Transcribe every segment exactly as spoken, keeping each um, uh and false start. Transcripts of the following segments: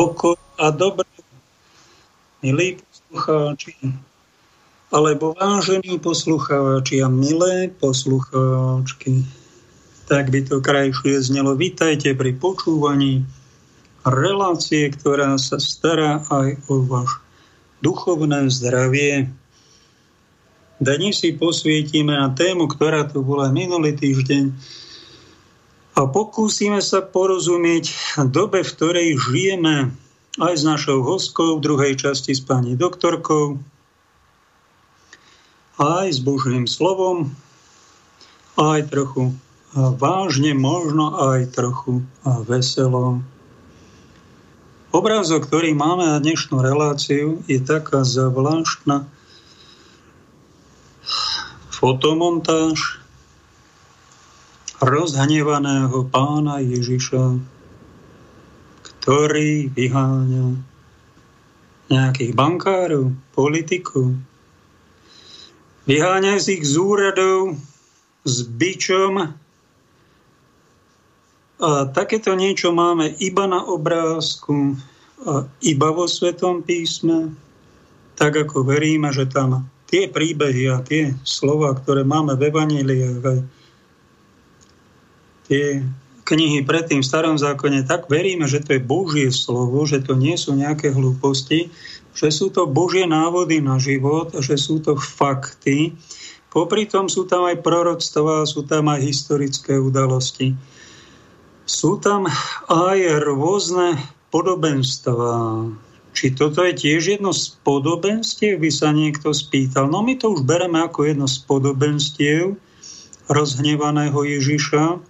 pokoj a dobro, milí poslucháči, alebo vážení poslucháči a milé poslucháčky. Tak by to krajšie znelo. Vítajte pri počúvaní relácie, ktorá sa stará aj o váš duchovné zdravie. Dnes si posvietime na tému, ktorá tu bola minulý týždeň, a pokúsime sa porozumieť dobe, v ktorej žijeme, aj s našou hostkou v druhej časti s pani doktorkou, aj s Božím slovom, aj trochu vážne, možno aj trochu veselo. Obrázok, ktorý máme na dnešnú reláciu, je taká zvláštna fotomontáž rozhnevaného pána Ježiša, ktorý vyháňa nejakých bankárov, politikov. Vyháňa z ich z úradov s bičom. A takéto niečo máme iba na obrázku a iba vo Svetom písme. Tak ako veríme, že tam tie príbehy a tie slova, ktoré máme v evanjeliách, aj tie knihy predtým v Starom zákone, tak veríme, že to je Božie slovo, že to nie sú nejaké hlúposti, že sú to Božie návody na život, že sú to fakty. Popri tom sú tam aj proroctvá, sú tam aj historické udalosti. Sú tam aj rôzne podobenstvá. Či toto je tiež jedno z podobenstiev, by sa niekto spýtal. No my to už bereme ako jedno z podobenstiev rozhnevaného Ježiša,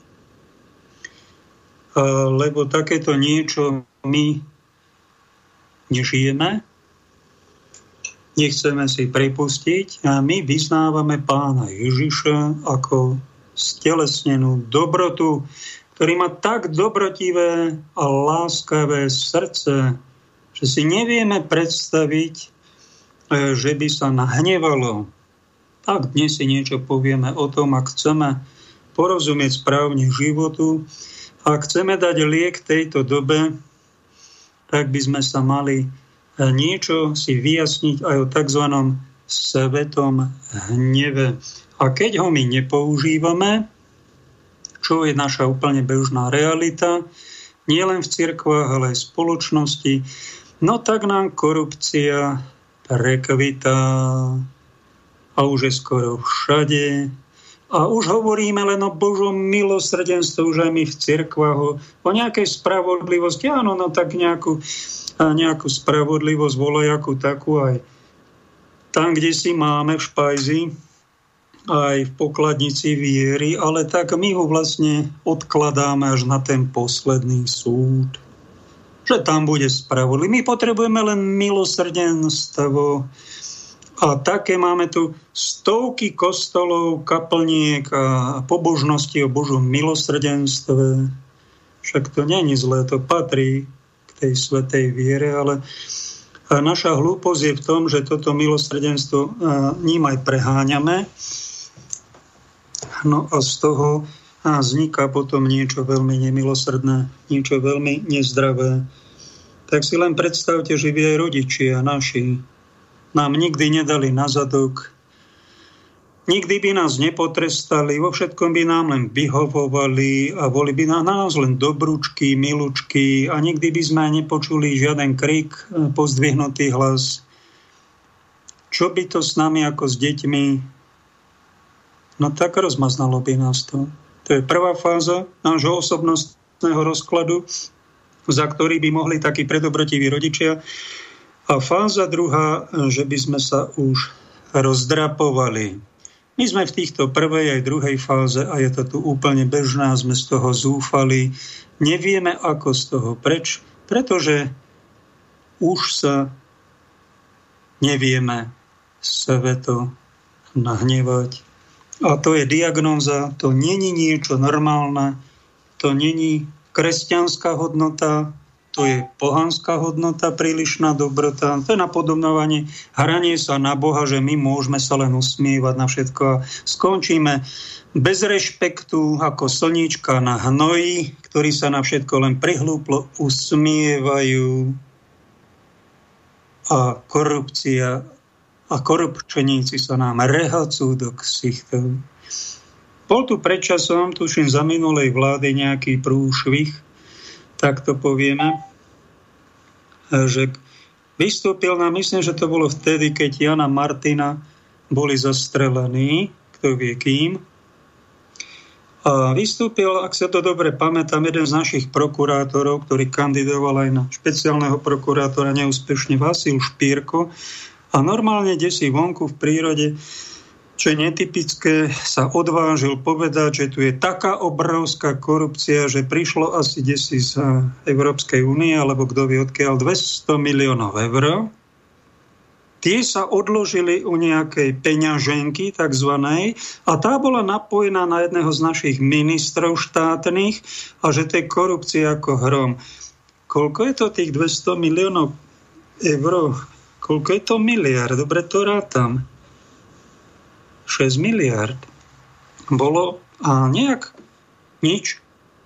lebo takéto niečo my nežijeme, nechceme si pripustiť a my vyznávame pána Ježiša ako stelesnenú dobrotu, ktorý má tak dobrotivé a láskavé srdce, že si nevieme predstaviť, že by sa nahnevalo. Tak dnes si niečo povieme o tom, ak chceme porozumieť správne životu. Ak chceme dať liek tejto dobe, tak by sme sa mali niečo si vyjasniť aj o tzv. Svetom hneve. A keď ho my nepoužívame, čo je naša úplne bežná realita, nielen v cirkvách, ale aj v spoločnosti, no tak nám korupcia prekvitá a už je skoro všade. A už hovoríme len o Božom milosrdenstve, už aj my v cirkvách, o, o nejakej spravodlivosti. Áno, no tak nejakú, nejakú spravodlivosť, volajakú takú aj tam, kde si máme v špajzi, aj v pokladnici viery, ale tak my ho vlastne odkladáme až na ten posledný súd. Že tam bude spravodlivý. My potrebujeme len milosrdenstvo. A také máme tu stovky kostolov, kaplniek a pobožnosti o Božom milosrdenstve. Však to nie je zlé, to patrí k tej svätej viere, ale naša hlúposť je v tom, že toto milosrdenstvo ním aj preháňame. No a z toho vzniká potom niečo veľmi nemilosrdné, niečo veľmi nezdravé. Tak si len predstavte, že vy aj rodičia naši nám nikdy nedali na zadok, nikdy by nás nepotrestali, vo všetkom by nám len vyhovovali a boli by na nás len dobrúčky, milúčky a nikdy by sme nepočuli žiaden krik, pozdvihnutý hlas. Čo by to s nami ako s deťmi? No tak rozmaznalo by nás to. To je prvá fáza nášho osobnostného rozkladu, za ktorý by mohli takí predobrotiví rodičia. A fáza druhá, že by sme sa už rozdrapovali. My sme v týchto prvej aj druhej fáze a je to tu úplne bežná, sme z toho zúfali. Nevieme, ako z toho preč, pretože už sa nevieme sveto nahnevať. A to je diagnóza, to není niečo normálne, to není kresťanská hodnota, to je pohanská hodnota, prílišná dobrota. To je napodobňovanie, hranie sa na Boha, že my môžeme sa len usmievať na všetko a skončíme bez rešpektu ako slníčka na hnoji, ktorí sa na všetko len prihlúplo usmievajú. A korupcia a korupčeníci sa nám rehacú do ksichtov. Bol tu pred časom, tuším za minulej vlády, nejaký prúšvih, tak to povieme, že vystúpil nám, myslím, že to bolo vtedy, keď Jana Martina boli zastrelení, kto vie kým. A vystúpil, ak sa to dobre pamätám, jeden z našich prokurátorov, ktorý kandidoval aj na špeciálneho prokurátora neúspešne, Vasil Špírko. A normálne desí vonku v prírode, čo je netypické, sa odvážil povedať, že tu je taká obrovská korupcia, že prišlo asi desí z Európskej únie, alebo kto vie odkiaľ, dvesto miliónov eur. Tie sa odložili u nejakej peňaženky takzvanej a tá bola napojená na jedného z našich ministrov štátnych a že to je korupcia ako hrom. Koľko je to tých dvesto miliónov eur? Koľko je to miliard? Dobre to rátam. šesť miliard. Bolo a nejak nič.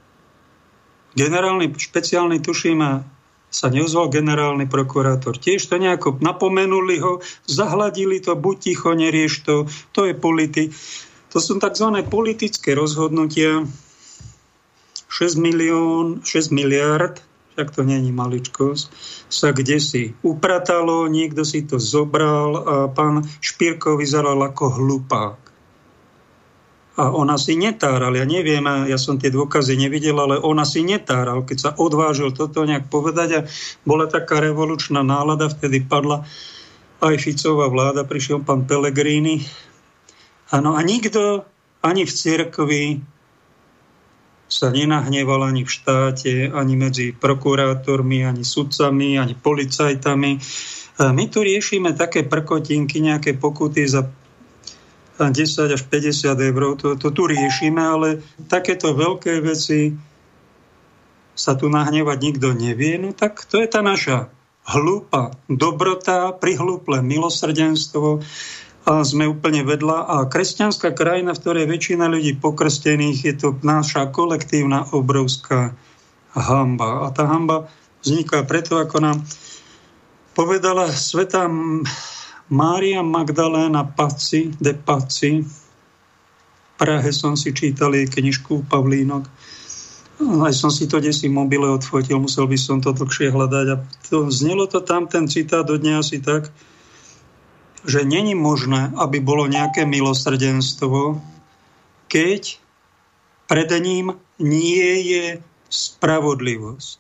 Generálny, špeciálny, tuším, sa neozval generálny prokurátor. Tiež to nejako napomenuli ho, zahladili to, buď ticho, nerieš to, to je politik. To sú tzv. Politické rozhodnutia. šesť milión, šesť miliard, však to není maličkosť, sa kdesi upratalo, niekto si to zobral a pán Špírko vyzeral ako hlupák. A on asi netáral, ja neviem, ja som tie dôkazy nevidel, ale on asi netáral, keď sa odvážil toto nejak povedať a bola taká revolučná nálada, vtedy padla aj Ficová vláda, prišiel pán Pellegrini. Áno, a nikto ani v cirkvi sa nenahneval, ani v štáte, ani medzi prokurátormi, ani sudcami, ani policajtami. My tu riešime také prkotinky, nejaké pokuty za desať až päťdesiat eur, to, to tu riešime, ale takéto veľké veci sa tu nahnevať nikto nevie, no tak to je tá naša hlúpa dobrota, prihlúple milosrdenstvo a sme úplne vedľa. A kresťanská krajina, v ktorej väčšina ľudí pokrstených, je to naša kolektívna obrovská hanba. A tá hanba vzniká preto, ako nám povedala svätá Mária Magdaléna Pazzi, de Pazzi. V Prahe som si čítal jej knižku Pavlínok. Aj som si to desí mobile odfotil, musel by som to dlhšie hľadať. A to, znelo to tam, ten citát do dňa asi tak, že není možné, aby bolo nejaké milosrdenstvo, keď pred ním nie je spravodlivosť.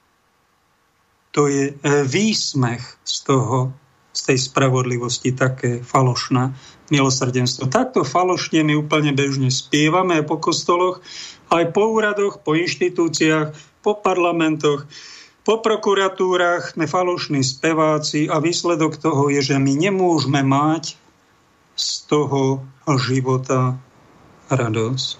To je výsmech z toho, z tej spravodlivosti, také falošné milosrdenstvo. Takto falošne my úplne bežne spievame aj po kostoloch, aj po úradoch, po inštitúciách, po parlamentoch, po prokuratúrach, sme falošní speváci a výsledok toho je, že my nemôžeme mať z toho života radosť.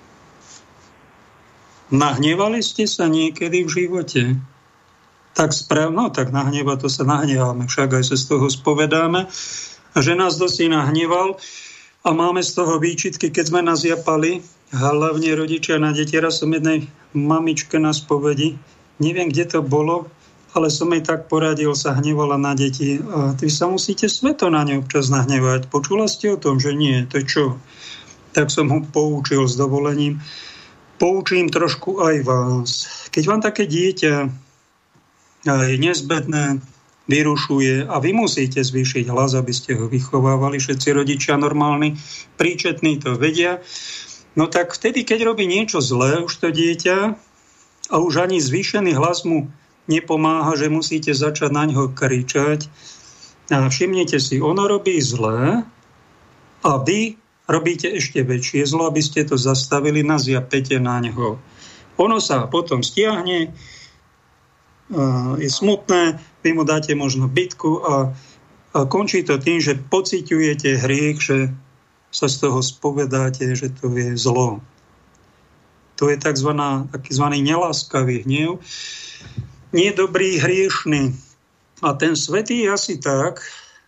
Nahnevali ste sa niekedy v živote? Tak správno, tak nahneva, to sa nahneváme, však aj sa z toho spovedáme, že nás dosí nahneval a máme z toho výčitky, keď sme nás japali, hlavne rodičia na deti. Raz som jednej mamičke na spovedi, neviem, kde to bolo, ale som jej tak poradil, sa hnevala na deti. A vy sa musíte sveto na ne občas nahnevať. Počula ste o tom, že nie? To čo? Tak som ho poučil s dovolením. Poučím trošku aj vás. Keď vám také dieťa je nezbedné, vyrušuje a vy musíte zvýšiť hlas, aby ste ho vychovávali. Všetci rodičia normálni, príčetní to vedia. No tak vtedy, keď robí niečo zlé už to dieťa a už ani zvýšený hlas mu nepomáha, že musíte začať na ňo kričať. A všimnite si, ono robí zlé a vy robíte ešte väčšie zlo, aby ste to zastavili, nazjapete na ňo. Ono sa potom stiahne, je smutné, vy mu dáte možno bitku a, a končí to tým, že pociťujete hriech, že sa z toho spovedáte, že to je zlo. To je takzvaný neláskavý hnev. nie dobrý, hriešný. A ten svätý je asi tak,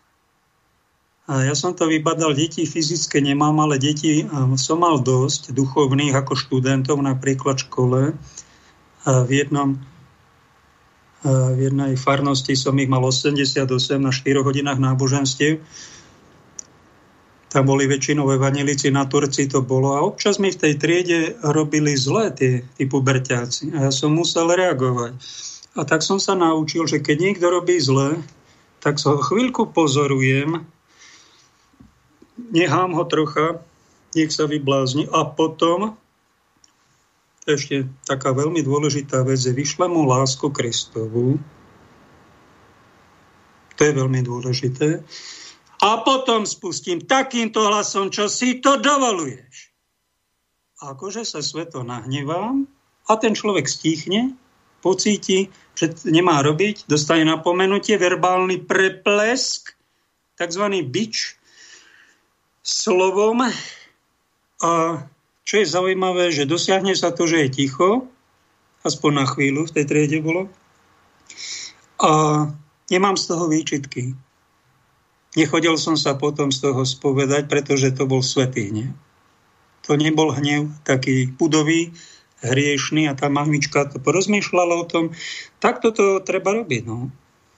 a ja som to vybadal, deti fyzické nemám, ale deti som mal dosť duchovných ako študentov, napríklad v škole. A v, jednom, a v jednej farnosti som ich mal osemdesiatosem na štyroch hodinách náboženstiev. Tam boli väčšinou evanjelici, na Turci to bolo. A občas mi v tej triede robili zlé tie, tí puberťáci. A ja som musel reagovať. A tak som sa naučil, že keď niekto robí zlé, tak sa ho chvíľku pozorujem, nechám ho trocha, nech sa vyblázni a potom, ešte taká veľmi dôležitá vec, je vyšlem mu lásku Kristovu. To je veľmi dôležité. A potom spustím takýmto hlasom, čo si to dovoluješ. A akože sa sveto nahnevám a ten človek stíchne, pocíti, že nemá robiť, dostane napomenutie, verbálny preplesk, takzvaný bič, slovom. A čo je zaujímavé, že dosiahne sa to, že je ticho, aspoň na chvíľu v tej triede bolo. A nemám z toho výčitky. Nechodil som sa potom z toho spovedať, pretože to bol svätý hnev. To nebol hnev taký pudový, hriešný a tá mamička to porozmýšľala o tom. Takto to treba robiť, no.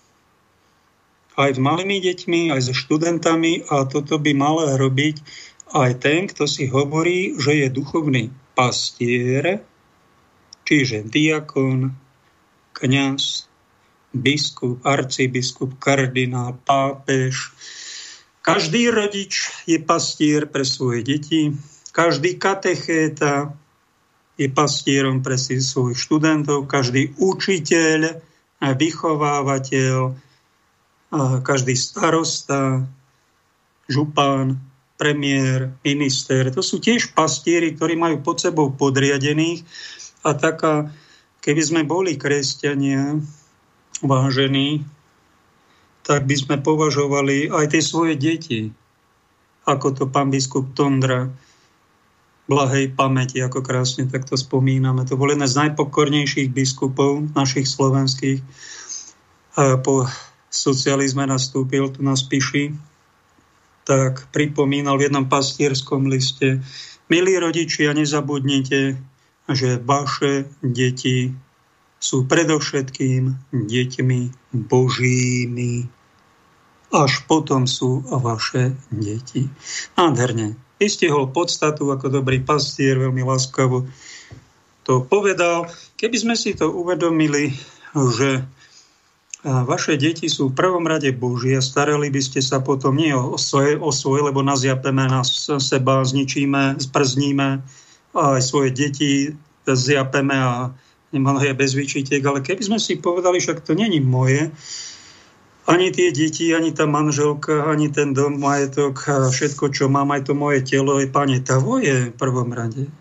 Aj s malými deťmi, aj so študentami a toto by mal robiť aj ten, kto si hovorí, že je duchovný pastier, čiže diakon, kňaz, biskup, arcibiskup, kardinál, pápež. Každý rodič je pastier pre svoje deti, každý katechéta je pastierom pre svojich študentov, každý učiteľ, vychovávateľ, každý starosta, župan, premiér, minister. To sú tiež pastieri, ktorí majú pod sebou podriadených. A taká, keby sme boli kresťania vážení, tak by sme považovali aj tie svoje deti, ako to pán biskup Tondra, blahej pamäti, ako krásne takto spomíname. To bol jeden z najpokornejších biskupov našich slovenských. A po socializme nastúpil tu na Spiši, tak pripomínal v jednom pastierskom liste: milí rodičia, nezabudnite, že vaše deti sú predovšetkým deťmi Božími. Až potom sú vaše deti. Nádherne. Vystihol podstatu ako dobrý pastier, veľmi láskavo to povedal. Keby sme si to uvedomili, že vaše deti sú v prvom rade Boží a starali by ste sa potom nie o svoje, o svoje lebo nazjapeme na seba, zničíme, sprzníme a aj svoje deti zjapeme a nemalo je bez výčitiek, ale keby sme si povedali, však to není moje, ani tie deti, ani tá manželka, ani ten dom, majetok, všetko, čo mám, aj to moje telo, je, Pane, tvoje v prvom rade.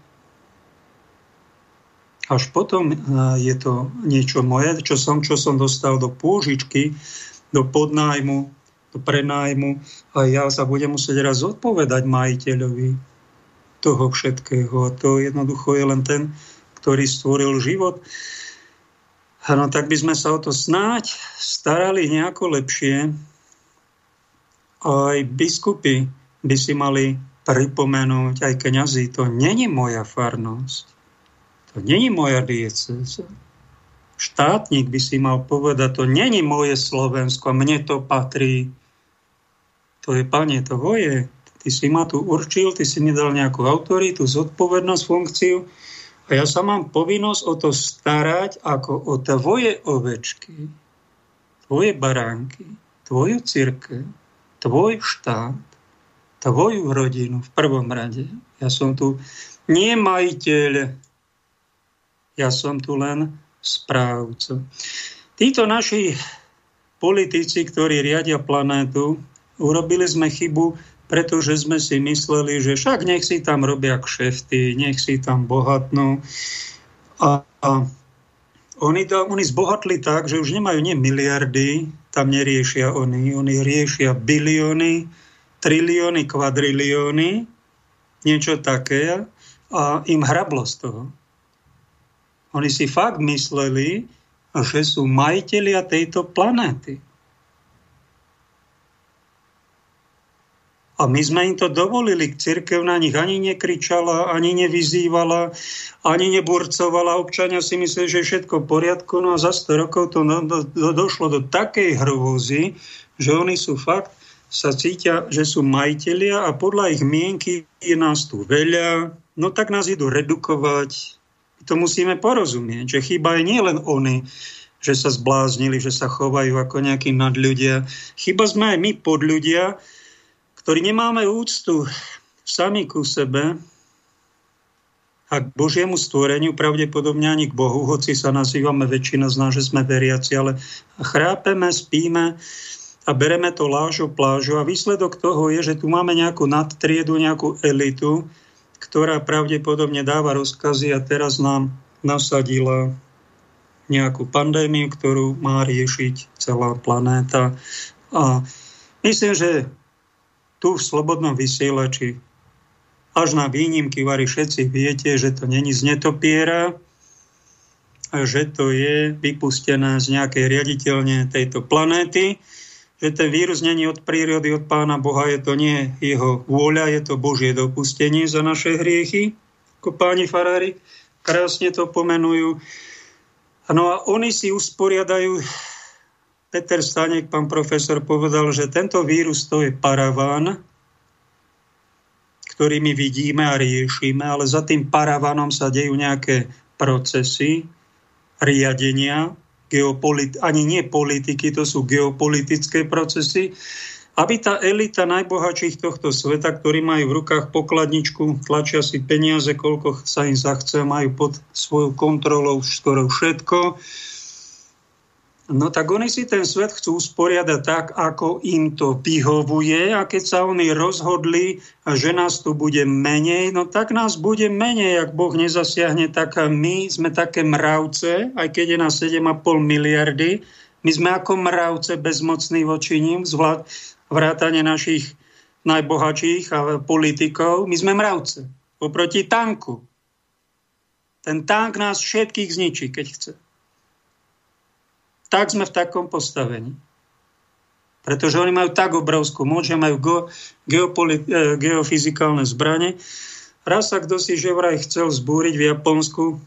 Až potom je to niečo moje, čo som, čo som dostal do pôžičky, do podnájmu, do prenájmu a ja sa budem musieť raz odpovedať majiteľovi toho všetkého. A to jednoducho je len ten, ktorý stvoril život. No tak by sme sa o to snáď starali nejako lepšie. Aj biskupy by si mali pripomenúť, aj kňazi, to není moja farnosť. To není moja diecéza. Štátnik by si mal povedať, to není moje Slovensko, mne to patrí. To je, Pane, to voje. Ty si ma tu určil, ty si mi dal nejakú autoritu, zodpovednosť, funkciu a ja sa mám povinnosť o to starať ako o tvoje ovečky, tvoje baránky, tvoju cirkev, tvoj štát, tvoju rodinu v prvom rade. Ja som tu nie majiteľ, ja som tu len správca. Títo naši politici, ktorí riadia planétu, urobili sme chybu, pretože sme si mysleli, že však nech si tam robia kšefty, nech si tam bohatnú. A, a oni, to, oni zbohatli tak, že už nemajú nie miliardy, tam neriešia oni, oni riešia bilióny, trilióny, kvadrilióny, niečo také a im hrablo z toho. Oni si fakt mysleli, a že sú majitelia tejto planéty. A my sme im to dovolili. Cirkev na nich ani nekričala, ani nevyzývala, ani neburcovala. Občania si mysleli, že je všetko v poriadku. No a za sto rokov to do, do, došlo do takej hrôzy, že oni sú fakt, sa cítia, že sú majitelia a podľa ich mienky je nás tu veľa. No tak nás idú redukovať. To musíme porozumieť, že chyba je nielen oni, že sa zbláznili, že sa chovajú ako nejakí nadľudia. Chyba sme aj my podľudia, ktorí nemáme úctu sami ku sebe a k Božiemu stvoreniu, pravdepodobne ani k Bohu, hoci sa nazývame väčšina z nás, že sme veriaci, ale chrápeme, spíme a bereme to lážo plážo a výsledok toho je, že tu máme nejakú nadtriedu, nejakú elitu, ktorá pravdepodobne dáva rozkazy a teraz nám nasadila nejakú pandémiu, ktorú má riešiť celá planéta. A myslím, že tu v Slobodnom vysielači až na výnimky vari všetci viete, že to není z netopiera a že to je vypustené z nejakej riaditeľne tejto planéty, že ten vírus není od prírody, od Pána Boha, je to nie jeho vôľa, je to Božie dopustenie za naše hriechy, ako páni farári krásne to pomenujú. No a oni si usporiadajú. Peter Stanek, pán profesor, povedal, že tento vírus to je paraván, ktorý my vidíme a riešime, ale za tým paravánom sa dejú nejaké procesy riadenia, geopolit- ani nie politiky, to sú geopolitické procesy, aby tá elita najbohatších tohto sveta, ktorí majú v rukách pokladničku, tlačia si peniaze, koľko sa im zachce, majú pod svojou kontrolou skoro všetko, no tak oni si ten svet chcú usporiadať tak, ako im to vyhovuje a keď sa oni rozhodli, že nás tu bude menej, no tak nás bude menej, ak Boh nezasiahne, tak my sme také mravce, aj keď je nás sedem a pol miliardy, my sme ako mravce bezmocní voči ním, zvlád vrátane našich najbohatších a politikov, my sme mravce oproti tanku. Ten tank nás všetkých zničí, keď chce. Tak sme v takom postavení. Pretože oni majú tak obrovskú moc, že majú go, geopolit, e, geofyzikálne zbrane. Raz sa kto si že vraj chcel zbúriť v Japonsku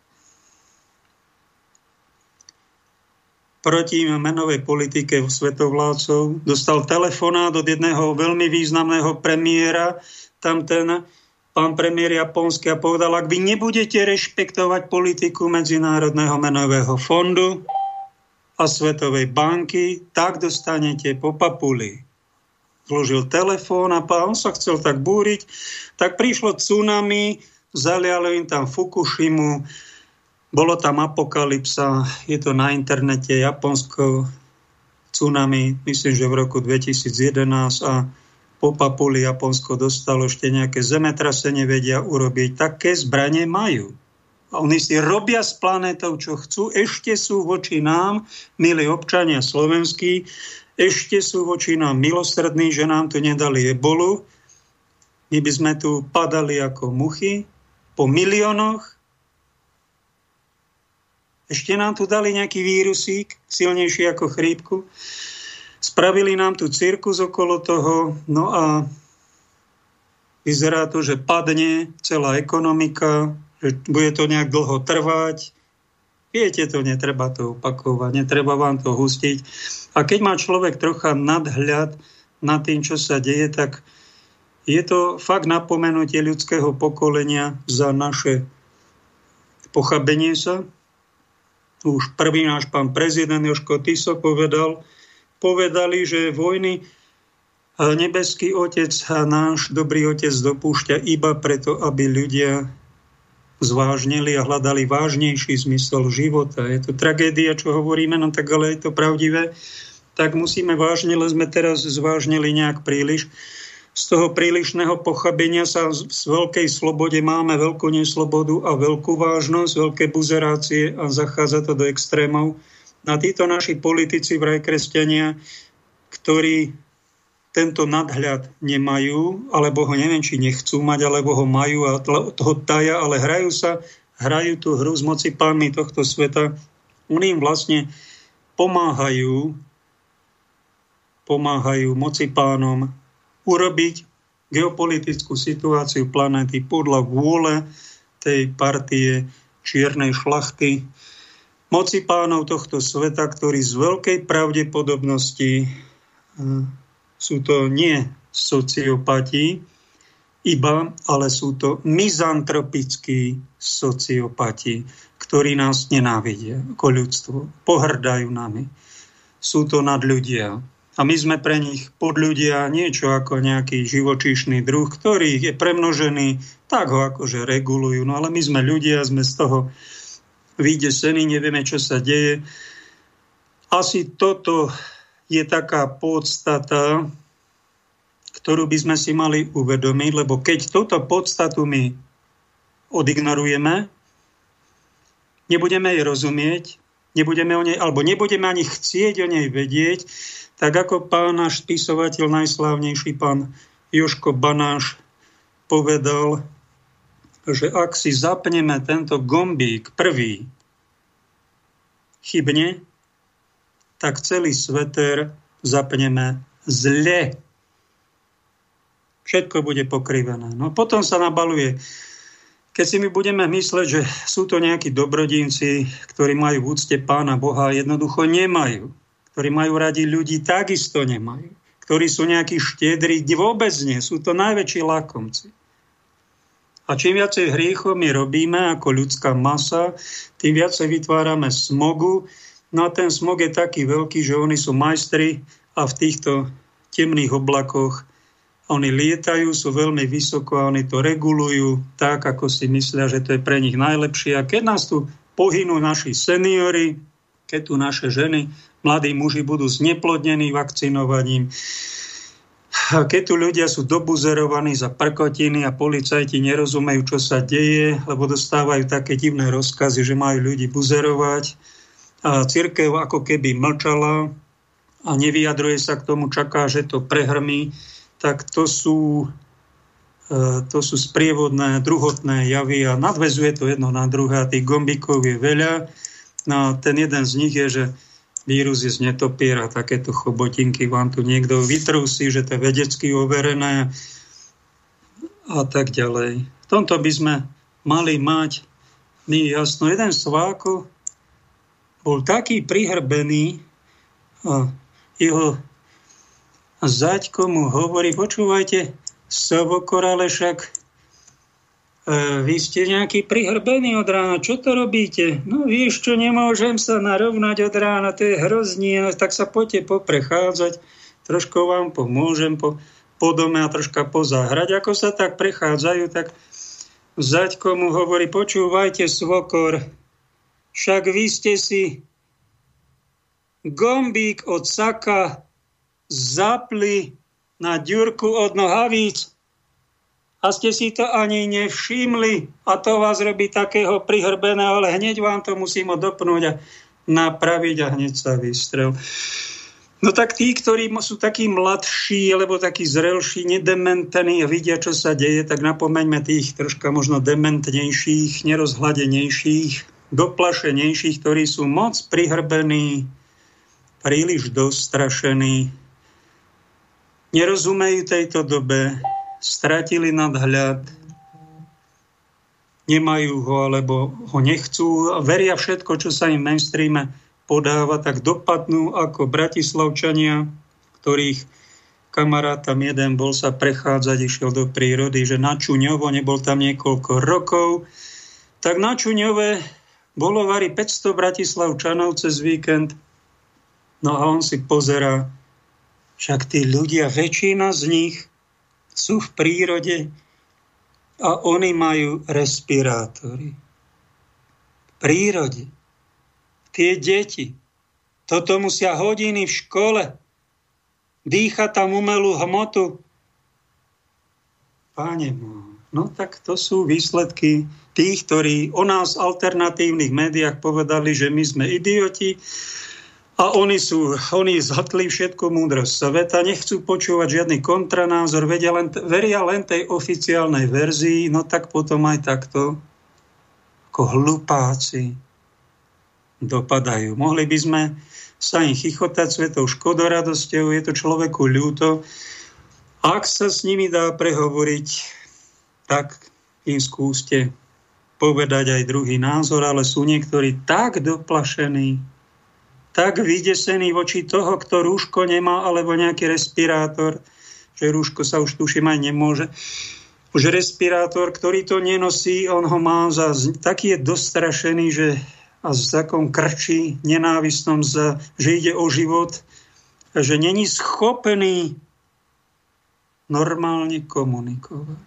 proti menovej politike svetovládcov. Dostal telefonát od jedného veľmi významného premiéra. Tam ten pán premiér japonský a povedal, ak vy nebudete rešpektovať politiku Medzinárodného menového fondu a Svetovej banky, tak dostanete po papuli. Zložil telefón a on sa chcel tak búriť, tak prišlo tsunami, zalialo im tam Fukushimu, bolo tam apokalypsa, je to na internete, Japonsko, tsunami, myslím, že v roku dvetisíc jedenásť a po papuli Japonsko dostalo ešte nejaké zemetrasenie, vedia urobiť, také zbranie majú. A oni si robia s planétou, čo chcú. Ešte sú voči nám, milí občania slovenskí, ešte sú voči nám milosrdní, že nám tu nedali ebolu. My by sme tu padali ako muchy po miliónoch. Ešte nám tu dali nejaký vírusík, silnejší ako chrípku. Spravili nám tu cirkus okolo toho. No a vyzerá to, že padne celá ekonomika, že bude to nejak dlho trvať. Viete to, netreba to opakovať, netreba vám to hustiť. A keď má človek trocha nadhľad nad tým, čo sa deje, tak je to fakt napomenutie ľudského pokolenia za naše pochabenie sa. Už prvý náš pán prezident Jožko Tiso povedal, povedali, že vojny nebeský otec a náš dobrý otec dopúšťa iba preto, aby ľudia zvážnili a hľadali vážnejší zmysel života. Je to tragédia, čo hovoríme, no tak ale je to pravdivé. Tak musíme vážne, len sme teraz zvážnili nejak príliš. Z toho prílišného pochabenia sa z veľkej slobode máme veľkú neslobodu a veľkú vážnosť, veľké buzerácie a zachádza to do extrémov. A títo naši politici, vraj kresťania, ktorí tento nadhľad nemajú, alebo ho neviem, či nechcú mať, alebo ho majú a toho taja, ale hrajú sa, hrajú tú hru s moci pánmi tohto sveta Oni im vlastne pomáhajú, pomáhajú mocipánom urobiť geopolitickú situáciu planéty podľa vôle tej partie čiernej šlachty, mocipánov tohto sveta, ktorí z veľkej pravdepodobnosti sú to nie sociopati iba, ale sú to mizantropickí sociopati, ktorí nás nenávidia ako ľudstvo, pohrdajú nami. Sú to nadľudia. A my sme pre nich podľudia, niečo ako nejaký živočíšny druh, ktorý je premnožený, tak ho akože regulujú. No ale my sme ľudia, sme z toho vydesení, nevieme, čo sa deje. Asi toto je taká podstata, ktorú by sme si mali uvedomiť, lebo keď túto podstatu my odignorujeme, nebudeme jej rozumieť, nebudeme o nej, alebo nebudeme ani chcieť o nej vedieť, tak ako pán náš spisovateľ, najslávnejší pán Jožko Banáš povedal, že ak si zapneme tento gombík prvý chybne, tak celý sveter zapneme zle. Všetko bude pokrivené. No potom sa nabaluje. Keď si my budeme mysleť, že sú to nejakí dobrodinci, ktorí majú v úcte Pána Boha, jednoducho nemajú. Ktorí majú radi ľudí, takisto nemajú. Ktorí sú nejakí štiedri, vôbec nie. Sú to najväčší lakomci. A čím viacej hriechov my robíme ako ľudská masa, tým viacej vytvárame smogu. No a ten smog je taký veľký, že oni sú majstri a v týchto temných oblakoch oni lietajú, sú veľmi vysoko a oni to regulujú tak, ako si myslia, že to je pre nich najlepšie. A keď nás tu pohynú naši seniori, keď tu naše ženy, mladí muži budú zneplodnení vakcinovaním, keď tu ľudia sú dobuzerovaní za prkotiny a policajti nerozumejú, čo sa deje, lebo dostávajú také divné rozkazy, že majú ľudí buzerovať, a cirkev ako keby mlčala a nevyjadruje sa k tomu, čaká, že to prehrmí, tak to sú, to sú sprievodné, druhotné javy a nadväzuje to jedno na druhé a tých gombíkov je veľa. No ten jeden z nich je, že vírus je z netopiera, takéto chobotinky vám tu niekto vytrúsi, že to je vedecky overené a tak ďalej. V tomto by sme mali mať my jasno. Jeden sváko bol taký prihrbený a jeho zaďko mu hovorí, počúvajte, Sovokor, ale však e, vy ste nejaký prihrbený od rána, čo to robíte? No vieš čo, nemôžem sa narovnať od rána, to je hrozný, tak sa poďte poprechádzať, trošku vám pomôžem po, po dome a troška pozahrať. Ako sa tak prechádzajú, tak zaďko mu hovorí, počúvajte, Svokor, však vy ste si gombík od saka zapli na ďurku od nohavíc a ste si to ani nevšimli a to vás robí takého prihrbeného, ale hneď vám to musím odopnúť a napraviť a hneď sa vystrel. No tak tí, ktorí sú takí mladší alebo takí zrelší, nedementení a vidia, čo sa deje, tak napomeňme tých troška možno dementnejších, nerozhladenejších, doplašenejších, ktorí sú moc prihrbení, príliš dostrašení, nerozumejú tejto dobe, stratili nadhľad, nemajú ho alebo ho nechcú a veria všetko, čo sa im v mainstreame podáva, tak dopadnú ako Bratislavčania, ktorých kamarát tam jeden bol sa prechádzať, išiel do prírody, že na Čuňovo, nebol tam niekoľko rokov, tak na Čuňove bolo vari päťsto Bratislavčanov cez víkend. No a on si pozerá, však tí ľudia, väčšina z nich sú v prírode a oni majú respirátory. V prírode. Tie deti, toto musia hodiny v škole, dýchať tam umelú hmotu. Páne môj, no tak to sú výsledky tých, ktorí o nás v alternatívnych médiách povedali, že my sme idioti, a oni sú, oni zhatli všetko múdrosť sveta, nechcú počúvať žiadny kontranázor, vedia len, veria len tej oficiálnej verzii, no tak potom aj takto, ako hlupáci. dopadajú. Mohli by sme sa im chichotať svetou škodoradosťou, je to človeku ľúto. Ak sa s nimi dá prehovoriť, tak im skúste povedať aj druhý názor, ale sú niektorí tak doplašení, tak vydesení voči toho, kto rúško nemá, alebo nejaký respirátor, že rúško sa už tuším aj nemôže. Už respirátor, ktorý to nenosí, on ho má za... Taký je dostrašený, že a s takom krčí nenávistnom, za, že ide o život, že není schopný normálne komunikovať.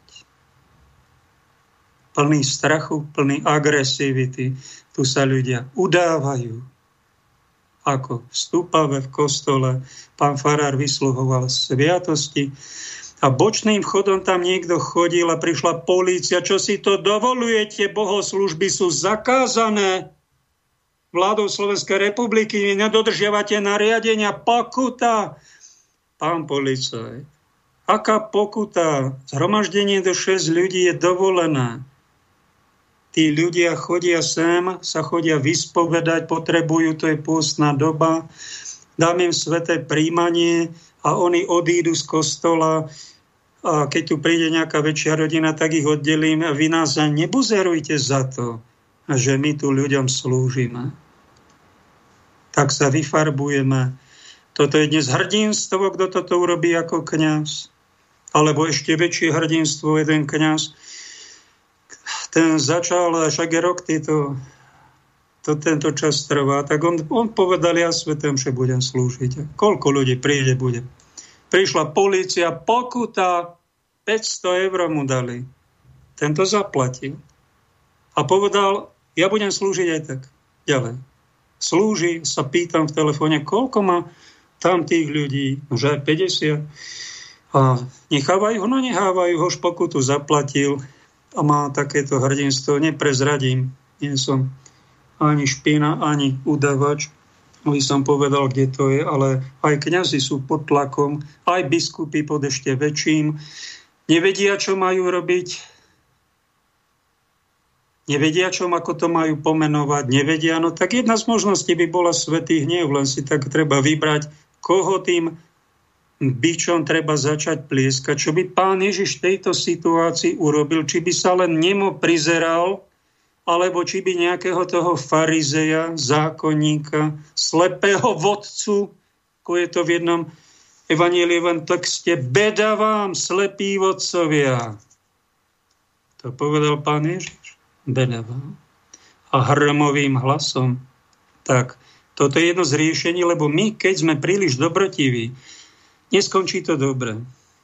Plný strachu, plný agresivity. Tu sa ľudia udávajú. Ako vstúpave v kostole pán farár vysluhoval sviatosti a bočným chodom tam niekto chodil a prišla polícia. Čo si to dovolujete? Bohoslúžby sú zakázané vládou Slovenskej republiky. Vy nedodržiavate nariadenia. Pokuta. Pán policajt, aká pokuta? Zhromaždenie do šesť ľudí je dovolené. Tí ľudia chodia sem, sa chodia vyspovedať, potrebujú, to je pôstna doba. Dám im sväté príjmanie a oni odídu z kostola. A keď tu príde nejaká väčšia rodina, tak ich oddelím. A vy nás nebuzerujte za to, že my tu ľuďom slúžime. Tak sa vyfarbujeme. Toto je dnes hrdinstvo, kto toto urobí ako kňaz. Alebo ešte väčšie hrdinstvo, jeden kňaz. Ten začal, však je rok tieto, to, tento čas trvá, tak on, on povedal, ja svetom, že budem slúžiť. Koľko ľudí príde, bude. Prišla polícia, pokuta, päťsto eur mu dali. Tento zaplatil. A povedal, ja budem slúžiť aj tak. Ďalej. Slúži, sa pýtam v telefóne, koľko má tam tých ľudí? Že aj päťdesiat. A nechávajú ho, no nechávajú ho, už pokutu zaplatil. A má takéto hrdinstvo, neprezradím, nie som ani špina, ani udavač, aby som povedal, kde to je, ale aj kňazi sú pod tlakom, aj biskupy pod ešte väčším, nevedia, čo majú robiť, nevedia, čo, ako to majú pomenovať, nevedia, no tak jedna z možností by bola svätý hnev, len si tak treba vybrať, koho tým bičom treba začať plieskať. Čo by pán Ježiš v tejto situácii urobil? Či by sa len nemo prizeral, alebo či by nejakého toho farizeja, zákonníka, slepého vodcu, ako je to v jednom evanjeliovom texte, beda vám, slepí vodcovia. To povedal pán Ježiš. Beda vám. A hrmovým hlasom. Tak, toto je jedno z riešení, lebo my, keď sme príliš dobrotiví, neskončí to dobre.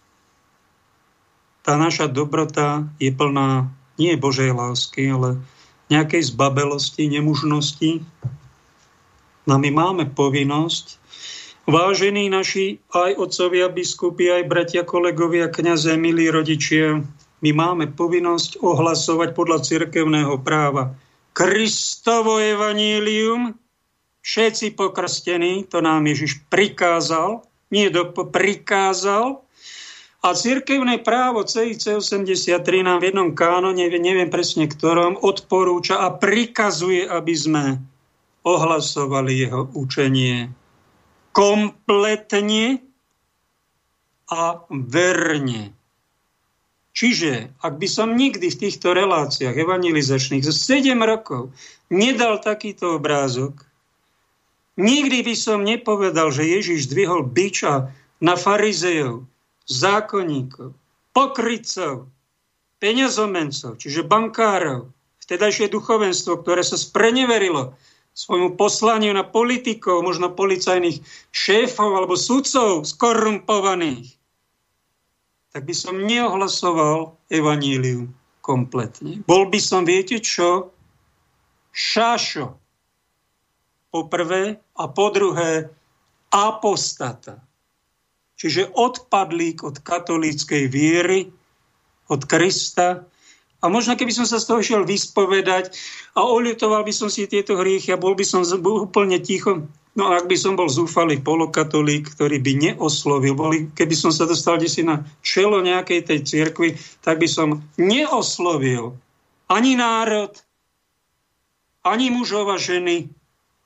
Tá naša dobrota je plná nie Božej lásky, ale nejakej zbabelosti, nemužnosti. No my máme povinnosť, vážení naši aj otcovia, biskupy, aj bratia, kolegovia, kňaze, milí rodičia, my máme povinnosť ohlasovať podľa cirkevného práva Kristovo evanílium, všetci pokrstení, to nám Ježiš prikázal, nie do, prikázal. A cirkevné právo C I C osemdesiattri nám v jednom kánone, neviem presne ktorom, odporúča a prikazuje, aby sme ohlasovali jeho učenie kompletne a verne. Čiže, ak by som nikdy v týchto reláciách evangelizačných za sedem rokov nedal takýto obrázok, nikdy by som nepovedal, že Ježiš zdvihol biča na farizejov, zákonníkov, pokrytcov, peňazomencov, čiže bankárov, vtedajšie duchovenstvo, ktoré sa spreneverilo svojmu poslaniu na politikov, možno policajných šéfov alebo sudcov skorumpovaných, tak by som neohlasoval evanílium kompletne. Bol by som, viete čo? Šašo. Po prvé a po druhé apostata. Čiže odpadlík od katolíckej viery, od Krista. A možno keby som sa z toho šiel vyspovedať a oľutoval by som si tieto hriechy a bol by som úplne ticho. No ak by som bol zúfalý polokatolík, ktorý by neoslovil, boli, keby som sa dostal desi na čelo nejakej tej cirkvi, tak by som neoslovil ani národ, ani mužov a ženy,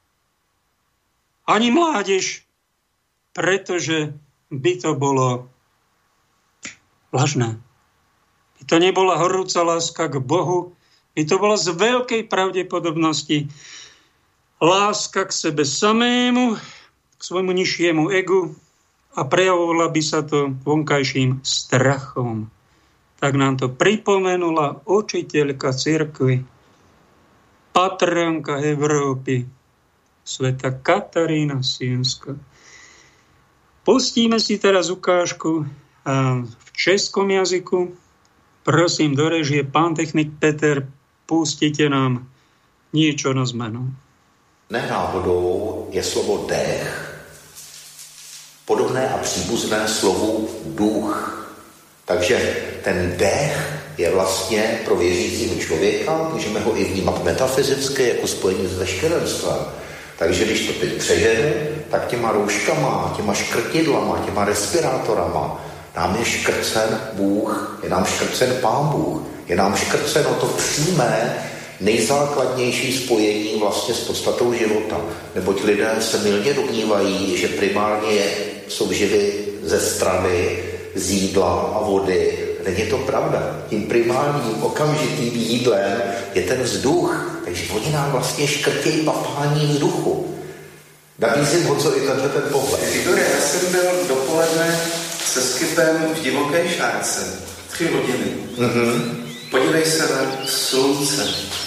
ani mládež, pretože by to bolo vlažné. By to nebola horúca láska k Bohu, by to bola z veľkej pravdepodobnosti láska k sebe samému, k svojmu nižšiemu egu a prejavovala by sa to vonkajším strachom. Tak nám to pripomenula učiteľka cirkvi, patronka Európy, sveta Katarína Sienská. Pustíme si teraz ukážku v českom jazyku. Prosím, do režie, pán technik Peter, pustite nám niečo na zmenu. Nenáhodou je slovo dech podobné a příbuzné slovu duch. Takže ten dech je vlastně pro věřícího člověka, můžeme ho i vnímat metafyzicky jako spojení s veškerenstvem. Takže když to teď přeženu, tak těma rouškama, těma škrtidlama, těma respirátorama nám je škrcen Bůh, je nám škrcen Pán Bůh, je nám škrceno to přímé, nejzákladnější spojení vlastně s podstatou života. Neboť lidé se mylně domnívají, že primárně jsou živi ze stravy, z jídla a vody. Není to pravda. Tím primárním okamžitým jídlem je ten vzduch. Takže oni nám vlastně škrtějí papání vzduchu. Nabízím ho, co i tenhle ten pohled. Igore, já jsem byl dopoledne se Skypem v divoké šárce. Tři hodiny. Mm-hmm. Podívej se na slunce.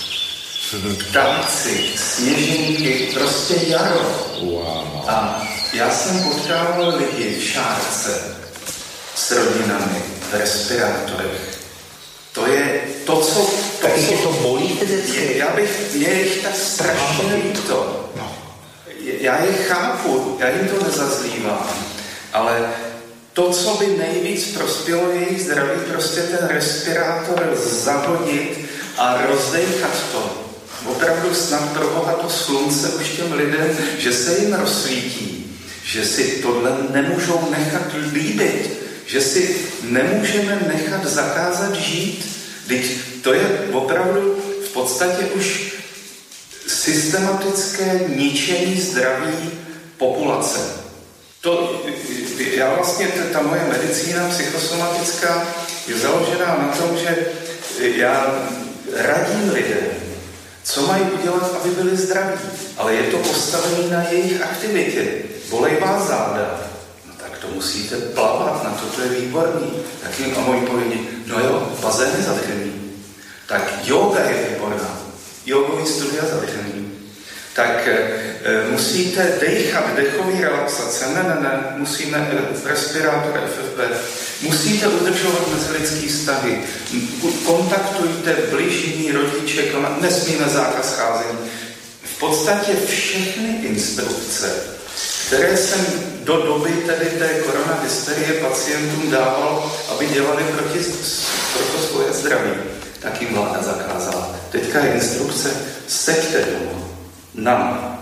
Ptáci, sněžinky, prostě jaro. Wow. A já jsem potkával lidi v šárce s rodinami, v respirátorech. To je to, co... To, tak co je to bolí fyzicky. Já bych měl jich tak strašně líto. No. Já je chápu, já jim to nezazlívám, ale to, co by nejvíc prospělo jejich zdraví, prostě ten respirátor zahodit a rozdejchat to. Opravdu snad pro Boha to slunce už těm lidem, že se jim rozsvítí, že si tohle nemůžou nechat líbit, že si nemůžeme nechat zakázat žít. Teď to je opravdu v podstatě už systematické ničení zdraví populace. To, já vlastně, ta moje medicína psychosomatická je založená na tom, že já radím lidem, co mají udělat, aby byli zdraví. Ale je to postavené na jejich aktivitě. Bolej vás záda. No tak to musíte plavat, na to to je výborný. Tak jim a moji povědí, no jo, bazén je zavřený. Tak yoga je výborná. Jogový studia zavřený. Tak e, musíte dechat, dechový relaxace, ne, ne, ne, musíme e, respirátor F F P, musíte udržovat mezilidský vztahy, kontaktujte bližní rodiče, nesmíme zákaz cházení. V podstatě všechny instrukce, které jsem do doby tedy té koronahysterie pacientům dával, aby dělali proti, proto svoje zdraví, tak jim vláda zakázala. Teďka je instrukce, seďte doma. Nám.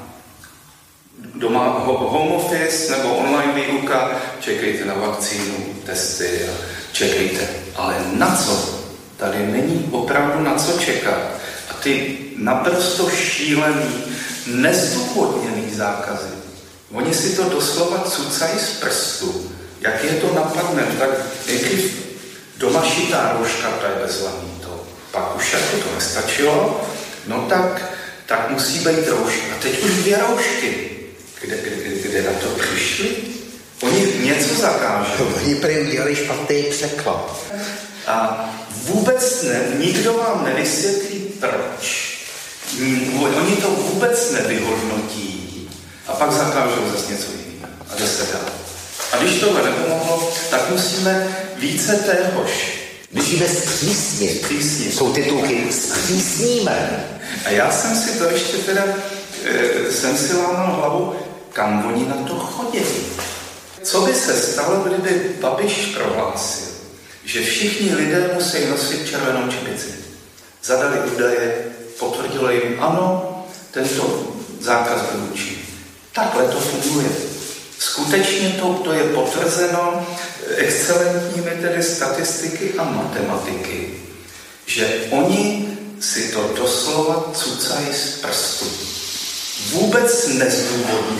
Doma home office nebo online výuka, čekejte na vakcínu, testy a čekejte. Ale na co? Tady není opravdu na co čekat. A ty naprosto šílený, nezdůvodněný zákazy. Oni si to doslova cucají z prstu. Jak je to napadne, tak někdy doma šitá rouška, to je bezvadný to. Pak už jako to nestačilo, no tak tak musí být roušky. A teď už dvě roušky. Kde, kde, kde na to přišli? Oni něco zakážou. Oni prý udělali špatný překlad. A vůbec ne, nikdo vám nevysvětlí proč. Oni to vůbec nevyhodnotí. A pak zakážou zase něco jiného. A jde se dál. A když tohle nepomohlo, tak musíme více téhož. Musíme zpřísnit. Zpřísnit. Jsou titulky zpřísníme. A já jsem si to ještě teda, e, jsem si lámal hlavu, kam oni na to chodí. Co by se stalo, kdyby Babiš prohlásil, že všichni lidé musí nosit červenou čepici. Zadali údaje, potvrdilo jim, ano, tento zákaz byl účinný. Takhle to funguje. Skutečně to, to je potvrzeno excelentními tedy statistiky a matematiky, že oni si to doslova cucají z prstu. Vůbec nezdůvodnějí,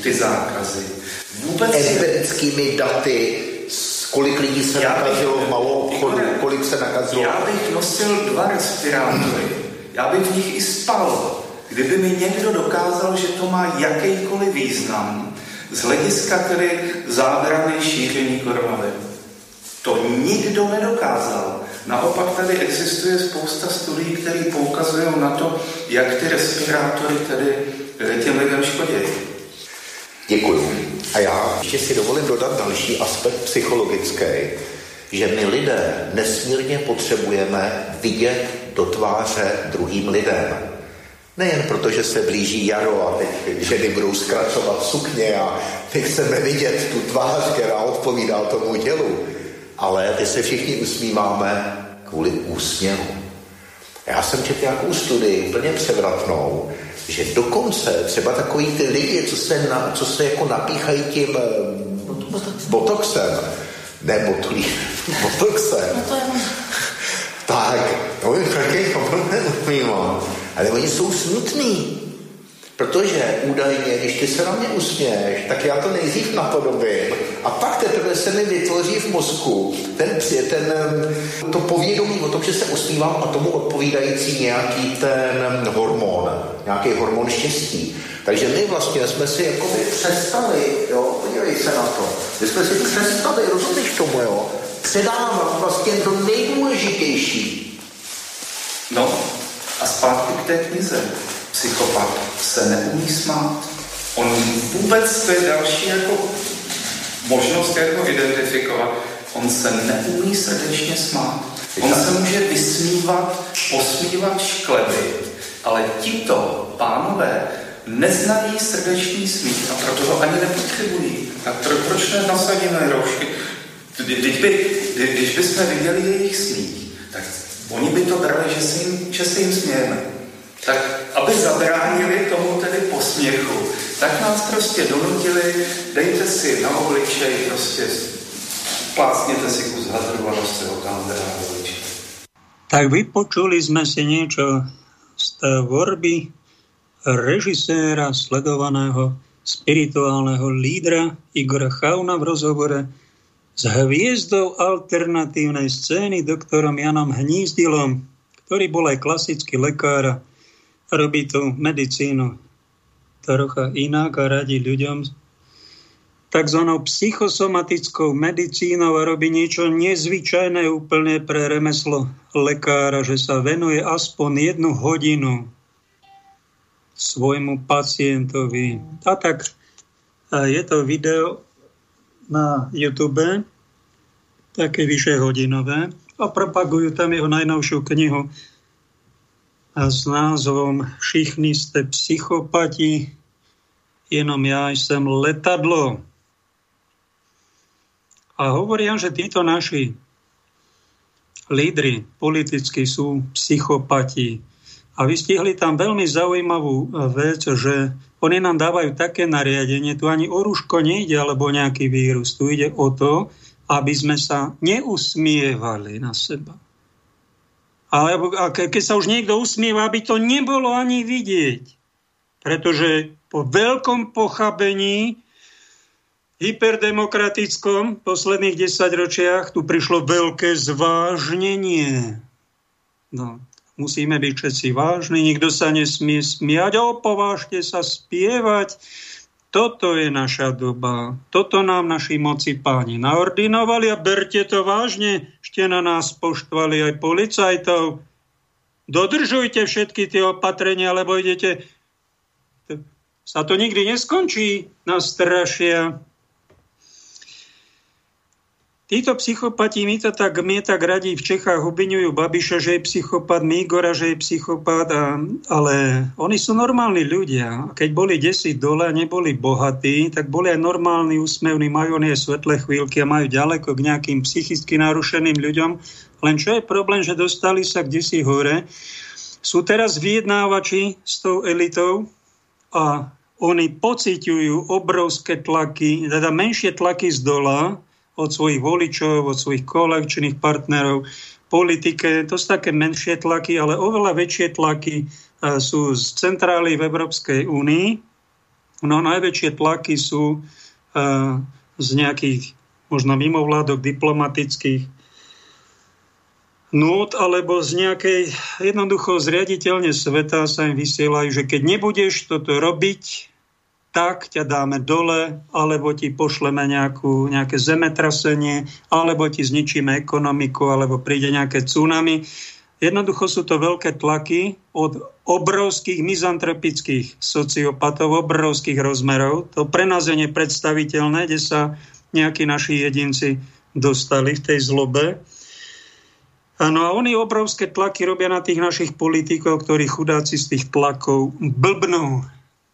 ty zákazy. Vůbec empirickými daty, kolik lidí se nakazilo v malou obchodu, kolik se nakazilo. Já bych nosil dva respirátory, já bych v nich i spal, kdyby mi někdo dokázal, že to má jakýkoliv význam z hlediska tedy zábrany šíření koronaviru. To nikdo nedokázal. Naopak tady existuje spousta studií, které poukazují na to, jak ty respirátory tedy těm lidem škodí. Děkuju. A já ještě si dovolím dodat další aspekt psychologický, že my lidé nesmírně potřebujeme vidět do tváře druhým lidem. Nejen proto, že se blíží jaro a teď ženy budou zkracovat sukně a my chceme vidět tu tvář, která odpovídá tomu tělu, ale my se všichni usmíváme kvůli úsměvu. Já jsem četl nějakou studii úplně převratnou, že dokonce třeba takový ty lidi, co se, na, co se jako napíchají tím botoxem, ne botulí, botoxem, tak, to je taky neumím, ale oni jsou smutní, protože údajně, když ty se na mě usměješ, tak já to nejdřív napodobím a pak teprve se mi vytvoří v mozku ten, ten, to povědomí o tom, že se usmívám a tomu odpovídající nějaký ten hormon, nějaký hormon štěstí. Takže my vlastně jsme si jakoby přestali, jo, podívej se na to, my jsme si přestali, rozumíš tomu, jo, předávat vlastně to nejdůležitější. No a zpátky k té knize. Psychopat se neumí smát. On vůbec, to je další jako možnost, jak ho identifikovat, on se neumí srdečně smát. On se může vysmívat, posmívat, šklebit, ale tito pánové neznají srdeční smích a proto ho ani nepotřebují. A pro, proč nenasadíme roušky? Když, by, když bychom viděli jejich smích, tak oni by to brali, že se jim, že se jim smějeme. Tak aby zabránili tomu tedy posměchu, tak nás prostě donutili, dejte si na obličej, prostě plásněte si kus hadru a noste ho tam teda na obličej. Tak vypočuli sme si niečo z tvorby režiséra, sledovaného spirituálneho lídra Igora Chauna v rozhovore s hviezdou alternatívnej scény doktorom Janom Hnízdilom, ktorý bol aj klasický lekár a robí tú medicínu trocha inak a radí ľuďom takzvanou psychosomatickou medicínou a robí niečo nezvyčajné úplne pre remeslo lekára, že sa venuje aspoň jednu hodinu svojmu pacientovi. A tak je to video na YouTube, také vyše hodinové, a propagujú tam jeho najnovšiu knihu a s názvom Všichni ste psychopati, jenom ja som letadlo. A hovoria, že títo naši lídri politicky sú psychopati. A vystihli tam veľmi zaujímavú vec, že oni nám dávajú také nariadenie, tu ani o rúško nejde, alebo nejaký vírus. Tu ide o to, aby sme sa neusmievali na seba. Alebo keď sa už niekto usmieva, aby to nebolo ani vidieť. Pretože po veľkom pochabení hyperdemokratickom v posledných desaťročiach tu prišlo veľké zvážnenie. No, musíme byť všetci vážni, nikto sa nesmie smiať, opovážte sa spievať. Toto je naša doba. Toto nám naši moci páni naordinovali a berte to vážne. Ešte na nás poštvali aj policajtov. Dodržujte všetky tie opatrenia, lebo idete... Sa to nikdy neskončí, nás strašia. Títo psychopati, my to tak, my tak radí v Čechách obviňujú Babiša, že je psychopat, Igora, že je psychopat, a, ale oni sú normálni ľudia. Keď boli desi dole a neboli bohatí, tak boli aj normálni, úsmevní, majú oni aj svetlé chvíľky a majú ďaleko k nejakým psychicky narušeným ľuďom. Len čo je problém, že dostali sa kdesi hore. Sú teraz vyjednávači s tou elitou a oni pociťujú obrovské tlaky, teda menšie tlaky z dola, od svojich voličov, od svojich koaličných partnerov, politike. To sú také menšie tlaky, ale oveľa väčšie tlaky sú z centrály v Európskej únii, No najväčšie tlaky sú uh, z nejakých možno mimovládok diplomatických nút, alebo z nejakej jednoducho zriaditeľne sveta sa im vysielajú, že keď nebudeš toto robiť, tak ťa dáme dole, alebo ti pošleme nejakú, nejaké zemetrasenie, alebo ti zničíme ekonomiku, alebo príde nejaké tsunami. Jednoducho sú to veľké tlaky od obrovských mizantropických sociopatov, obrovských rozmerov. To pre nás je nepredstaviteľné, kde sa nejakí naši jedinci dostali v tej zlobe. No a oni obrovské tlaky robia na tých našich politikov, ktorí chudáci z tých tlakov blbnú.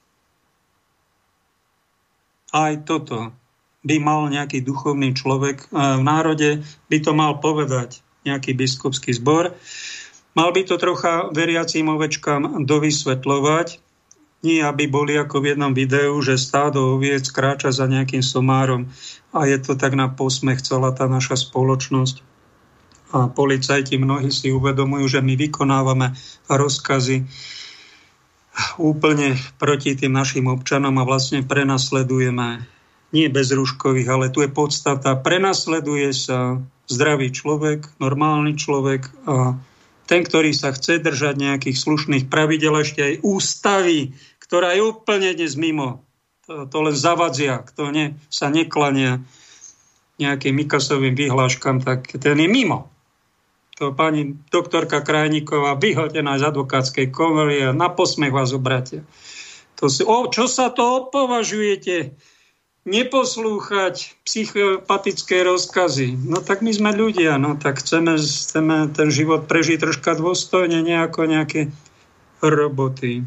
Aj toto by mal nejaký duchovný človek v národe, by to mal povedať nejaký biskupský zbor. Mal by to trocha veriacím ovečkám dovysvetľovať, nie aby boli ako v jednom videu, že stádo oviec kráča za nejakým somárom a je to tak na posmech celá tá naša spoločnosť. A policajti mnohí si uvedomujú, že my vykonávame rozkazy úplne proti tým našim občanom a vlastne prenasledujeme nie bezrúškových, ale tu je podstata. Prenasleduje sa zdravý človek, normálny človek a ten, ktorý sa chce držať nejakých slušných pravidel, ešte aj ústavy, ktorá je úplne dnes mimo. To, to len zavadzia, kto ne, sa neklania nejakým Mikasovým vyhláškam, tak ten je mimo. To pani doktorka Krajníková vyhodená z advokátskej komory a na posmech vás obratia. To si, o, čo sa to opovažujete? Neposlúchať psychopatické rozkazy. No tak my sme ľudia, no tak chceme, chceme ten život prežiť troška dôstojne, nejako nejaké roboty.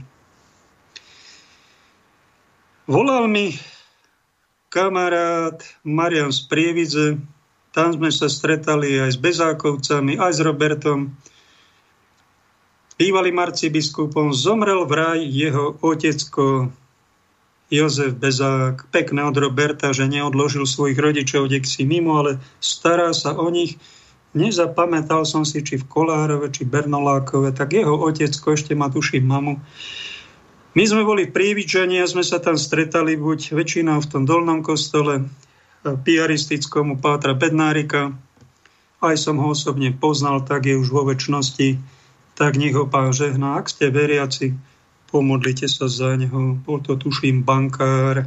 Volal mi kamarát Marian z Prievidze. Tam sme sa stretali aj s Bezákovcami, aj s Robertom. Bývalým arcibiskupom zomrel vraj jeho otecko Jozef Bezák. Pekné od Roberta, že neodložil svojich rodičov si mimo, ale stará sa o nich. Nezapamätal som si, či v Kolárove, či Bernolákove, tak jeho otecko, ešte má tuším mamu. My sme boli v Prievidžani a sme sa tam stretali buď väčšinou v tom dolnom kostole, piaristickom u Pátra Bednárika. Aj som ho osobne poznal, tak je už vo večnosti. Tak nech ho Pán žehná. Ak ste veriaci, pomodlite sa za neho. Bol to, tuším, bankár.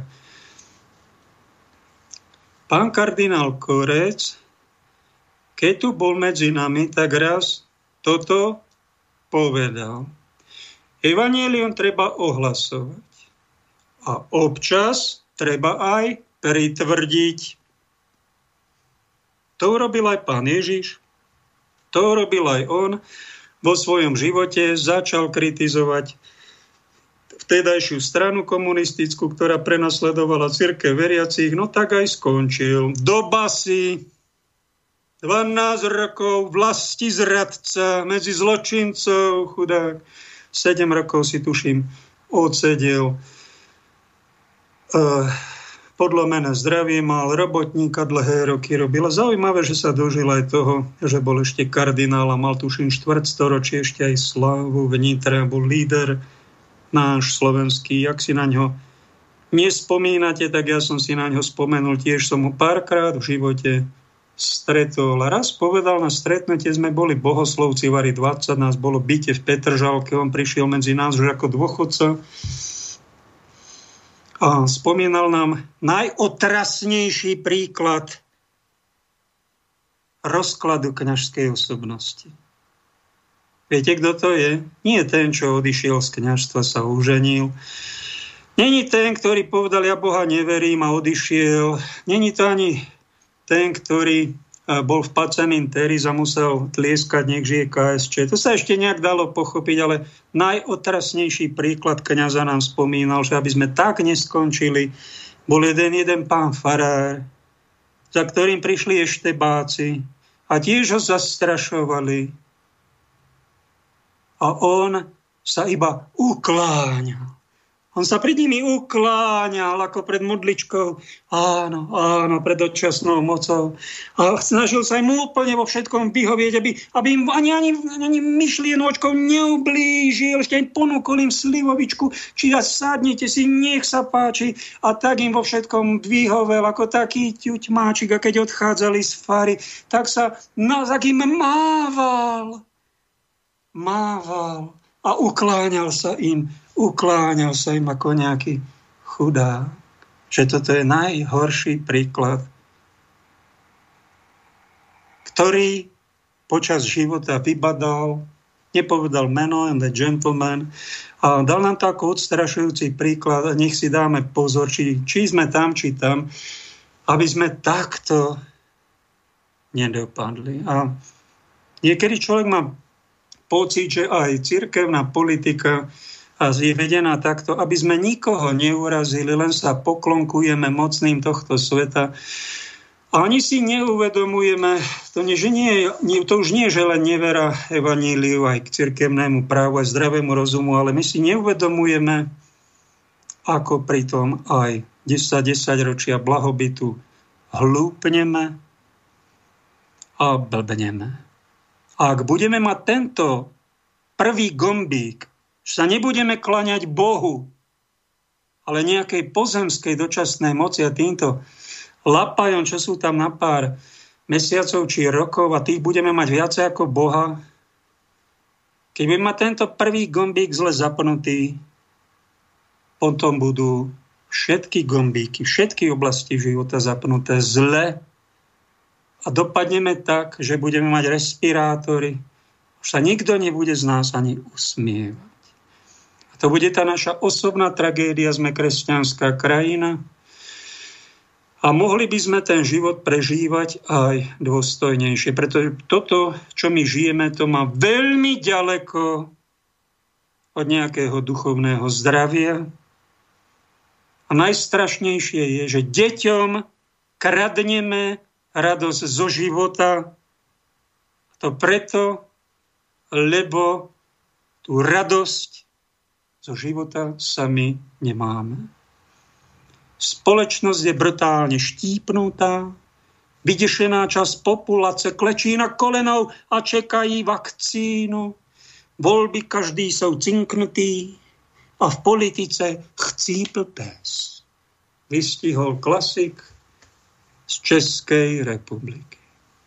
Pán kardinál Korec, keď tu bol medzi nami, tak raz toto povedal. Evanjelium treba ohlasovať. A občas treba aj pritvrdiť. To urobil aj Pán Ježiš, to urobil aj on vo svojom živote, začal kritizovať vtedajšiu stranu komunistickú, ktorá prenasledovala cirkev veriacich, no tak aj skončil. Do basy, dvanásť rokov, vlasti zradca, medzi zločincov, chudák, sedem rokov si tuším odsedel. Uh, podlomené zdravie mal, robotníka dlhé roky robil. A zaujímavé, že sa dožil aj toho, že bol ešte kardinál a mal tuším štvrtstoročie ešte aj slávu v Nitre, bol líder náš slovenský. Ak si na ňo nespomínate, tak ja som si na ňo spomenul, tiež som ho párkrát v živote stretol. A raz povedal na stretnutie, sme boli bohoslovci, vari dvadsať, nás bolo byte v Petržalke, on prišiel medzi nás už ako dôchodca. A spomínal nám najotrasnejší príklad rozkladu kňažskej osobnosti. Viete, kto to je? Nie ten, čo odišiel z kňažstva, sa uženil. Není ten, ktorý povedal, ja Boha neverím a odišiel. Není to ani ten, ktorý bol v Pacem Teris a musel tlieskať, nech žije ká es čé. To sa ešte nejak dalo pochopiť, ale najotrasnejší príklad kňaza nám spomínal, že aby sme tak neskončili, bol jeden, jeden pán farár, za ktorým prišli eštebáci a tiež ho zastrašovali. A on sa iba ukláňal. On sa pred nimi ukláňal ako pred modličkou. Áno, áno, pred odčasnou mocou. A snažil sa im úplne vo všetkom vyhovieť, aby, aby im ani, ani, ani myšlienočkou neublížil. Ešte im ponúkol im slivovičku, či ja sadnite si, nech sa páči. A tak im vo všetkom vyhovel ako taký ťuťmáčik. A keď odchádzali z fary, tak sa na takým mával. Mával. A ukláňal sa im. Ukláňal sa im ako nejaký chudák. Že toto je najhorší príklad, ktorý počas života vybadal, nepovedal meno, and the gentleman, a dal nám to ako odstrašujúci príklad, a nech si dáme pozor, či, či sme tam, či tam, aby sme takto nedopadli. A niekedy človek má pocit, že aj cirkevná politika a je vedená takto, aby sme nikoho neurazili, len sa poklonkujeme mocným tohto sveta. A ani si neuvedomujeme, to, nie, že nie, to už nie je len nevera evaníliu aj k cirkevnému právu, aj zdravému rozumu, ale my si neuvedomujeme, ako pritom aj desať ročia blahobytu hlúpneme a blbneme. A ak budeme mať tento prvý gombík, že sa nebudeme kláňať Bohu, ale nejakej pozemskej dočasnej moci a týmto lapajom, čo sú tam na pár mesiacov či rokov a tých budeme mať viacej ako Boha. Keď budeme mať tento prvý gombík zle zapnutý, potom budú všetky gombíky, všetky oblasti života zapnuté zle a dopadneme tak, že budeme mať respirátory. Už sa nikto nebude z nás ani usmievať. To bude tá naša osobná tragédia, sme kresťanská krajina a mohli by sme ten život prežívať aj dôstojnejšie, pretože toto, čo my žijeme, to má veľmi ďaleko od nejakého duchovného zdravia. A najstrašnejšie je, že deťom kradneme radosť zo života. A to preto, lebo tú radosť zo života sami nemáme. Spoločnosť je brutálne štípnutá, vydešená časť populácie klečí na kolenou a čekají vakcínu. Voľby každý sú cinknutí a v politice chcípl pes. Vystihol klasik z Českej republiky.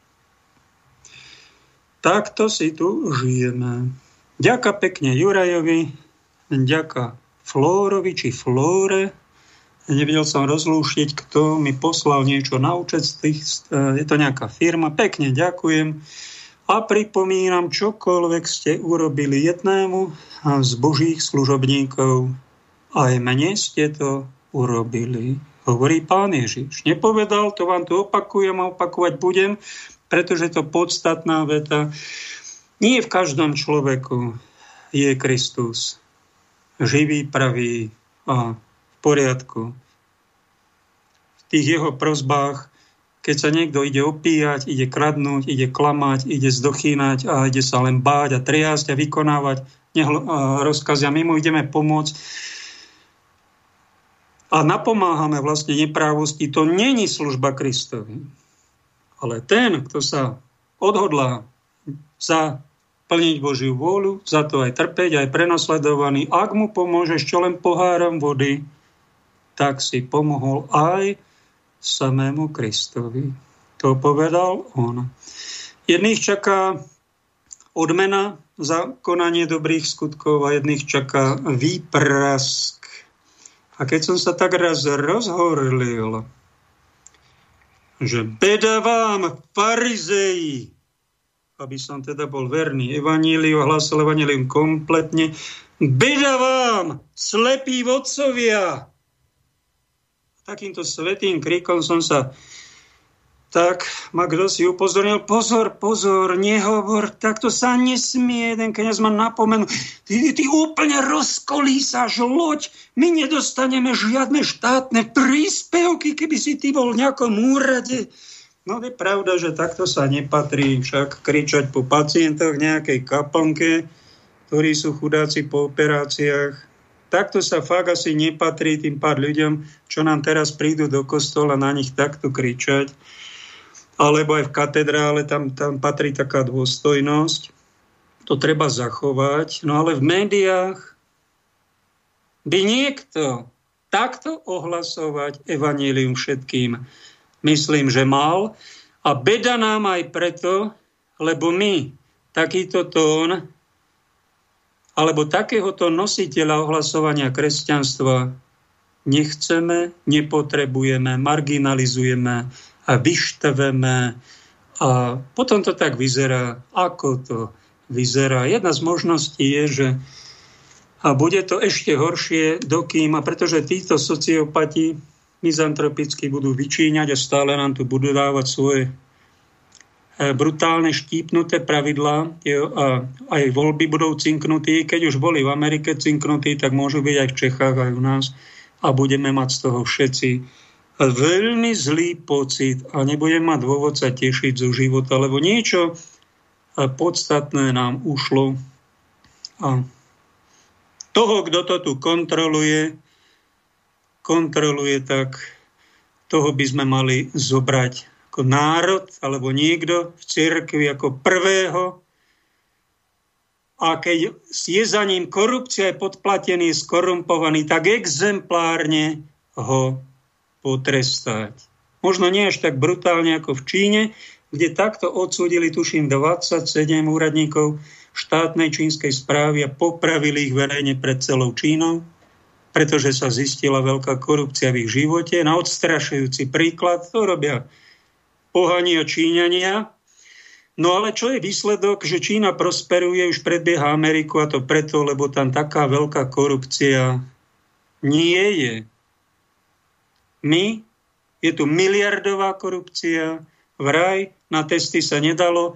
Takto si tu žijeme. Ďakujem pekne Jurajovi, ďaká Flórovi či Flóre. Nevedel som rozlúšiť, kto mi poslal niečo na účet z tých, je to nejaká firma. Pekne ďakujem. A pripomínam, čokoľvek ste urobili jednému z Božích služobníkov, aj mne ste to urobili. Hovorí Pán Ježiš. Nepovedal, to vám tu opakujem a opakovať budem, pretože to podstatná veta. Nie v každom človeku je Kristus živý, pravý a v poriadku. V tých jeho prosbách, keď sa niekto ide opíjať, ide kradnúť, ide klamať, ide zdochýnať a ide sa len báť a triasť a vykonávať rozkazy a my mu ideme pomôcť a napomáhame vlastne neprávosti, to není služba Kristovi. Ale ten, kto sa odhodlá za plniť Božiu vôľu, za to aj trpeť, aj prenasledovaný. Ak mu pomôžeš čo len pohárom vody, tak si pomohol aj samému Kristovi. To povedal on. Jedných čaká odmena za konanie dobrých skutkov a jedných čaká výprask. A keď som sa tak raz rozhorlil, že beda vám, farizeji, aby som teda bol verný evaníliu a hlásil evanílium kompletne. Beda vám, slepí vodcovia! Takýmto svätým krikom som sa tak ma kto si upozornil, pozor, pozor, nehovor, takto sa nesmie, jeden kňaz ma napomenul, ty, ty úplne rozkolísaš loď, my nedostaneme žiadne štátne príspevky, keby si ty bol v nejakom úrade. No je pravda, že takto sa nepatrí však kričať po pacientoch v nejakej kaplnke, ktorí sú chudáci po operáciách. takto sa fakt asi nepatrí tým pár ľuďom, čo nám teraz prídu do kostola na nich takto kričať. Alebo aj v katedrále, tam, tam patrí taká dôstojnosť. To treba zachovať. No ale v médiách by niekto takto ohlasovať evanjelium všetkým. Myslím, že mal. A beda nám aj preto, lebo my takýto tón alebo takéhoto nositeľa ohlasovania kresťanstva nechceme, nepotrebujeme, marginalizujeme a vyštveme. A potom to tak vyzerá, ako to vyzerá. Jedna z možností je, že a bude to ešte horšie, dokým, a pretože títo sociopati mizantropicky budú vyčíňať a stále nám tu budú dávať svoje brutálne štípnuté pravidlá a aj voľby budú cinknutí. Keď už boli v Amerike cinknutí, tak môžu byť aj v Čechách, aj u nás a budeme mať z toho všetci veľmi zlý pocit a nebudeme mať dôvod sa tešiť zo života, lebo niečo podstatné nám ušlo. A toho, kto to tu kontroluje, kontroluje, tak toho by sme mali zobrať ako národ, alebo niekto v cirkvi ako prvého. A keď je za ním korupcia, je podplatený, skorumpovaný, tak exemplárne ho potrestať. Možno nie až tak brutálne ako v Číne, kde takto odsúdili, tuším, dvadsaťsedem úradníkov štátnej čínskej správy a popravili ich verejne pred celou Čínou, pretože sa zistila veľká korupcia v ich živote. Na odstrašujúci príklad to robia pohani a Číňania. No ale čo je výsledok, že Čína prosperuje, už predbieha Ameriku, a to preto, lebo tam taká veľká korupcia nie je. My, je tu miliardová korupcia, vraj na testy sa nedalo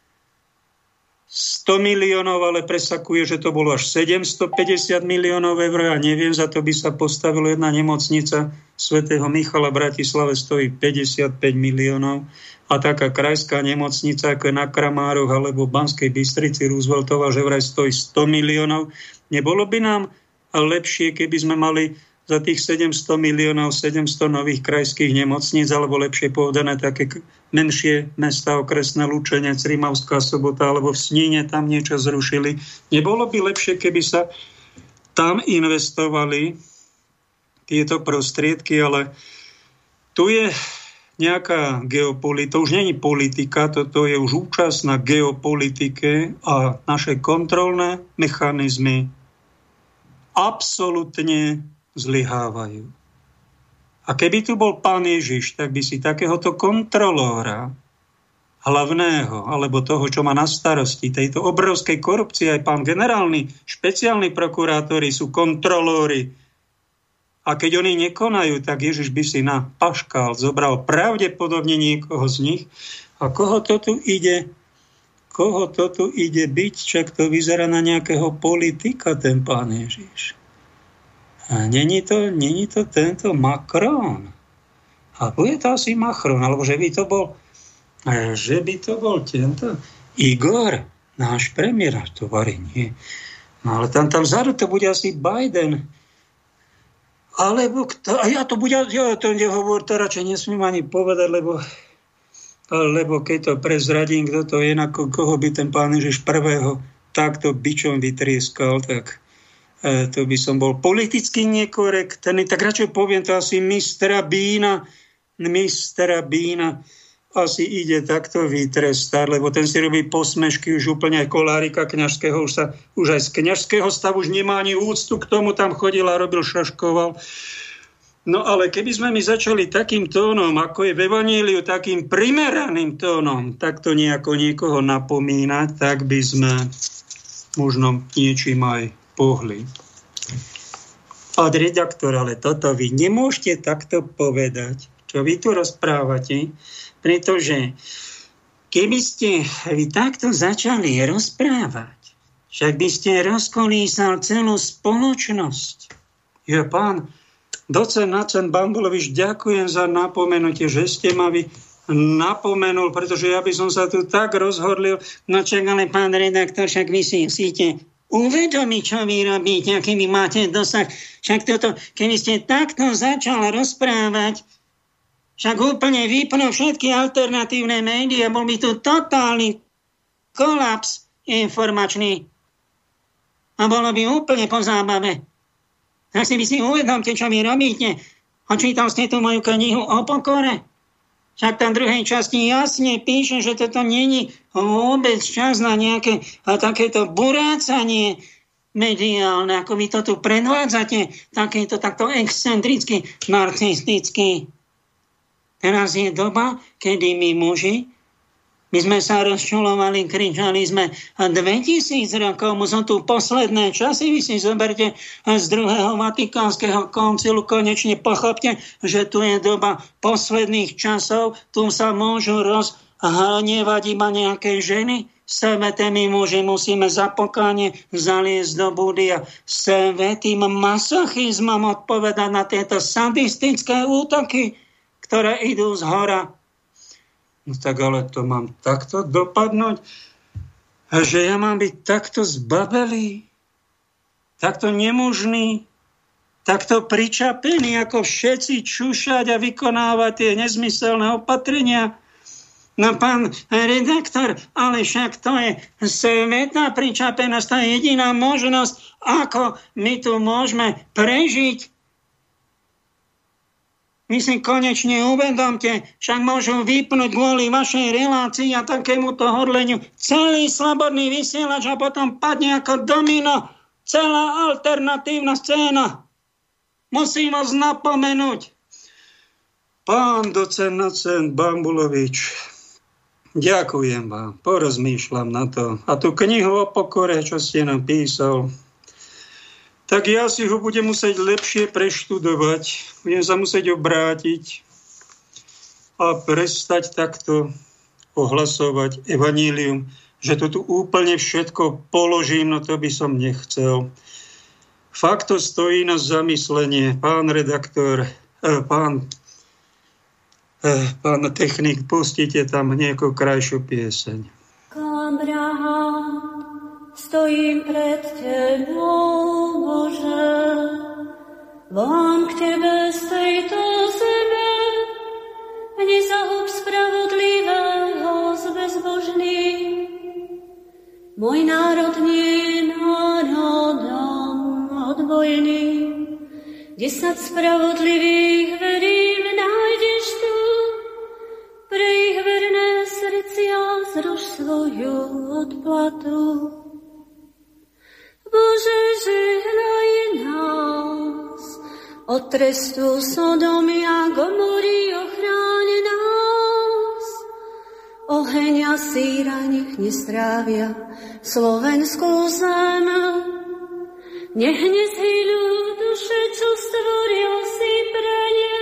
sto miliónov, ale presakuje, že to bolo až sedemstopäťdesiat miliónov eur. Ja neviem, za to by sa postavilo jedna nemocnica svätého Michala v Bratislave, stojí päťdesiatpäť miliónov. A taká krajská nemocnica, ako je na Kramároch alebo v Banskej Bystrici Rooseveltova, že vraj stojí sto miliónov. Nebolo by nám lepšie, keby sme mali za tých sedemsto miliónov sedemsto nových krajských nemocníc, alebo lepšie povedané také menšie mesta, okresné Lučenec, Rimavská Sobota, alebo v Sníne tam niečo zrušili. Nebolo by lepšie, keby sa tam investovali tieto prostriedky, ale tu je nejaká geopolitika, to už nie je politika, toto je už účasť na geopolitike a naše kontrolné mechanizmy absolútne zlyhávajú. A keby tu bol pán Ježiš, tak by si takéhoto kontrolóra hlavného, alebo toho, čo má na starosti, tejto obrovskej korupcie, aj pán generálny, špeciálni prokurátori sú kontrolóri. A keď oni nekonajú, tak Ježiš by si na paškál zobral pravdepodobne niekoho z nich. A koho to tu ide? Koho to tu ide byť? Čak to vyzerá na nejakého politika, ten pán Ježiš. A není to, není to tento Macron. A bude to asi Macron, alebo že by to bol, že by to bol tento Igor, náš premiér, to varí nie. No ale tam, tam vzadu to bude asi Biden. Alebo kto, a ja to bude, ja to nehovor, to radšej nesmím ani povedať, lebo, lebo keď to prezradím, kto to je, na koho by ten pán Ježiš prvého takto bičom vytrieskal, tak to by som bol politicky nekorektný, tak radšej poviem to asi mistera Bína, mistera Bína asi ide takto vytrestať, lebo ten si robí posmešky už úplne aj kolárika kňažského, už, sa, už aj z kňažského stavu už nemá ani úctu k tomu, tam chodil a robil, šaškoval. No ale keby sme my začali takým tónom, ako je v Evaníliu, takým primeraným tónom, takto nejako niekoho napomínať, tak by sme možno niečím aj pohli. Pán redaktor, ale toto vy nemôžete takto povedať, čo vy tu rozprávate, pretože keby ste vy takto začali rozprávať, však by ste rozkolísal celú spoločnosť. Ja, pán docent Nacen Bambulovič, ďakujem za napomenutie, že ste ma vy napomenul, pretože ja by som sa tu tak rozhorlil. No čak, ale pán redaktor, však vy si musíte uvedomiť, čo vy robíte, aký vy máte dosah. Však toto, keby ste takto začal rozprávať, však úplne vypnú všetky alternatívne médiá, bol by tu totálny kolaps informačný. A bolo by úplne po zábave. Tak si by si uvedomte, čo vy robíte. A čítal ste tú moju knihu o pokore? Však tam v druhej časti jasne píše, že toto není vôbec čas na nejaké a takéto burácanie mediálne, ako vy to tu predvádzate, takéto takto excentricky, narcisticky. Teraz je doba, kedy my muži, my sme sa rozčulovali, kričali sme dvetisíc rokov, mu sú tu posledné časy, vy si zoberte z druhého Vatikánskeho koncilu, konečne pochopte, že tu je doba posledných časov, tu sa môžu rozhnevať iba nejaké ženy, svetými muži musíme za pokánie zaliesť do budy a svetým masochizmom odpovedať na tieto sadistické útoky, ktoré idú z hora. No tak ale to mám takto dopadnúť, že ja mám byť takto zbabelý, takto nemožný, takto pričapený, ako všetci čušať a vykonávať tie nezmyselné opatrenia. No pán redaktor, ale však to je svetá pričapenosť, to je jediná možnosť, ako my tu môžeme prežiť. Vy si konečne uvedomte, však môžu vypnúť kvôli vašej relácii a takémuto hodleniu celý slobodný vysielač a potom padne ako domino celá alternatívna scéna. Musím vás napomenúť. Pán docent Bambulovič, ďakujem vám, porozmýšľam na to. A tú knihu o pokore, čo ste nám písal, tak ja si ho budem musieť lepšie preštudovať. Budem sa musieť obrátiť a prestať takto ohlasovať evanílium, že to tu úplne všetko položím, no to by som nechcel. Fakt to stojí na zamyslenie. Pán redaktor, eh, pán, eh, pán technik, pustite tam nejakú krajšiu pieseň. Abraham, stojím pred tebou, Bože, volám k tebe z tejto zeme, nezahub spravodlivého z bezbožných. Môj národ nie je národom odvojeným, desať spravodlivých verím nájdeš tu, pre ich verné srdcia zruš svoju odplatu. Bože, žehnaj nás, od trestu Sodomy a Gomory ochráň nás. Oheň a síra nech nestrávia slovenskú zem. Nech nezhyľú duše, čo stvoril si pre ne.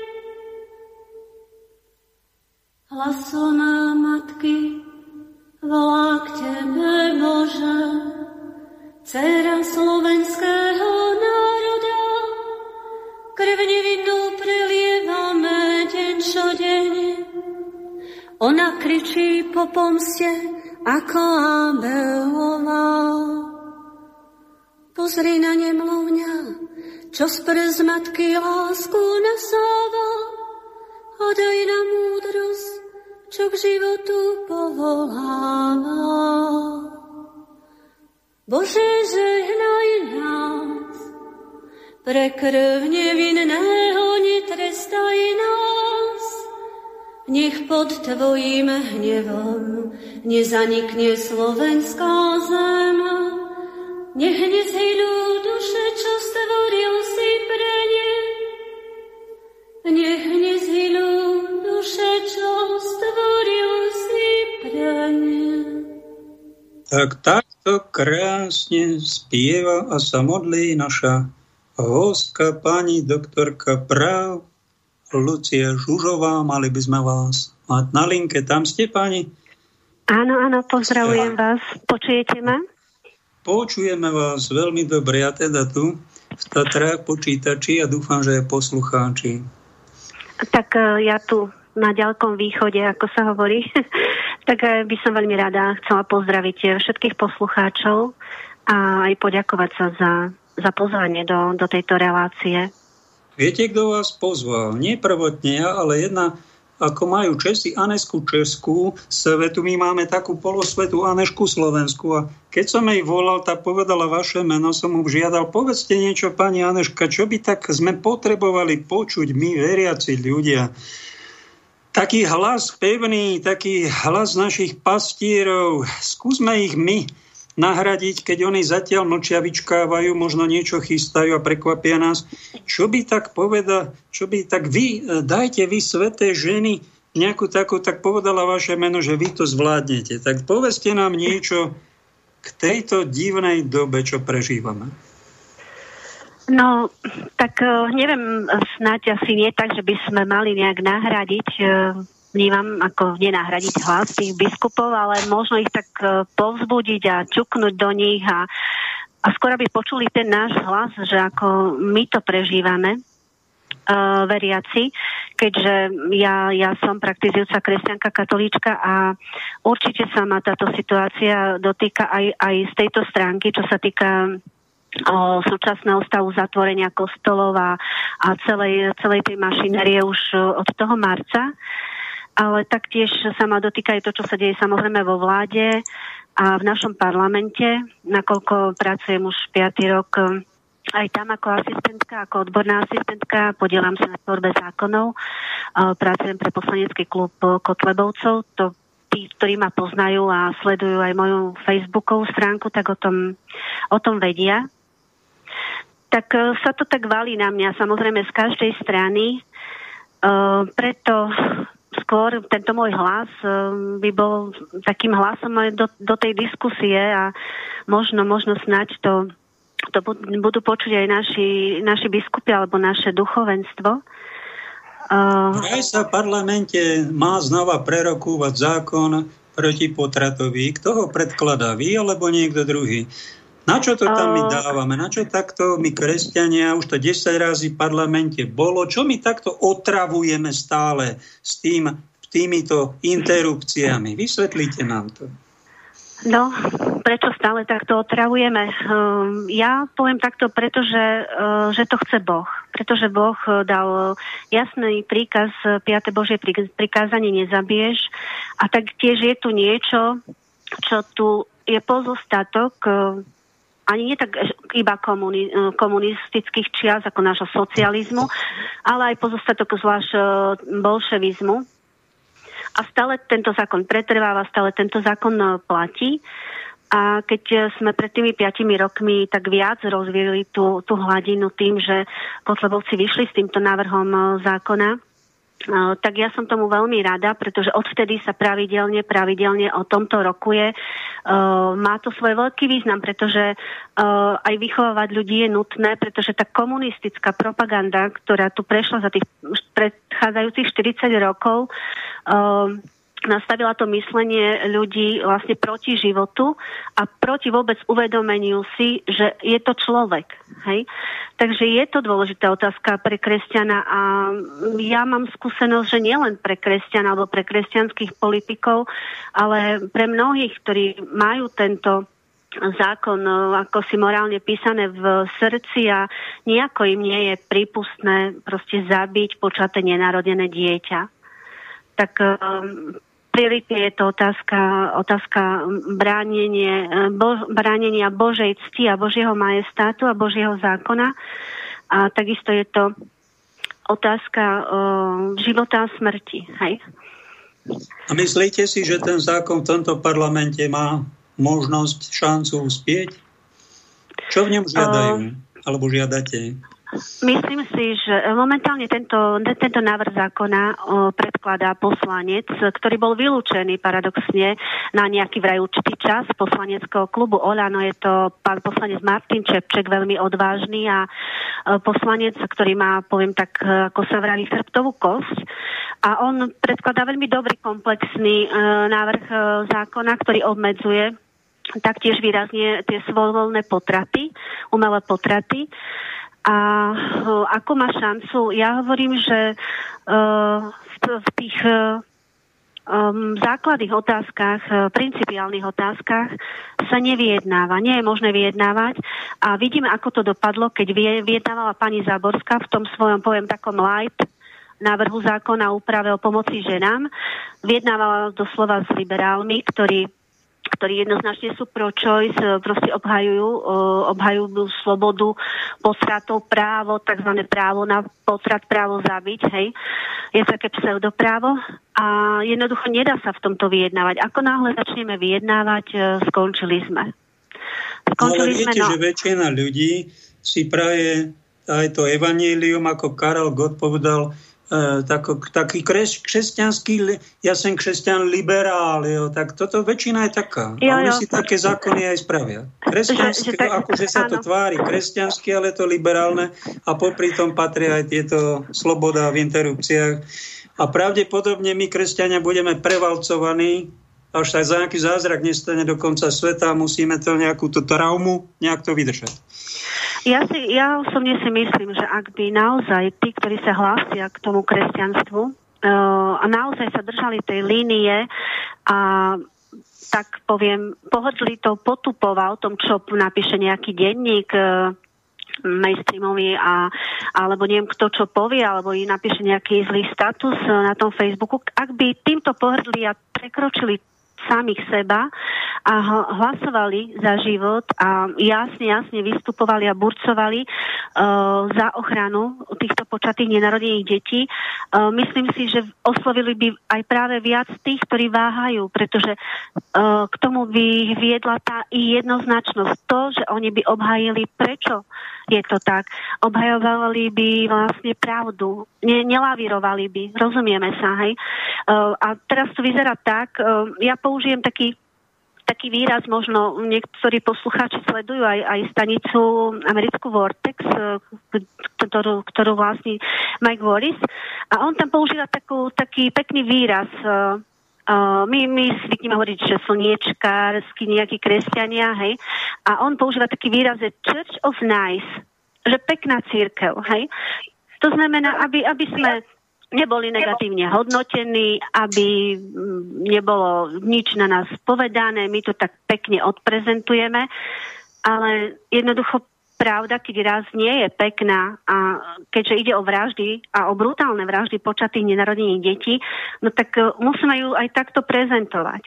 Hlasom matky volá k tebe, Bože, dcera slovenského národa, krv nevinnú prelievame deň čo deň. Ona kričí po pomste ako Abelová. Pozri na nemluvňa, čo z prst matky lásku nasáva, a daj nám múdrosť, čo k životu povoláva. Bože, žehnaj nás, pre krv nevinného netrestaj nás. Nech pod tvojím hnevom nezanikne slovenská zem. Nech nezhyľú duše, čo stvoril si pre ne. Nech nezhyľú duše, čo stvoril si pre ne. Tak takto krásne spieva a sa modlí naša hostka, pani doktorka práv Lucia Žužová. Mali by sme vás mať na linke. Tam ste, pani? Áno, áno, pozdravujem vás. Počujete ma? Počujeme vás veľmi dobre. Ja teda tu v Tatrách počítači a dúfam, že aj poslucháči. Tak ja tu na ďalkom východe, ako sa hovorí, tak by som veľmi rada chcela pozdraviť všetkých poslucháčov a aj poďakovať sa za, za pozvanie do, do tejto relácie. Viete, kto vás pozval? Nie prvotne ja, ale jedna, ako majú Česi, Anesku Českú svetu. My máme takú polosvetú Anešku Slovensku. A keď som jej volal, tak povedala vaše meno, som mu žiadal, povedzte niečo, pani Aneška, čo by tak sme potrebovali počuť my, veriaci ľudia. Taký hlas pevný, taký hlas našich pastierov. Skúsme ich my nahradiť, keď oni zatiaľ mlčia, vyčkávajú, možno niečo chystajú a prekvapia nás. Čo by tak poveda, čo by tak vy, dajte vy sveté ženy nejakú takú, tak povedala vaše meno, že vy to zvládnete. Tak povedzte nám niečo k tejto divnej dobe, čo prežívame. No, tak neviem, snáď asi nie tak, že by sme mali nejak nahradiť, vnímam ako nenahradiť hlas tých biskupov, ale možno ich tak povzbudiť a čuknúť do nich a, a skôr aby počuli ten náš hlas, že ako my to prežívame, uh, veriaci, keďže ja, ja som praktizujúca kresťanka, katolíčka a určite sa ma táto situácia dotýka aj, aj z tejto stránky, čo sa týka o súčasného stavu zatvorenia kostolov a, a celej, celej tej mašinérie už od toho marca. Ale taktiež sa ma dotýka aj to, čo sa deje samozrejme vo vláde a v našom parlamente, nakoľko pracujem už piaty rok aj tam ako asistentka, ako odborná asistentka, podielam sa na tvorbe zákonov, pracujem pre poslanecký klub Kotlebovcov, to tí, ktorí ma poznajú a sledujú aj moju facebookovú stránku, tak o tom, o tom vedia. Tak sa to tak valí na mňa, samozrejme z každej strany. Uh, preto skôr tento môj hlas uh, by bol takým hlasom aj do, do tej diskusie a možno, možno snáď to, to budú počuť aj naši, naši biskupy alebo naše duchovenstvo. Uh, Aj sa v parlamente má znova prerokúvať zákon proti potratovi. Kto ho predkladá? Vy alebo niekto druhý? Na čo to tam my dávame? Na čo takto my kresťania, už to desať razy v parlamente bolo, čo my takto otravujeme stále s tým, týmito interrupciami? Vysvetlite nám to. No, prečo stále takto otravujeme? Ja poviem takto, pretože že to chce Boh. Pretože Boh dal jasný príkaz, piate Božie prikázanie nezabiješ. A tak tiež je tu niečo, čo tu je pozostatok ani nie tak iba komuni- komunistických čias ako nášho socializmu, ale aj pozostatok zvlášť bolševizmu. A stále tento zákon pretrváva, stále tento zákon platí. A keď sme pred tými piatimi rokmi tak viac rozvíjali tú, tú hladinu tým, že Kotlebovci vyšli s týmto návrhom zákona, Uh, tak ja som tomu veľmi rada, pretože odvtedy sa pravidelne, pravidelne o tomto rokuje. Uh, má to svoj veľký význam, pretože uh, aj vychovávať ľudí je nutné, pretože tá komunistická propaganda, ktorá tu prešla za tých predchádzajúcich štyridsať rokov, uh, nastavila to myslenie ľudí vlastne proti životu a proti vôbec uvedomeniu si, že je to človek. Hej? Takže je to dôležitá otázka pre kresťana a ja mám skúsenosť, že nielen pre kresťana alebo pre kresťanských politikov, ale pre mnohých, ktorí majú tento zákon ako si morálne písané v srdci a nejako im nie je prípustné proste zabiť počaté nenarodené dieťa. Tak um, priority je to otázka, otázka bránenie, bo, bránenia Božej cti a Božieho majestátu a Božieho zákona. A takisto je to otázka uh, života a smrti. Hej? A myslíte si, že ten zákon v tomto parlamente má možnosť, šancu uspieť? Čo v ňom žiadajú? Uh, alebo žiadate? Myslím si, že momentálne tento, tento návrh zákona o, predkladá poslanec, ktorý bol vylúčený paradoxne na nejaký vraj určitý čas poslaneckého klubu Oľano. Je to pán poslanec Martin Čepček, veľmi odvážny a e, poslanec, ktorý má, poviem tak, ako sa vraví, chrbtovú kosť. A on predkladá veľmi dobrý komplexný e, návrh e, zákona, ktorý obmedzuje taktiež výrazne tie svojvoľné potraty, umelé potraty. A uh, ako má šancu? Ja hovorím, že uh, v, v tých uh, um, základných otázkach, principiálnych otázkach sa nevyjednáva. Nie je možné vyjednávať a vidíme, ako to dopadlo, keď vyjednávala pani Záborská v tom svojom, poviem, takom light návrhu zákona o úprave o pomoci ženám. Vyjednávala doslova s liberálmi, ktorí ktorí jednoznačne sú pro-choice, proste obhajujú, obhajujú slobodu potratov, právo, takzvané právo na potrat, právo zabiť, hej. Je to také pseudoprávo a jednoducho nedá sa v tomto vyjednávať. Ako náhle začneme vyjednávať, skončili sme. Skončili Ale viete, sme, no... že väčšina ľudí si praje aj to evanjelium, ako Karel Gott povedal, Tako, taký kres, kresťanský, ja som kresťan liberál, jo, tak toto väčšina je taká. Jo, a oni jo. si také zákony aj spravia. Kresťanské, akože sa áno. to tvári kresťanské, ale to liberálne a popri tom patria aj tieto sloboda v interrupciách. A pravdepodobne my, kresťania, budeme prevalcovaní, až tak za nejaký zázrak nestane do konca sveta a musíme to nejakú tú traumu nejak to vydržať. Ja, si, ja osobne si myslím, že ak by naozaj tí, ktorí sa hlásia k tomu kresťanstvu uh, a naozaj sa držali tej línie a tak poviem, pohodli to potupoval tom, čo napíše nejaký denník uh, mainstreamový a, alebo neviem kto čo povie, alebo i napíše nejaký zlý status uh, na tom Facebooku. Ak by týmto pohrdli a prekročili samých seba a hlasovali za život a jasne, jasne vystupovali a burcovali uh, za ochranu týchto počatých nenarodených detí. Uh, myslím si, že oslovili by aj práve viac tých, ktorí váhajú, pretože uh, k tomu by viedla tá i jednoznačnosť. To, že oni by obhajili, prečo je to tak. Obhajovali by vlastne pravdu. Ne, nelávirovali by. Rozumieme sa, hej? Uh, a teraz to vyzerá tak, uh, ja použijem taký taký výraz, možno niektorí poslucháči sledujú aj, aj stanicu americkú Vortex, ktorú, ktorú vlastní Mike Wallace. A on tam používa takú, taký pekný výraz. Uh, my, my zvykneme hovoriť, že slniečkársky nejakí kresťania, hej. A on používa taký výraz, že Church of Nice, že pekná cirkev, hej. To znamená, aby, aby sme neboli negatívne hodnotení, aby nebolo nič na nás povedané, my to tak pekne odprezentujeme, ale jednoducho pravda, keď raz nie je pekná a keďže ide o vraždy a o brutálne vraždy počatých nenarodených detí, no tak musíme ju aj takto prezentovať.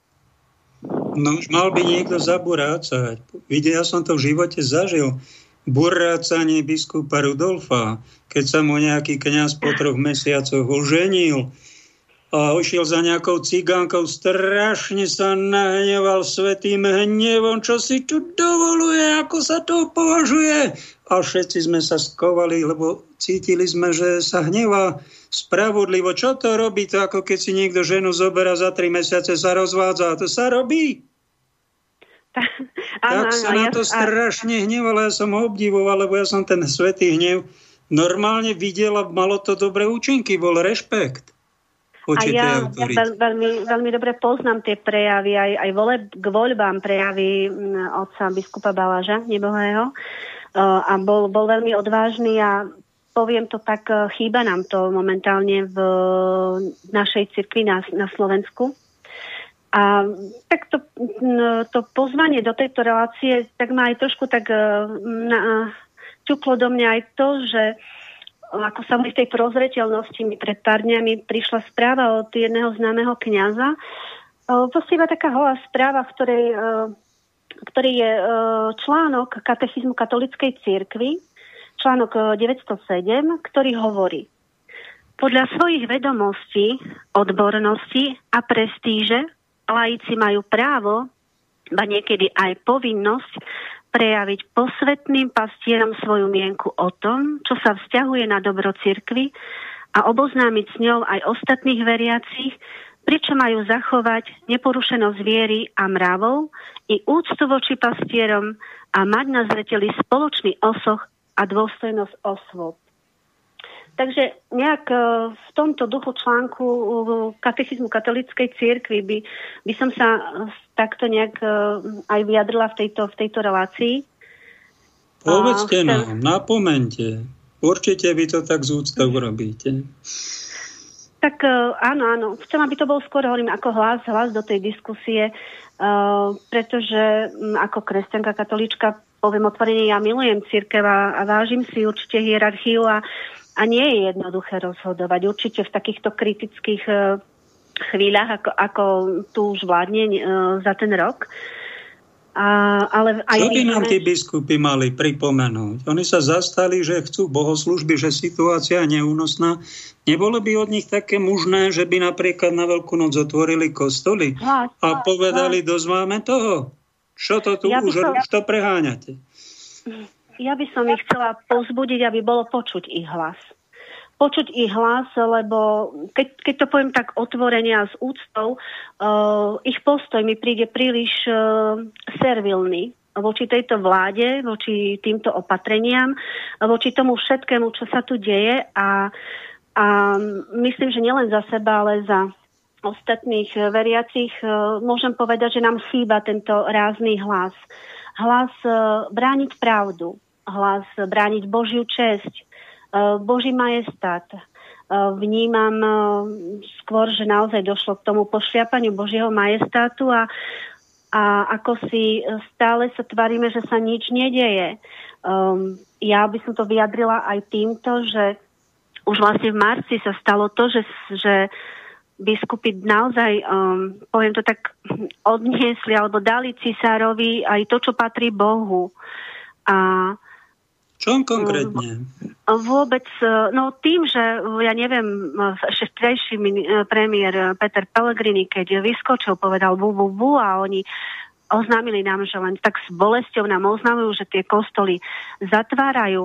No už mal by niekto zaburácať. Vidie, ja som to v živote zažil. Burácanie biskupa Rudolfa, keď sa mu nejaký kňaz po troch mesiacoch oženil a ušiel za nejakou cigánkou, strašne sa nahneval svätým hnevom, čo si tu dovoluje, ako sa to považuje. A všetci sme sa skovali, lebo cítili sme, že sa hnevá spravodlivo. Čo to robí? To ako keď si niekto ženu zoberá, za tri mesiace sa rozvádza. To sa robí. Tak sa na to strašne hneval, ja som ho obdivoval, lebo ja som ten svätý hnev normálne videl a malo to dobré účinky, bol rešpekt. A ja, ja veľ, veľmi, veľmi dobre poznám tie prejavy, aj, aj vole, k voľbám prejavy otca biskupa Baláža, nebohého. A bol, bol veľmi odvážny a poviem to tak, chýba nám to momentálne v našej cirkvi na, na Slovensku. A tak to, to pozvanie do tejto relácie tak ma aj trošku tak na, ťuklo do mňa aj to, že ako sa v tej prozreteľnosti mi pred pár dňami prišla správa od jedného známeho kňaza. Proste iba taká holá správa, v ktorej, ktorý je článok Katechizmu katolíckej cirkvi, článok deväťstosedem, ktorý hovorí: podľa svojich vedomostí, odbornosti a prestíže laici majú právo, ba niekedy aj povinnosť, prejaviť posvetným pastierom svoju mienku o tom, čo sa vzťahuje na dobro cirkvi a oboznámiť s ňou aj ostatných veriacich, pričom majú zachovať neporušenosť viery a mravov i úctu voči pastierom a mať na zreteli spoločný osoch a dôstojnosť osôb. Takže nejak v tomto duchu článku Katechizmu katolíckej cirkvi by, by som sa takto nejak aj vyjadrila v tejto, v tejto relácii. Povedzte nám, napomente. Určite vy to tak z úctou robíte. Tak uh, áno, áno. Chcem, aby to bol skôr, hovorím, ako hlas, hlas do tej diskusie, uh, pretože um, ako kresťanka, katolíčka, poviem otvorene, ja milujem cirkev a, a vážim si určite hierarchiu a, a nie je jednoduché rozhodovať. Určite v takýchto kritických uh, chvíľach, ako, ako tu už vládne uh, za ten rok. A, ale aj Čo by nám tí biskupy mali pripomenúť? Oni sa zastali, že chcú bohoslúžby, že situácia je neúnosná. Nebolo by od nich také mužné, že by napríklad na Veľkú noc otvorili kostoly a povedali, dosť máme toho? Čo to tu ja už, som, už to preháňate? Ja by som ich chcela povzbudiť, aby bolo počuť ich hlas. Počuť ich hlas, lebo keď, keď to poviem tak otvorene a s úctou, uh, ich postoj mi príde príliš uh, servilný voči tejto vláde, voči týmto opatreniam, voči tomu všetkému, čo sa tu deje a, a myslím, že nielen za seba, ale za ostatných veriacich uh, môžem povedať, že nám chýba tento rázny hlas. Hlas uh, brániť pravdu, hlas brániť Božiu česť, Boží majestát. Vnímam skôr, že naozaj došlo k tomu pošliapaniu Božieho majestátu a, a ako si stále sa tvárime, že sa nič nedeje. Um, ja by som to vyjadrila aj týmto, že už vlastne v marci sa stalo to, že, že biskupy naozaj, um, poviem to tak, odniesli alebo dali cisárovi aj to, čo patrí Bohu. A Čom konkrétne? Vôbec, no tým, že ja neviem, ešte vtedajší premiér Peter Pellegrini, keď vyskočil, povedal bu, bu, bu a oni oznámili nám, že len tak s bolesťou nám oznamujú, že tie kostoly zatvárajú,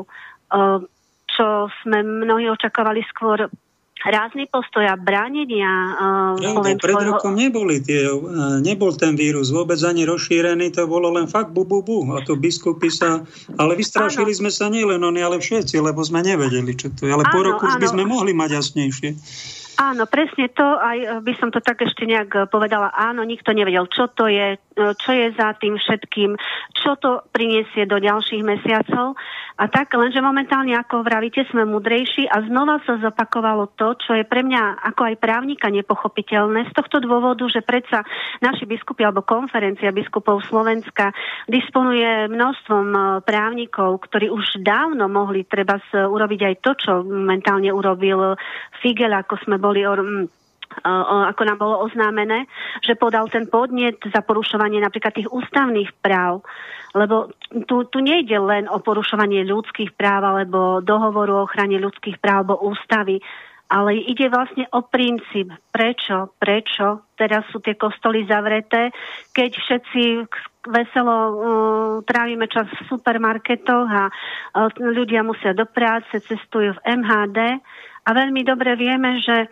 čo sme mnohí očakávali skôr rázny postoj a bránenia. Uh, Pravda, pred svojho... rokom neboli tie, uh, nebol ten vírus vôbec ani rozšírený, to bolo len fakt bu, bu, bu. A to biskupy sa... Ale vystrašili ano. sme sa nielen oni, ale všetci, lebo sme nevedeli, čo to je. Ale ano, po roku už by sme mohli mať jasnejšie. Áno, presne to, aj by som to tak ešte nejak povedala, áno, nikto nevedel, čo to je, čo je za tým všetkým, čo to priniesie do ďalších mesiacov. A tak, lenže momentálne, ako vravíte, sme múdrejší a znova sa zopakovalo to, čo je pre mňa ako aj právnika nepochopiteľné, z tohto dôvodu, že predsa naši biskupy alebo konferencia biskupov Slovenska disponuje množstvom právnikov, ktorí už dávno mohli treba urobiť aj to, čo momentálne urobil Figel, ako sme boli o, o, ako nám bolo oznámené, že podal ten podnet za porušovanie napríklad tých ústavných práv. Lebo tu, tu nejde len o porušovanie ľudských práv alebo dohovoru o ochrane ľudských práv alebo ústavy, ale ide vlastne o princíp. Prečo? Prečo teraz sú tie kostoly zavreté, keď všetci veselo uh, trávime čas v supermarketoch a uh, ľudia musia do práce, cestujú v em há dé a veľmi dobre vieme, že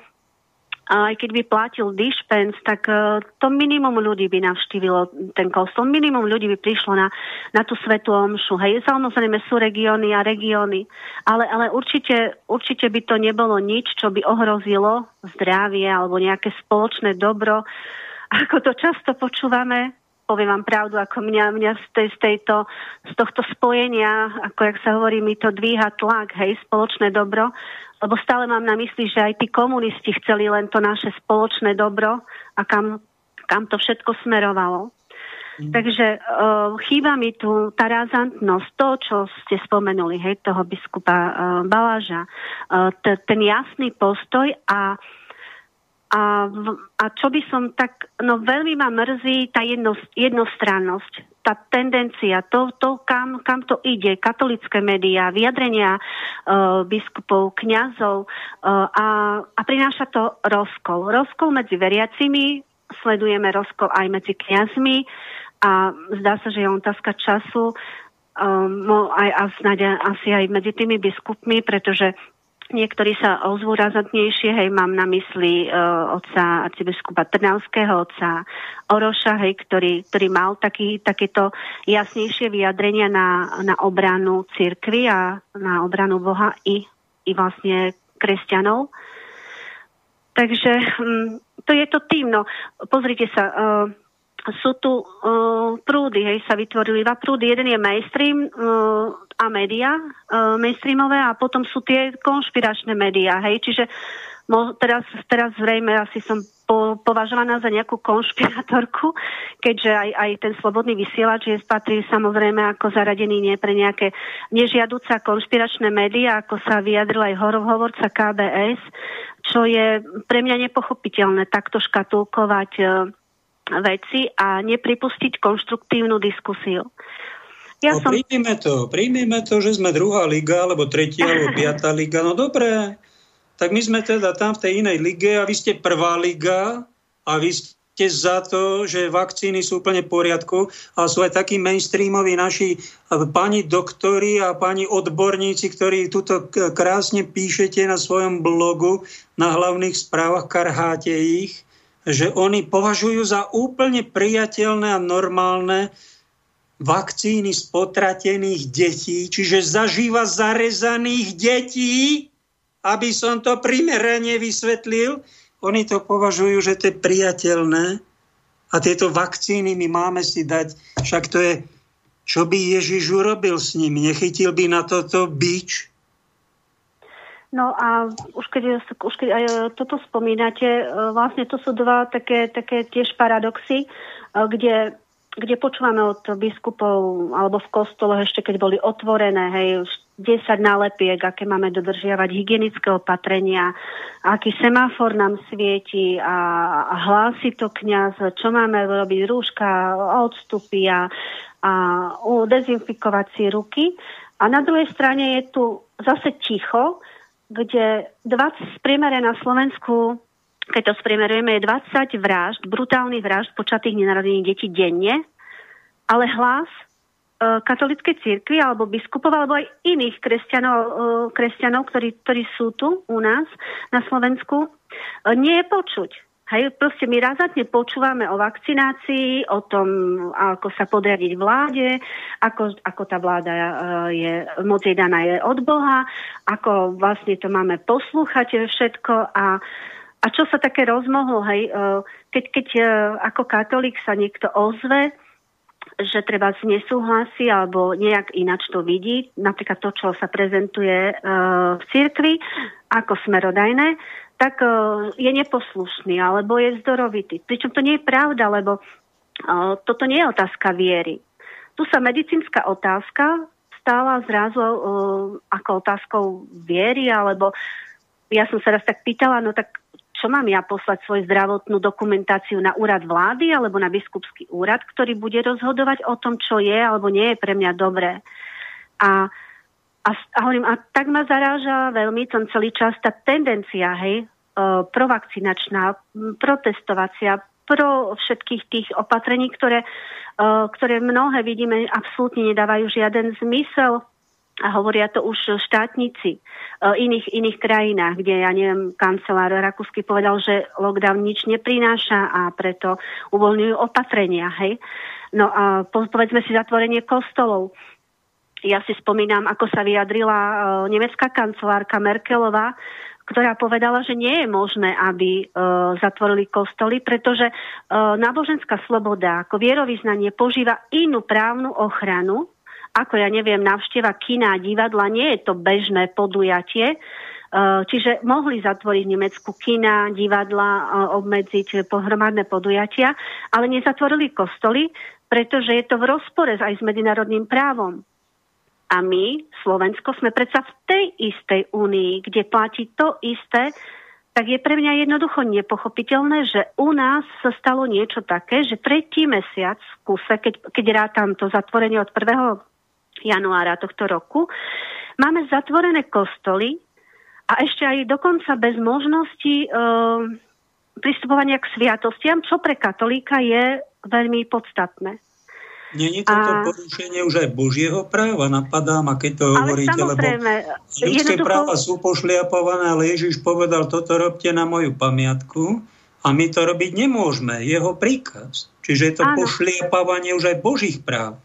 aj keď by platil dispens, tak uh, to minimum ľudí by navštívilo ten kostol. Minimum ľudí by prišlo na, na tú svätú omšu. Hej, samozrejme sú regióny a regióny, ale, ale určite, určite by to nebolo nič, čo by ohrozilo zdravie alebo nejaké spoločné dobro. Ako to často počúvame, poviem vám pravdu, ako mňa, mňa z, tej, z, tejto, z tohto spojenia, ako jak sa hovorí, mi to dvíha tlak, hej, spoločné dobro, lebo stále mám na mysli, že aj tí komunisti chceli len to naše spoločné dobro a kam, kam to všetko smerovalo. Mm. Takže uh, chýba mi tu tá razantnosť, to, čo ste spomenuli, hej, toho biskupa uh, Baláža, uh, t- ten jasný postoj a A, a čo by som tak, no veľmi ma mrzí tá jedno, jednostrannosť, tá tendencia, to, to kam, kam to ide, katolické médiá, vyjadrenia uh, biskupov, kňazov uh, a, a prináša to rozkol. Rozkol medzi veriacimi, sledujeme rozkol aj medzi kňazmi a zdá sa, že je otázka času um, aj, a snáď asi aj medzi tými biskupmi, pretože niektorí sa ozvú razantnejšie, hej, mám na mysli uh, otca arcibiskupa Trnavského, otca Oroša, hej, ktorý, ktorý mal taký, takéto jasnejšie vyjadrenia na, na obranu cirkvi a na obranu Boha i, i vlastne kresťanov. Takže um, to je to tým, no, pozrite sa, uh, sú tu uh, prúdy, hej, sa vytvorili dva prúdy. Jeden je mainstream uh, a média uh, mainstreamové a potom sú tie konšpiračné médiá, hej. Čiže Mo, teraz, teraz zrejme asi som po, považovaná za nejakú konšpirátorku, keďže aj, aj ten slobodný vysielač je patrí samozrejme ako zaradený nie pre nejaké nežiaduca konšpiračné médiá, ako sa vyjadril aj hovorca ká bé es, čo je pre mňa nepochopiteľné takto škatulkovať e, veci a nepripustiť konštruktívnu diskusiu. Ja no, som... Príjmime to, príjmime to, že sme druhá liga, alebo tretia, alebo piatá liga. No dobré, tak my sme teda tam v tej inej lige a vy ste prvá liga a vy ste za to, že vakcíny sú úplne v poriadku a sú aj takí mainstreamoví naši pani doktori a pani odborníci, ktorí tuto krásne píšete na svojom blogu, na hlavných správach, karháte ich, že oni považujú za úplne priateľné a normálne vakcíny z potratených detí, čiže zaživa zarezaných detí, aby som to primerane vysvetlil. Oni to považujú, že to je priateľné a tieto vakcíny my máme si dať. Však to je, čo by Ježiš urobil s ním? Nechytil by na toto bič? No a už keď, už keď aj toto spomínate, vlastne to sú dva také, také tiež paradoxy, kde kde počúvame od biskupov alebo v kostoloch ešte, keď boli otvorené, hej, desať nálepiek, aké máme dodržiavať hygienické opatrenia, aký semafor nám svieti a, a hlási to kňaz, čo máme robiť, rúška, odstupy a, a dezinfikovať si ruky. A na druhej strane je tu zase ticho, kde dvadsať priemere na Slovensku, keď to spriemerujeme, je dvadsať vražd, brutálnych vražd počatých nenarodených detí denne, ale hlas e, katolíckej cirkvi alebo biskupov alebo aj iných kresťanov, e, kresťanov ktorí, ktorí sú tu u nás na Slovensku, e, nie je počuť. Hej, proste my razantne počúvame o vakcinácii, o tom, ako sa podriadiť vláde, ako, ako tá vláda e, je, moc jej daná je od Boha, ako vlastne to máme poslúchať všetko a A čo sa také rozmohlo, hej, keď, keď ako katolík sa niekto ozve, že treba nesúhlasí alebo nejak ináč to vidí, napríklad to, čo sa prezentuje v cirkvi ako smerodajné, tak je neposlušný alebo je vzdorovitý. Pričom to nie je pravda, lebo toto nie je otázka viery. Tu sa medicínska otázka stála zrazu ako otázkou viery, alebo ja som sa raz tak pýtala, no tak čo mám ja poslať svoju zdravotnú dokumentáciu na úrad vlády alebo na biskupský úrad, ktorý bude rozhodovať o tom, čo je alebo nie je pre mňa dobré. A, a, a hovorím, a tak ma zaráža veľmi ten celý čas tá tendencia, hej, uh, provakcinačná, protestovacia, pro všetkých tých opatrení, ktoré, uh, ktoré mnohé vidíme absolútne nedávajú žiaden zmysel. A hovoria to už štátnici v iných, iných krajinách, kde, ja neviem, kancelár rakúsky povedal, že lockdown nič neprináša a preto uvoľňujú opatrenia, hej. No a povedzme si zatvorenie kostolov. Ja si spomínam, ako sa vyjadrila nemecká kancelárka Merkelová, ktorá povedala, že nie je možné, aby uh, zatvorili kostoly, pretože uh, náboženská sloboda ako vierovyznanie požíva inú právnu ochranu, ako ja neviem, návšteva kina a divadla, nie je to bežné podujatie, čiže mohli zatvoriť v Nemecku kina, divadla, obmedziť pohromadné podujatia, ale nezatvorili kostoly, pretože je to v rozpore aj s medzinárodným právom. A my, Slovensko, sme predsa v tej istej únii, kde platí to isté, tak je pre mňa jednoducho nepochopiteľné, že u nás sa stalo niečo také, že tretí mesiac v kuse, keď, keď rátam to zatvorenie od prvého januára tohto roku, máme zatvorené kostoly a ešte aj dokonca bez možnosti e, pristupovania k sviatostiam, čo pre katolíka je veľmi podstatné. Nie je toto a... porušenie už aj Božieho práva, napadám, a keď to hovoríte, lebo ľudské jednoducho... práva sú pošliapované, ale Ježiš povedal, toto robte na moju pamiatku a my to robiť nemôžeme, jeho príkaz. Čiže je to Áno. pošliapávanie už aj Božích práv.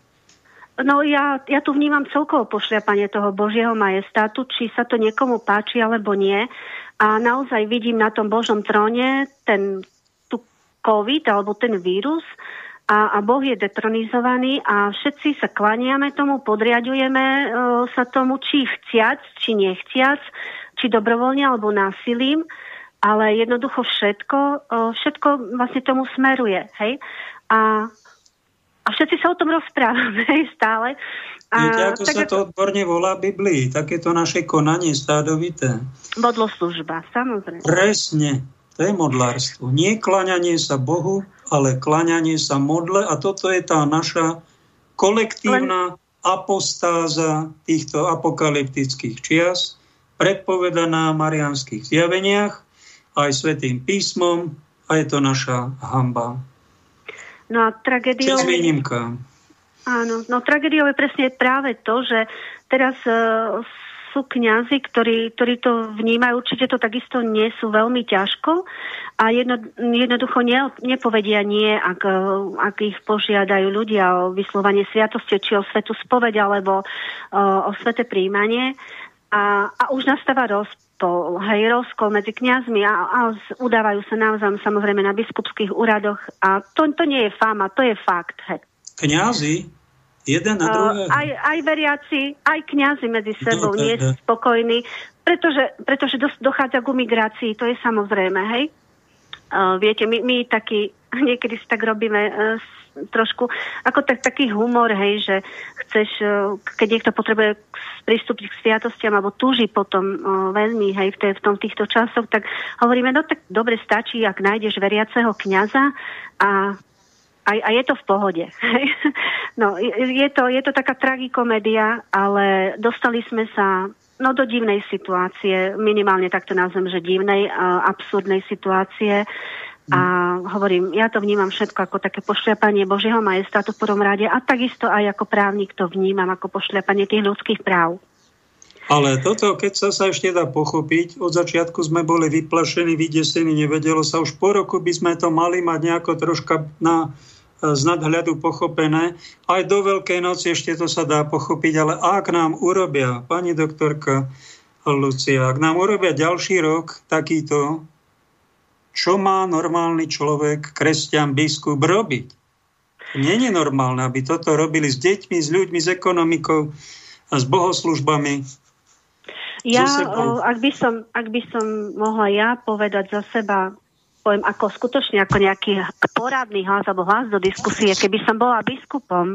No ja, ja tu vnímam celkovo pošliapanie toho Božieho majestátu, či sa to niekomu páči alebo nie. A naozaj vidím na tom Božom tróne ten tu COVID alebo ten vírus a, a Boh je detronizovaný a všetci sa klaniame tomu, podriadujeme e, sa tomu, či chciac, či nechciac, či dobrovoľne alebo násilím. ale jednoducho všetko, všetko vlastne tomu smeruje, hej. A, a všetci sa o tom rozprávame, hej, stále. A, viete, ako tak sa ako... to odborne volá v Biblii? Takéto naše konanie stádovité. Modloslužba, samozrejme. Presne. To je modlárstvo. Nie kláňanie sa Bohu, ale kláňanie sa modle a toto je tá naša kolektívna Len... apostáza týchto apokalyptických čias, predpovedaná v mariánskych zjaveniach, aj Svätým písmom a je to naša hanba. No a tragédiou... Čas výnimka. Áno, no tragédiou je presne práve to, že teraz uh, sú kňazi, ktorí, ktorí to vnímajú, určite to takisto nie sú veľmi ťažko a jedno, jednoducho ne, nepovedia nie, ak, ak ich požiadajú ľudia o vyslovanie sviatosti, či o svätú spoveď, alebo uh, o sväté príjmanie. A, a už nastáva rozpol, hej, rozkol medzi kňazmi a, a udávajú sa navzájom samozrejme na biskupských úradoch a to, to nie je fama, to je fakt, hej. Kňazi? Jeden na druhého? Uh, aj, aj veriaci, aj kňazi medzi sebou no, nie sú spokojní, pretože, pretože dochádza k migrácii, to je samozrejme, hej. Uh, viete, my, my taký, niekedy si tak robíme uh, trošku, ako tak, taký humor, hej, že chceš, uh, keď niekto potrebuje pristúpiť k sviatostiam alebo túži potom uh, veľmi, hej, v, te, v tom týchto časoch, tak hovoríme, no tak dobre stačí, ak nájdeš veriaceho kňaza a A, a je to v pohode. No, je to, je to taká tragikomédia, ale dostali sme sa no, do divnej situácie, minimálne takto nazvem, že divnej, uh, absurdnej situácie. A hovorím, ja to vnímam všetko ako také pošliapanie Božieho majestátu v prvom rade a takisto aj ako právnik to vnímam ako pošliapanie tých ľudských práv. Ale toto, keď sa sa ešte dá pochopiť, od začiatku sme boli vyplašení, vydesení, nevedelo sa, už po roku by sme to mali mať nejako troška na, z nadhľadu pochopené. Aj do Veľkej noci ešte to sa dá pochopiť, ale ak nám urobia, pani doktorka Lucia, ak nám urobia ďalší rok takýto, čo má normálny človek, kresťan, biskup robiť? Nie je normálne, aby toto robili s deťmi, s ľuďmi, s ekonomikou a s bohoslužbami. Ja, o, ak, by som, ak by som mohla ja povedať za seba, poviem ako skutočne ako nejaký poradný hlas alebo hlas do diskusie, keby som bola biskupom,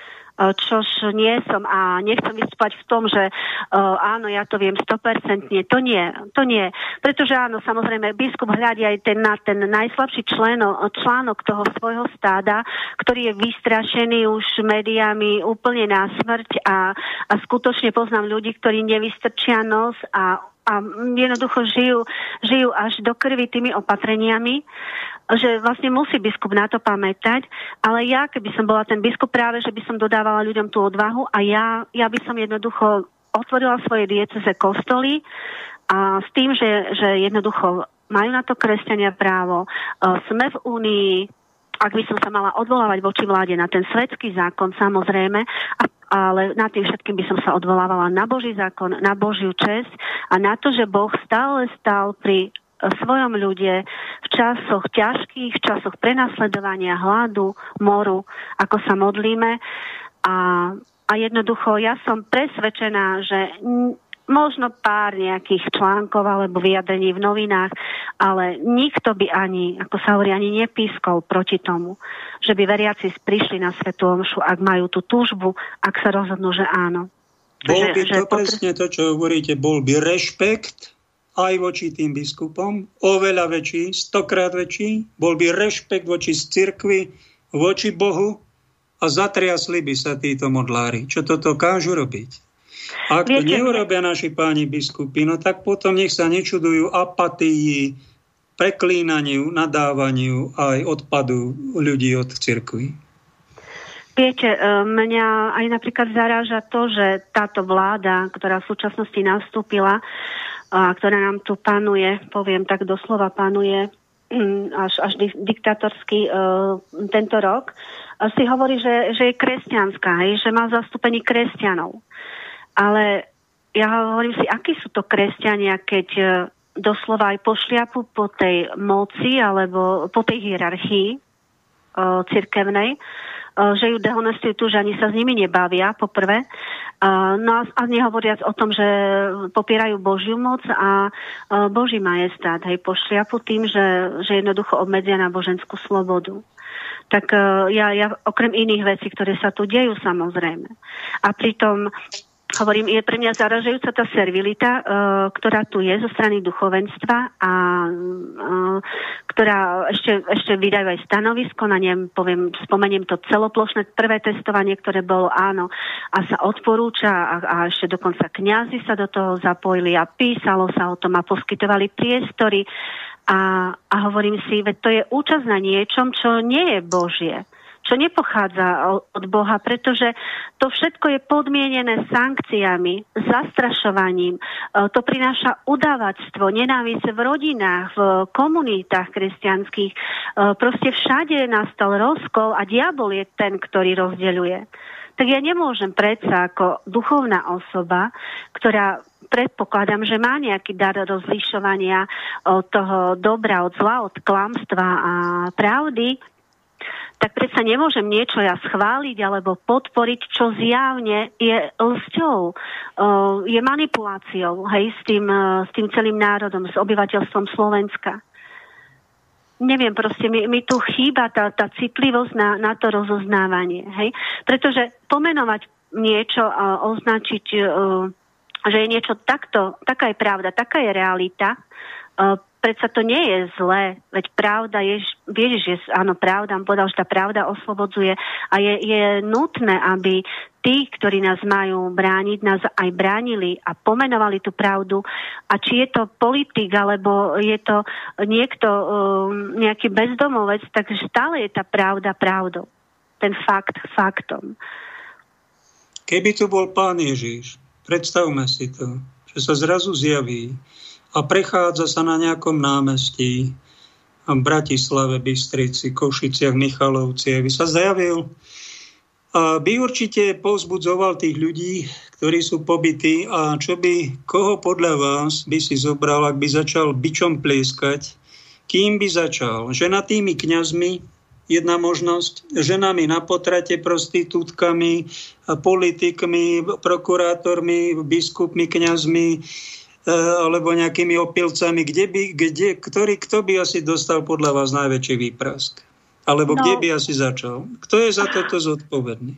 čož nie som a nechcem vystúpať v tom, že uh, áno, ja to viem sto percent, to nie, to nie. Pretože áno, samozrejme, biskup hľadí aj ten, na ten najslabší členo, článok toho svojho stáda, ktorý je vystrašený už médiami úplne na smrť a, a skutočne poznám ľudí, ktorí nevystrčia nos a a jednoducho žijú, žijú až do krvi tými opatreniami, že vlastne musí biskup na to pamätať, ale ja, keby som bola ten biskup, práve, že by som dodávala ľuďom tú odvahu a ja, ja by som jednoducho otvorila svoje diecéze kostoly a s tým, že, že jednoducho majú na to kresťania právo, sme v Únii, ak by som sa mala odvolávať voči vláde na ten svetský zákon, samozrejme, a ale na tým všetkým by som sa odvolávala na Boží zákon, na Božiu česť a na to, že Boh stále stál pri svojom ľude v časoch ťažkých, v časoch prenasledovania, hladu, moru, ako sa modlíme. A, a jednoducho ja som presvedčená, že možno pár nejakých článkov alebo vyjadrení v novinách, ale nikto by ani, ako sa hovorí, ani nepískol proti tomu, že by veriaci prišli na svätú omšu, ak majú tú túžbu, ak sa rozhodnú, že áno. Bol že, by že to potr- presne to, čo hovoríte, bol by rešpekt aj voči tým biskupom, oveľa väčší, stokrát väčší, bol by rešpekt voči cirkvi, voči Bohu a zatriasli by sa títo modlári, čo toto kážu robiť. Ak to Viete, neurobia naši páni biskupy, no tak potom nech sa nečudujú apatii, preklínaniu, nadávaniu aj odpadu ľudí od cirkvi. Viete, mňa aj napríklad zaráža to, že táto vláda, ktorá v súčasnosti nastúpila a ktorá nám tu panuje, poviem tak doslova panuje až, až diktatorsky tento rok, si hovorí, že, že je kresťanská, hej, že má zastúpení kresťanov. Ale ja hovorím si, akí sú to kresťania, keď doslova aj pošliapu po tej moci alebo po tej hierarchii o, cirkevnej, že ju dehonestujú tu, že ani sa s nimi nebavia, poprvé. No a nehovoriac o tom, že popierajú Božiu moc a Boží majestát, hej, pošliapu tým, že, že jednoducho obmedzia náboženskú slobodu. Tak ja, ja okrem iných vecí, ktoré sa tu dejú, samozrejme. A pritom hovorím, je pre mňa zaražajúca tá servilita, uh, ktorá tu je zo strany duchovenstva a uh, ktorá ešte, ešte vydajú aj stanovisko, na nem poviem, spomeniem to celoplošné prvé testovanie, ktoré bolo áno a sa odporúča a, a ešte dokonca kňazi sa do toho zapojili a písalo sa o tom a poskytovali priestory a, a hovorím si, veď to je účasť na niečom, čo nie je Božie, čo nepochádza od Boha, pretože to všetko je podmienené sankciami, zastrašovaním. To prináša udávačstvo, nenávisť v rodinách, v komunitách kresťanských. Proste všade nastal rozkol a diabol je ten, ktorý rozdeľuje. Tak ja nemôžem predsa ako duchovná osoba, ktorá predpokladám, že má nejaký dar rozlišovania od toho dobra, od zla, od klamstva a pravdy, tak predsa nemôžem niečo ja schváliť alebo podporiť, čo zjavne je lsťou, je manipuláciou, hej, s tým, s tým celým národom, s obyvateľstvom Slovenska. Neviem, proste mi, mi tu chýba tá, tá citlivosť na, na to rozoznávanie, hej. Pretože pomenovať niečo a označiť, že je niečo takto, taká je pravda, taká je realita, predsa to nie je zlé, veď pravda je, vieš, že áno, pravda, povedal, že tá pravda oslobodzuje a je, je nutné, aby tí, ktorí nás majú brániť, nás aj bránili a pomenovali tú pravdu. A či je to politik, alebo je to niekto, um, nejaký bezdomovec, takže stále je tá pravda pravdou. Ten fakt faktom. Keby tu bol Pán Ježiš, predstavme si to, že sa zrazu zjaví a prechádza sa na nejakom námestí v Bratislave, Bystrici, Košiciach, Michalovci, aby sa zjavil a by určite povzbudzoval tých ľudí, ktorí sú pobytí a čo by, koho podľa vás by si zobral, ak by začal bičom plieskať, kým by začal? Ženatými kňazmi, jedna možnosť, ženami na potrate, prostitútkami, politikmi, prokurátormi, biskupmi, kňazmi, alebo nejakými opilcami, kde by, kde, ktorý, kto by asi dostal podľa vás najväčší výprask? Alebo no, kde by asi začal? Kto je za toto zodpovedný?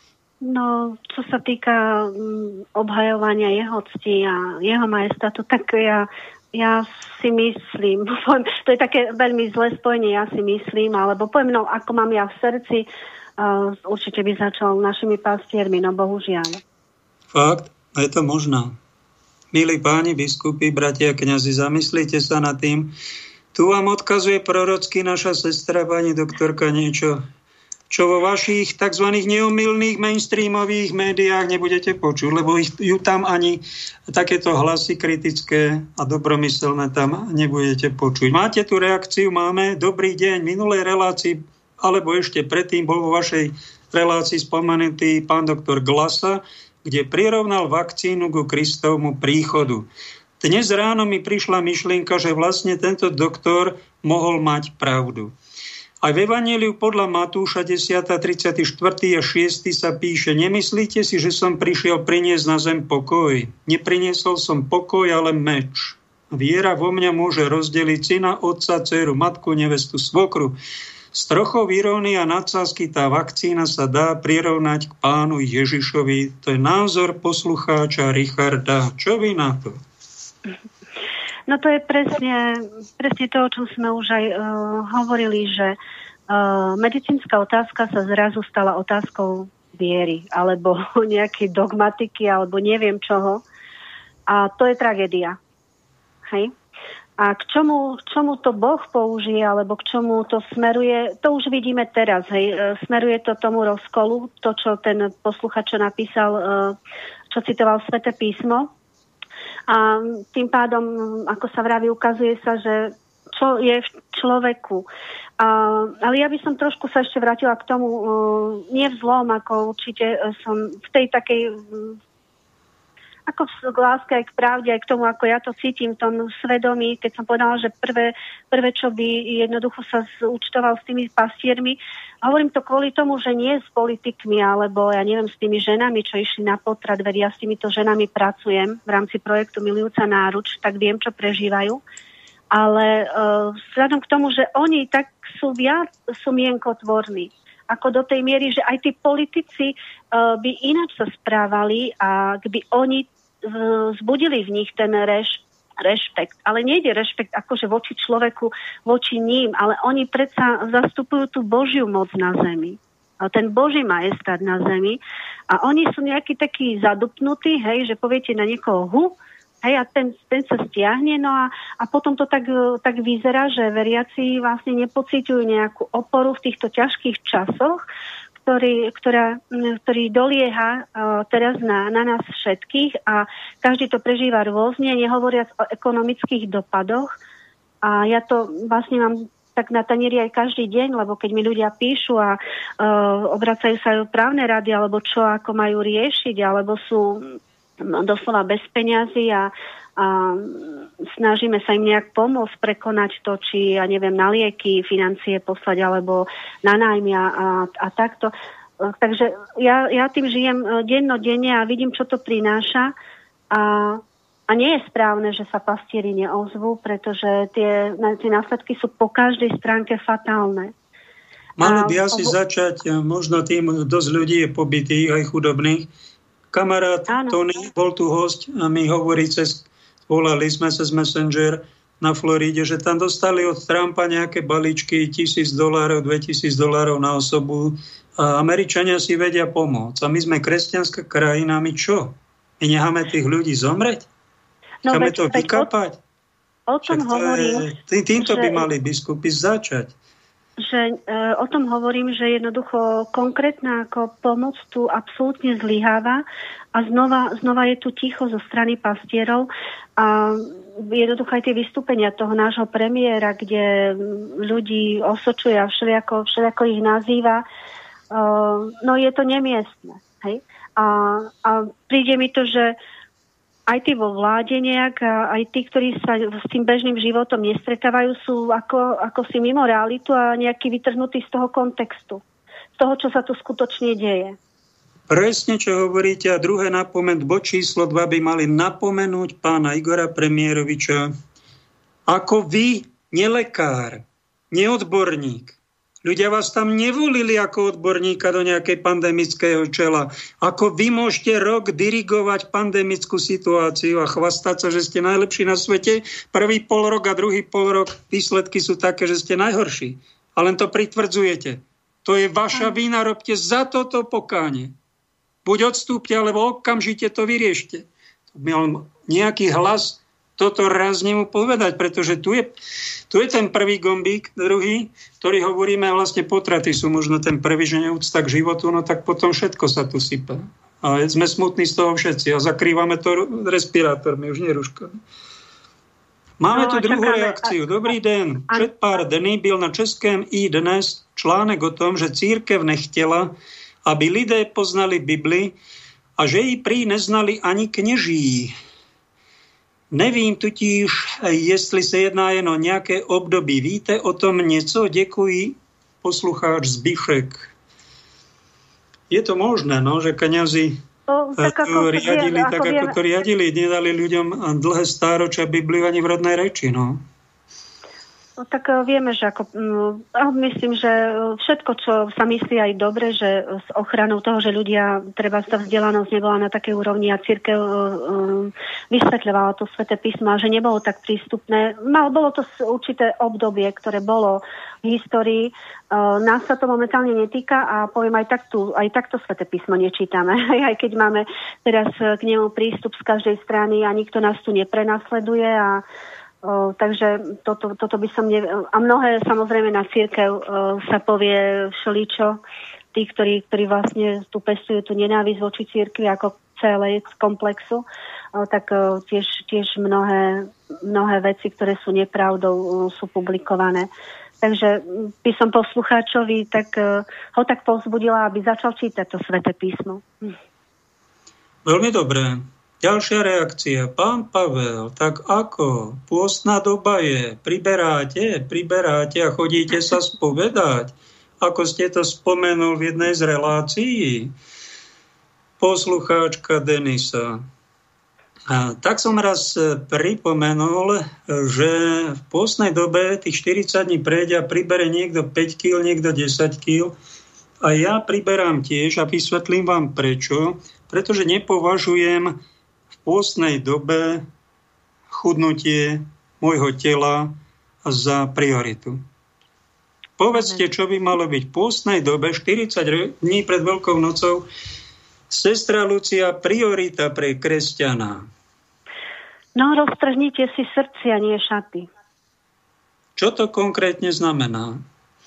No, čo sa týka um, obhajovania jeho cti a jeho majestátu, tak ja, ja si myslím, poviem, to je také veľmi zlé spojenie, ja si myslím, alebo poviem, no, ako mám ja v srdci, uh, určite by začal našimi pastiermi, no bohužiaľ. Fakt? A je to možné? Milí páni biskupy, bratia kňazi, zamyslite sa nad tým. Tu vám odkazuje prorocky naša sestra, pani doktorka, niečo, čo vo vašich tzv. Neomylných mainstreamových médiách nebudete počuť, lebo ich, ju tam ani takéto hlasy kritické a dobromyselné tam nebudete počuť. Máte tu reakciu? Máme. Dobrý deň. Minulej relácii, alebo ešte predtým, bol vo vašej relácii spomenutý pán doktor Glasa, kde prirovnal vakcínu ku Kristovmu príchodu. Dnes ráno mi prišla myšlienka, že vlastne tento doktor mohol mať pravdu. Aj v Evanjeliu podľa Matúša desať, tridsiaty štvrtý a šiesty sa píše: Nemyslíte si, že som prišiel priniesť na zem pokoj? Nepriniesol som pokoj, ale meč. Viera vo mňa môže rozdeliť syna, otca, dceru, matku, nevestu, svokru. S trochou irónie a nadsázky tá vakcína sa dá prirovnať k pánu Ježišovi. To je názor poslucháča Richarda. Čo vy na to? No to je presne, presne to, o čom sme už aj uh, hovorili, že uh, medicínska otázka sa zrazu stala otázkou viery, alebo nejakej dogmatiky, alebo neviem čoho. A to je tragédia. Hej? A k čomu, k čomu to Boh použije, alebo k čomu to smeruje, to už vidíme teraz. Hej. Smeruje to tomu rozkolu, to, čo ten posluchač napísal, čo citoval Sväté písmo. A tým pádom, ako sa vraví, ukazuje sa, že čo je v človeku. A, ale ja by som trošku sa ešte vrátila k tomu, nie v zlom, ako určite som v tej takej ako k láske, aj k pravde, aj k tomu, ako ja to cítim v tom svedomí, keď som povedala, že prvé, prvé čo by jednoducho sa zúčtoval s tými pastiermi. A hovorím to kvôli tomu, že nie s politikmi, alebo ja neviem, s tými ženami, čo išli na potrat, veď ja s týmito ženami pracujem v rámci projektu Milujúca náruč, tak viem, čo prežívajú. Ale uh, vzhľadom k tomu, že oni tak sú viac, sú mienkotvorní, ako do tej miery, že aj tí politici uh, by ináč sa správali a by oni uh, zbudili v nich ten reš, rešpekt. Ale nejde rešpekt akože voči človeku, voči ním, ale oni predsa zastupujú tú Božiu moc na zemi. A ten Boží majestát na zemi. A oni sú nejakí takí zadupnutí, hej, že poviete na niekoho hu, hej, a ten, ten sa stiahne, no a, a potom to tak, tak vyzerá, že veriaci vlastne nepocíťujú nejakú oporu v týchto ťažkých časoch, ktorý, ktorá, ktorý dolieha uh, teraz na, na nás všetkých a každý to prežíva rôzne, nehovoriac o ekonomických dopadoch. A ja to vlastne mám tak na tanieri aj každý deň, lebo keď mi ľudia píšu a uh, obracajú sa aj o právne rady, alebo čo, ako majú riešiť, alebo sú doslova bez peňazí a, a snažíme sa im nejak pomôcť prekonať to, či, ja neviem, na lieky, financie poslať, alebo na nájmy a, a, a takto. Takže ja, ja tým žijem dennodenne a vidím, čo to prináša a, a nie je správne, že sa pastieri neozvú, pretože tie, tie následky sú po každej stránke fatálne. Mali by asi a, začať, možno tým dosť ľudí je pobytých, aj chudobných. Kamarát áno. Tony bol tu host a mi hovorí cez, volali sme cez Messenger na Floride, že tam dostali od Trumpa nejaké balíčky tisíc dolárov, dvetisíc dolárov na osobu a Američania si vedia pomôcť. A my sme kresťanská krajina, my čo? My necháme tých ľudí zomreť? No, Chceme to vykapať? O, o tom hovorím. Tý, týmto že... by mali biskupy začať. Že e, o tom hovorím, že jednoducho konkrétna ako pomoc tu absolútne zlyháva a znova, znova je tu ticho zo strany pastierov a jednoducho aj tie vystúpenia toho nášho premiéra, kde ľudí osočuje a všelijako, všelijako ich nazýva, e, no je to nemiestne. Hej? A, a príde mi to, že aj tí vo vláde nejak, aj tí, ktorí sa s tým bežným životom nestretávajú, sú ako, ako si mimo realitu a nejaký vytrhnutí z toho kontextu. Z toho, čo sa tu skutočne deje. Presne, čo hovoríte. A druhé napomenúť, bod číslo dva by mali napomenúť pána Igora Premiéroviča. Ako vy, nelekár, neodborník, ľudia vás tam nevolili ako odborníka do nejakej pandemického čela. Ako vy môžete rok dirigovať pandemickú situáciu a chvastať sa, že ste najlepší na svete. Prvý pol rok a druhý pol rok výsledky sú také, že ste najhorší. A len to pritvrdzujete. To je vaša vina, robte za toto pokánie. Buď odstúpte, alebo okamžite to vyriešte. Mal nejaký hlas toto rázne mu povedať, pretože tu je, tu je ten prvý gombík, druhý, ktorý hovoríme, a vlastne potraty sú možno ten prvý, že neúcta k životu, no tak potom všetko sa tu sype. A sme smutní z toho všetci a zakrývame to respirátormi, už nie ruškami. Máme no, tu druhú čakáme. reakciu. Dobrý den. Před pár dny byl na českém i dnes článek o tom, že církev nechtěla, aby lidé poznali Bibli a že ji prý neznali ani kněží. Nevím totiž, jestli se jedná jen o nějaké období. Víte o tom něco? Děkuji, poslucháč Zbyšek. Je to možné, no, že kňazi to, tak ako riadili viem, tak, ako, ako to riadili. Nedali ľuďom dlhé stáročia Bibliu ani v rodnej reči, no. No tak vieme, že ako, myslím, že všetko, čo sa myslí aj dobre, že s ochranou toho, že ľudia, treba sa vzdelanosť nebola na takej úrovni a cirkev um, vysvetľovala to Sväté písmo, že nebolo tak prístupné. Mal, bolo to určité obdobie, ktoré bolo v histórii. Uh, nás sa to momentálne netýka a poviem aj takto, aj takto Sväté písmo nečítame. Aj keď máme teraz k nemu prístup z každej strany a nikto nás tu neprenasleduje a O, takže toto, toto by som... Ne... A mnohé samozrejme na cirkev o, sa povie všeličo. Tí, ktorí, ktorí vlastne tu pestujú tú nenávisť voči cirkvi ako celej komplexu, o, tak o, tiež, tiež mnohé, mnohé veci, ktoré sú nepravdou, o, sú publikované. Takže by som poslucháčovi tak, o, ho tak povzbudila, aby začal čítať to Sväté písmo. Veľmi dobré. Ďalšia reakcia. Pán Pavel, tak ako? Pôstna doba je. Priberáte, priberáte a chodíte sa spovedať. Ako ste to spomenul v jednej z relácií. Poslucháčka Denisa. A tak som raz pripomenul, že v pôstnej dobe tých štyridsať dní prejde a pribere niekto päť kíl, niekto desať kíl. A ja priberám tiež a vysvetlím vám prečo. Pretože nepovažujem v pôstnej dobe chudnutie môjho tela za prioritu. Povedzte, čo by malo byť v pôstnej dobe štyridsať dní pred Veľkou nocou. Sestra Lucia, priorita pre kresťana. No, roztrhnite si srdcia, nie šaty. Čo to konkrétne znamená?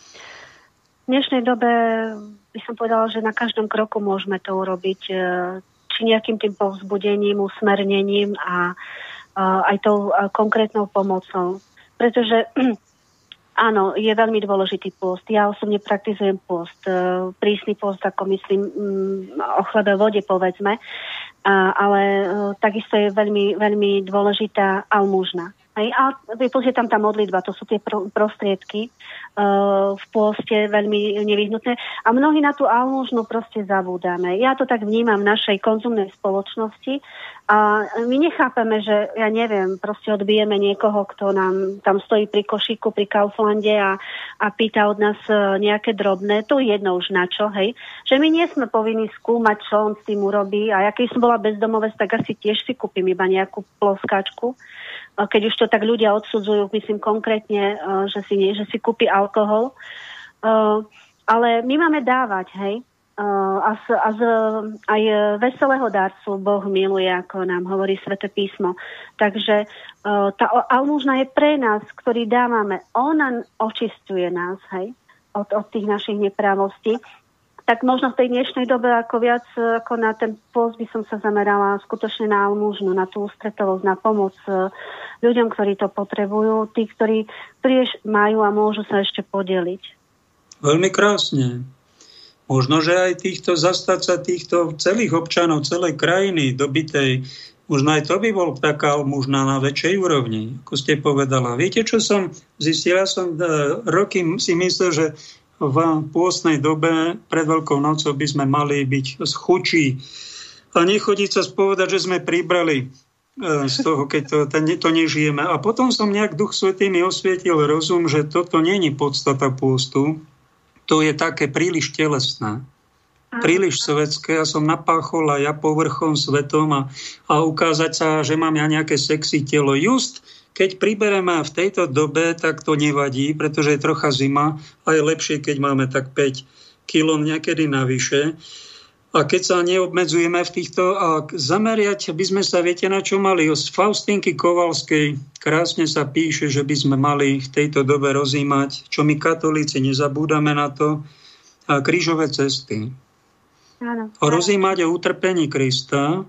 V dnešnej dobe by som povedala, že na každom kroku môžeme to urobiť, či nejakým tým povzbudením, usmernením a, a aj tou konkrétnou pomocou. Pretože áno, je veľmi dôležitý pôst. Ja osobne praktizujem pôst. Prísny pôst, ako myslím, o chlebe vode, povedzme. Ale takisto je veľmi, veľmi dôležitá almužna. A je tam tá modlitba, to sú tie prostriedky v pôste veľmi nevyhnutné. A mnohí na tú almužnu proste zabúdame. Ja to tak vnímam v našej konzumnej spoločnosti a my nechápeme, že ja neviem, proste odbijeme niekoho, kto nám tam stojí pri košíku, pri Kauflande a, a pýta od nás nejaké drobné. To je jedno už na čo, hej. Že my nie sme povinní skúmať, čo on s tým urobí. A ja keď som bola bezdomovec, tak asi tiež si kúpim iba nejakú ploskáčku. Keď už to tak ľudia odsudzujú, myslím konkrétne, že si, nie, že si kúpi alkohol. Ale my máme dávať, hej. A, z, a z, aj veselého darcu Boh miluje, ako nám hovorí Sväté písmo. Takže tá almužna je pre nás, ktorý dávame. Ona očisťuje nás, hej, od, od tých našich neprávostí. Tak možno v tej dnešnej dobe ako viac ako na ten pôst by som sa zamerala skutočne na almužnu, na tú ústretovosť, na pomoc ľuďom, ktorí to potrebujú, tí, ktorí tiež majú a môžu sa ešte podeliť. Veľmi krásne. Možno, že aj týchto zastať sa týchto celých občanov, celej krajiny dobitej, možno aj to by bol taká almužna na väčšej úrovni, ako ste povedala. Viete, čo som zistil? Ja som roky si myslel, že v pôstnej dobe pred Veľkou nocou by sme mali byť schudší a nechodiť sa spovedať, že sme pribrali z toho, keď to, to nežijeme. A potom som nejak Duch Svätý mi osvietil rozum, že toto nie je podstata pôstu, to je také príliš telesné, príliš svetské. Ja som napáchol a ja povrchom svetom a, a ukázať sa, že mám ja nejaké sexy telo. Just keď pribereme v tejto dobe, tak to nevadí, pretože je trocha zima a je lepšie, keď máme tak päť kilogramov niekedy navyše. A keď sa neobmedzujeme v týchto a zameriať, by sme sa, viete, na čo mali? Z Faustinky Kovalskej krásne sa píše, že by sme mali v tejto dobe rozímať, čo my katolíci nezabúdame na to, a krížové cesty. Áno. Rozímať o utrpení Krista,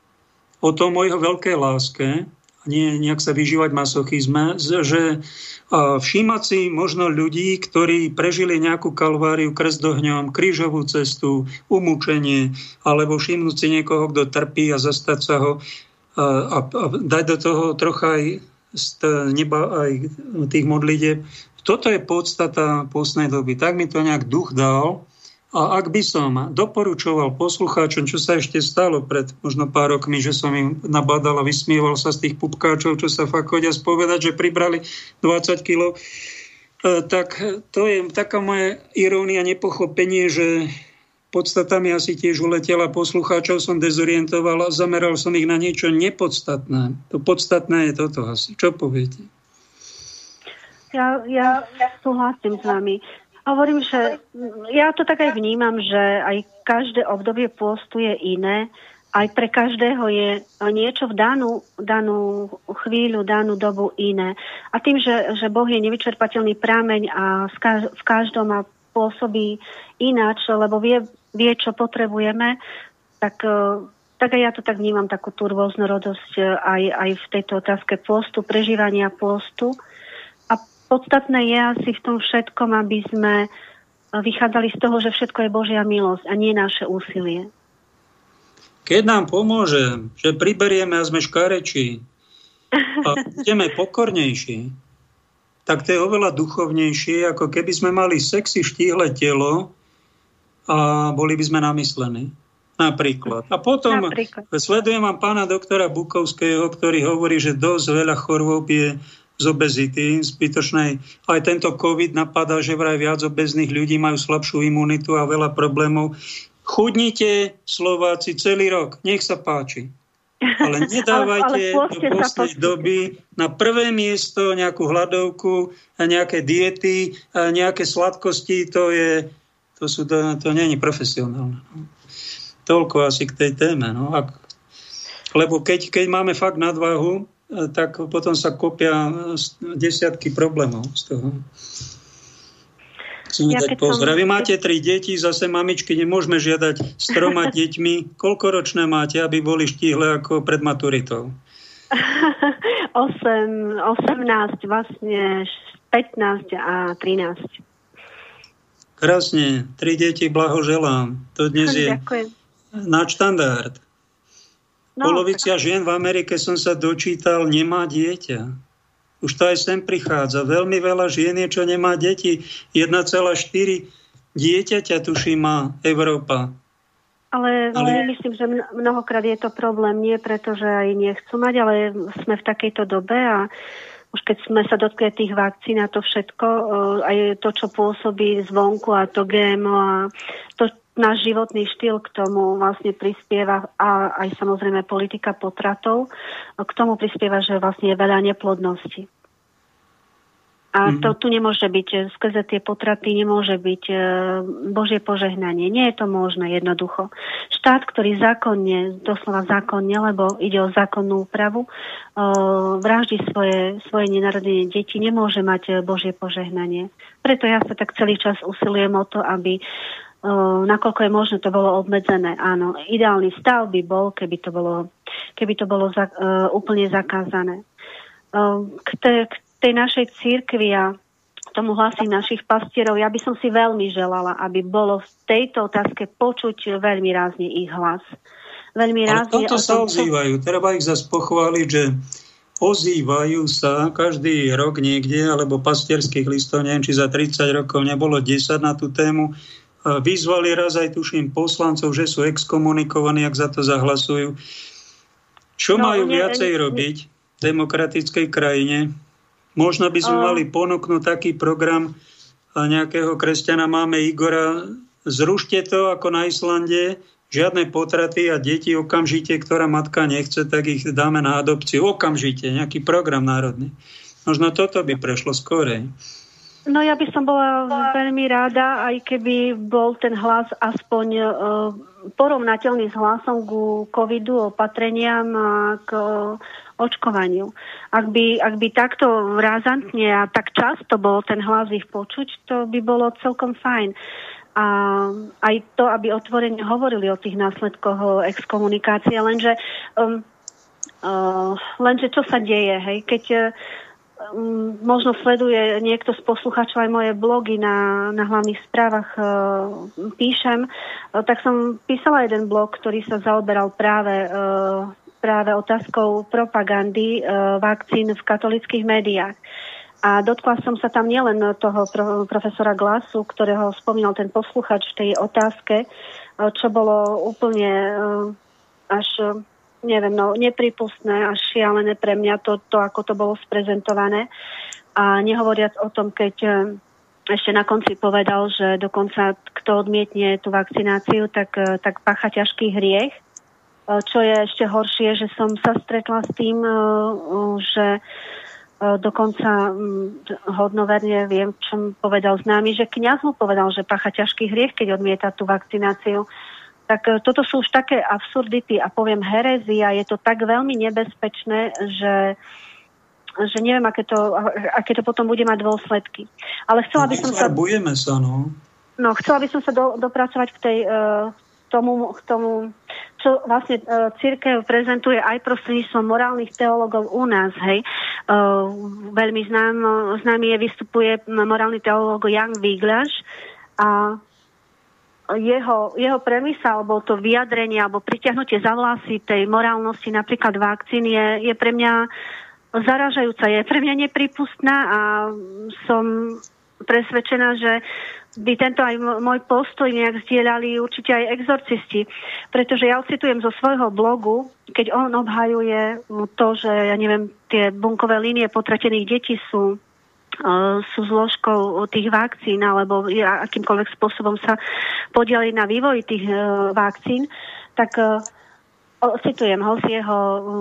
o tom o jeho veľkej láske, nie nejak sa vyžívať masochizme, že všímať si možno ľudí, ktorí prežili nejakú kalváriu, krst ohňom, krížovú cestu, umúčenie, alebo všimnúť si niekoho, kto trpí a zastať sa ho a, a, a dať do toho trocha aj z neba aj tých modlitieb. Toto je podstata pôstnej doby. Tak mi to nejak duch dal. A ak by som doporučoval poslucháčom, čo sa ešte stalo pred možno pár rokmi, že som im nabádal a vysmieval sa z tých pupkáčov, čo sa fakt chodia spovedať, že pribrali dvadsať kilogramov, tak to je taká moja irónia, nepochopenie, že podstata mi asi tiež uletela, poslucháčov som dezorientoval a zameral som ich na niečo nepodstatné. To podstatné je toto asi. Čo poviete? Ja, ja, ja súhlasím s vami. Hovorím, že ja to tak aj vnímam, že aj každé obdobie pôstu je iné. Aj pre každého je niečo v danú, danú chvíľu, danú dobu iné. A tým, že, že Boh je nevyčerpateľný prameň a v každom má pôsobí ináč, lebo vie, vie, čo potrebujeme, tak, tak aj ja to tak vnímam, takú tú rôznorodosť aj, aj v tejto otázke pôstu, prežívania pôstu. Podstatné je asi v tom všetkom, aby sme vychádzali z toho, že všetko je Božia milosť a nie naše úsilie. Keď nám pomôže, že priberieme a sme škarečí a budeme pokornejší, tak to je oveľa duchovnejšie, ako keby sme mali sexy štíhle telo a boli by sme namyslení. Napríklad. A potom Napríklad. sledujem vám pána doktora Bukovského, ktorý hovorí, že dosť veľa chorôb je z obezity zbytočnej. Aj tento COVID napadá, že vraj viac obezných ľudí majú slabšiu imunitu a veľa problémov. Chudnite, Slováci, celý rok. Nech sa páči. Ale nedávajte ale, ale do poslednej doby na prvé miesto nejakú hladovku, nejaké diety, nejaké sladkosti. To je, to sú, to, to nie je profesionálne. Toľko asi k tej téme. No. Ak, lebo keď, keď máme fakt nadvahu, tak potom sa kopia desiatky problémov z toho. Ja pozdrav. Vy máte tri deti, zase mamičky, nemôžeme žiadať s troma deťmi. Koľko ročné máte, aby boli štíhle ako pred maturitou? osem, osemnásť, vlastne pätnásť a trinásť. Krásne, tri deti, blahoželám. To dnes je nadštandard. No, Polovica tak... žien v Amerike, som sa dočítal, nemá dieťa. Už to aj sem prichádza. Veľmi veľa žien je, čo nemá deti. jeden celá štyri dieťaťa, tuším, má Európa. Ale, ale myslím, že mnohokrát je to problém. Nie preto, že aj nechcú mať, ale sme v takejto dobe a už keď sme sa dotkli tých vakcín a to všetko, aj to, čo pôsobí zvonku a to gé em ó a to, náš životný štýl k tomu vlastne prispieva a aj samozrejme politika potratov k tomu prispieva, že vlastne je veľa neplodnosti. A mm-hmm. to tu nemôže byť, skrze tie potraty nemôže byť e, Božie požehnanie. Nie je to možné jednoducho. Štát, ktorý zákonne, doslova zákonne, lebo ide o zákonnú úpravu, e, vraždí svoje, svoje nenarodené deti, nemôže mať Božie požehnanie. Preto ja sa tak celý čas usilujem o to, aby Uh, nakoľko je možné, to bolo obmedzené. Áno, ideálny stav by bol, keby to bolo, keby to bolo za, uh, úplne zakázané. Uh, k, te, k tej našej cirkvi a tomu hlasí našich pastierov, ja by som si veľmi želala, aby bolo v tejto otázke počuť veľmi rázne ich hlas. Veľmi rázne. Ale toto sa ozývajú. Treba ich zase pochváliť, že ozývajú sa každý rok niekde, alebo pastierských listov, neviem, či za tridsať rokov nebolo desať na tú tému. Vyzvali raz aj, tuším, poslancov, že sú exkomunikovaní, ak za to zahlasujú. Čo no, majú ne, viacej ne, robiť v demokratickej krajine? Možno by sme uh, mali ponúknuť taký program nejakého kresťana. Máme Igora, zrušte to ako na Islande, žiadne potraty a deti okamžite, ktorá matka nechce, tak ich dáme na adopciu. Okamžite, nejaký program národný. Možno toto by prešlo skorej. No ja by som bola veľmi rada, aj keby bol ten hlas aspoň uh, porovnateľný s hlasom ku covidu, opatreniam a k uh, očkovaniu. Ak by, ak by takto razantne a tak často bol ten hlas ich počuť, to by bolo celkom fajn. A aj to, aby otvorene hovorili o tých následkoch exkomunikácie, lenže, um, uh, lenže čo sa deje, hej, keď uh, možno sleduje niekto z poslucháčov aj moje blogy na, na hlavných správach e, píšem, e, tak som písala jeden blog, ktorý sa zaoberal práve, e, práve otázkou propagandy e, vakcín v katolických médiách. A dotkla som sa tam nielen toho pro, profesora Glasu, ktorého spomínal ten posluchač v tej otázke, e, čo bolo úplne e, až... neviem, no, nepripustné a šialené pre mňa to, to, ako to bolo sprezentované. A nehovoriac o tom, keď ešte na konci povedal, že dokonca kto odmietne tú vakcináciu, tak, tak pácha ťažký hriech. Čo je ešte horšie, že som sa stretla s tým, že dokonca hodnoverne viem, čo povedal známy, že kňaz mu povedal, že pácha ťažký hriech, keď odmieta tú vakcináciu. Tak toto sú už také absurdity a poviem herézia, je to tak veľmi nebezpečné, že, že neviem, aké to, aké to potom bude mať dôsledky. Ale chcela by som sa... Bojeme sa, no. No, chcela by som sa do, dopracovať k tej, uh, tomu, k tomu, čo vlastne uh, cirkev prezentuje aj prostredníctvom morálnych teológov u nás, hej. Uh, veľmi znám, známy je, vystupuje morálny teológ Jan Viglaš a jeho, jeho premysel, alebo to vyjadrenie, alebo pritiahnutie za vlasy tej morálnosti napríklad vakcín je, je pre mňa zaražajúca, je pre mňa nepripustná a som presvedčená, že by tento aj môj postoj nejak zdieľali určite aj exorcisti. Pretože ja ocitujem zo svojho blogu, keď on obhajuje to, že ja neviem, tie bunkové línie potratených detí sú sú zložkou tých vakcín alebo akýmkoľvek spôsobom sa podielali na vývoji tých vakcín, tak ocitujem ho z jeho,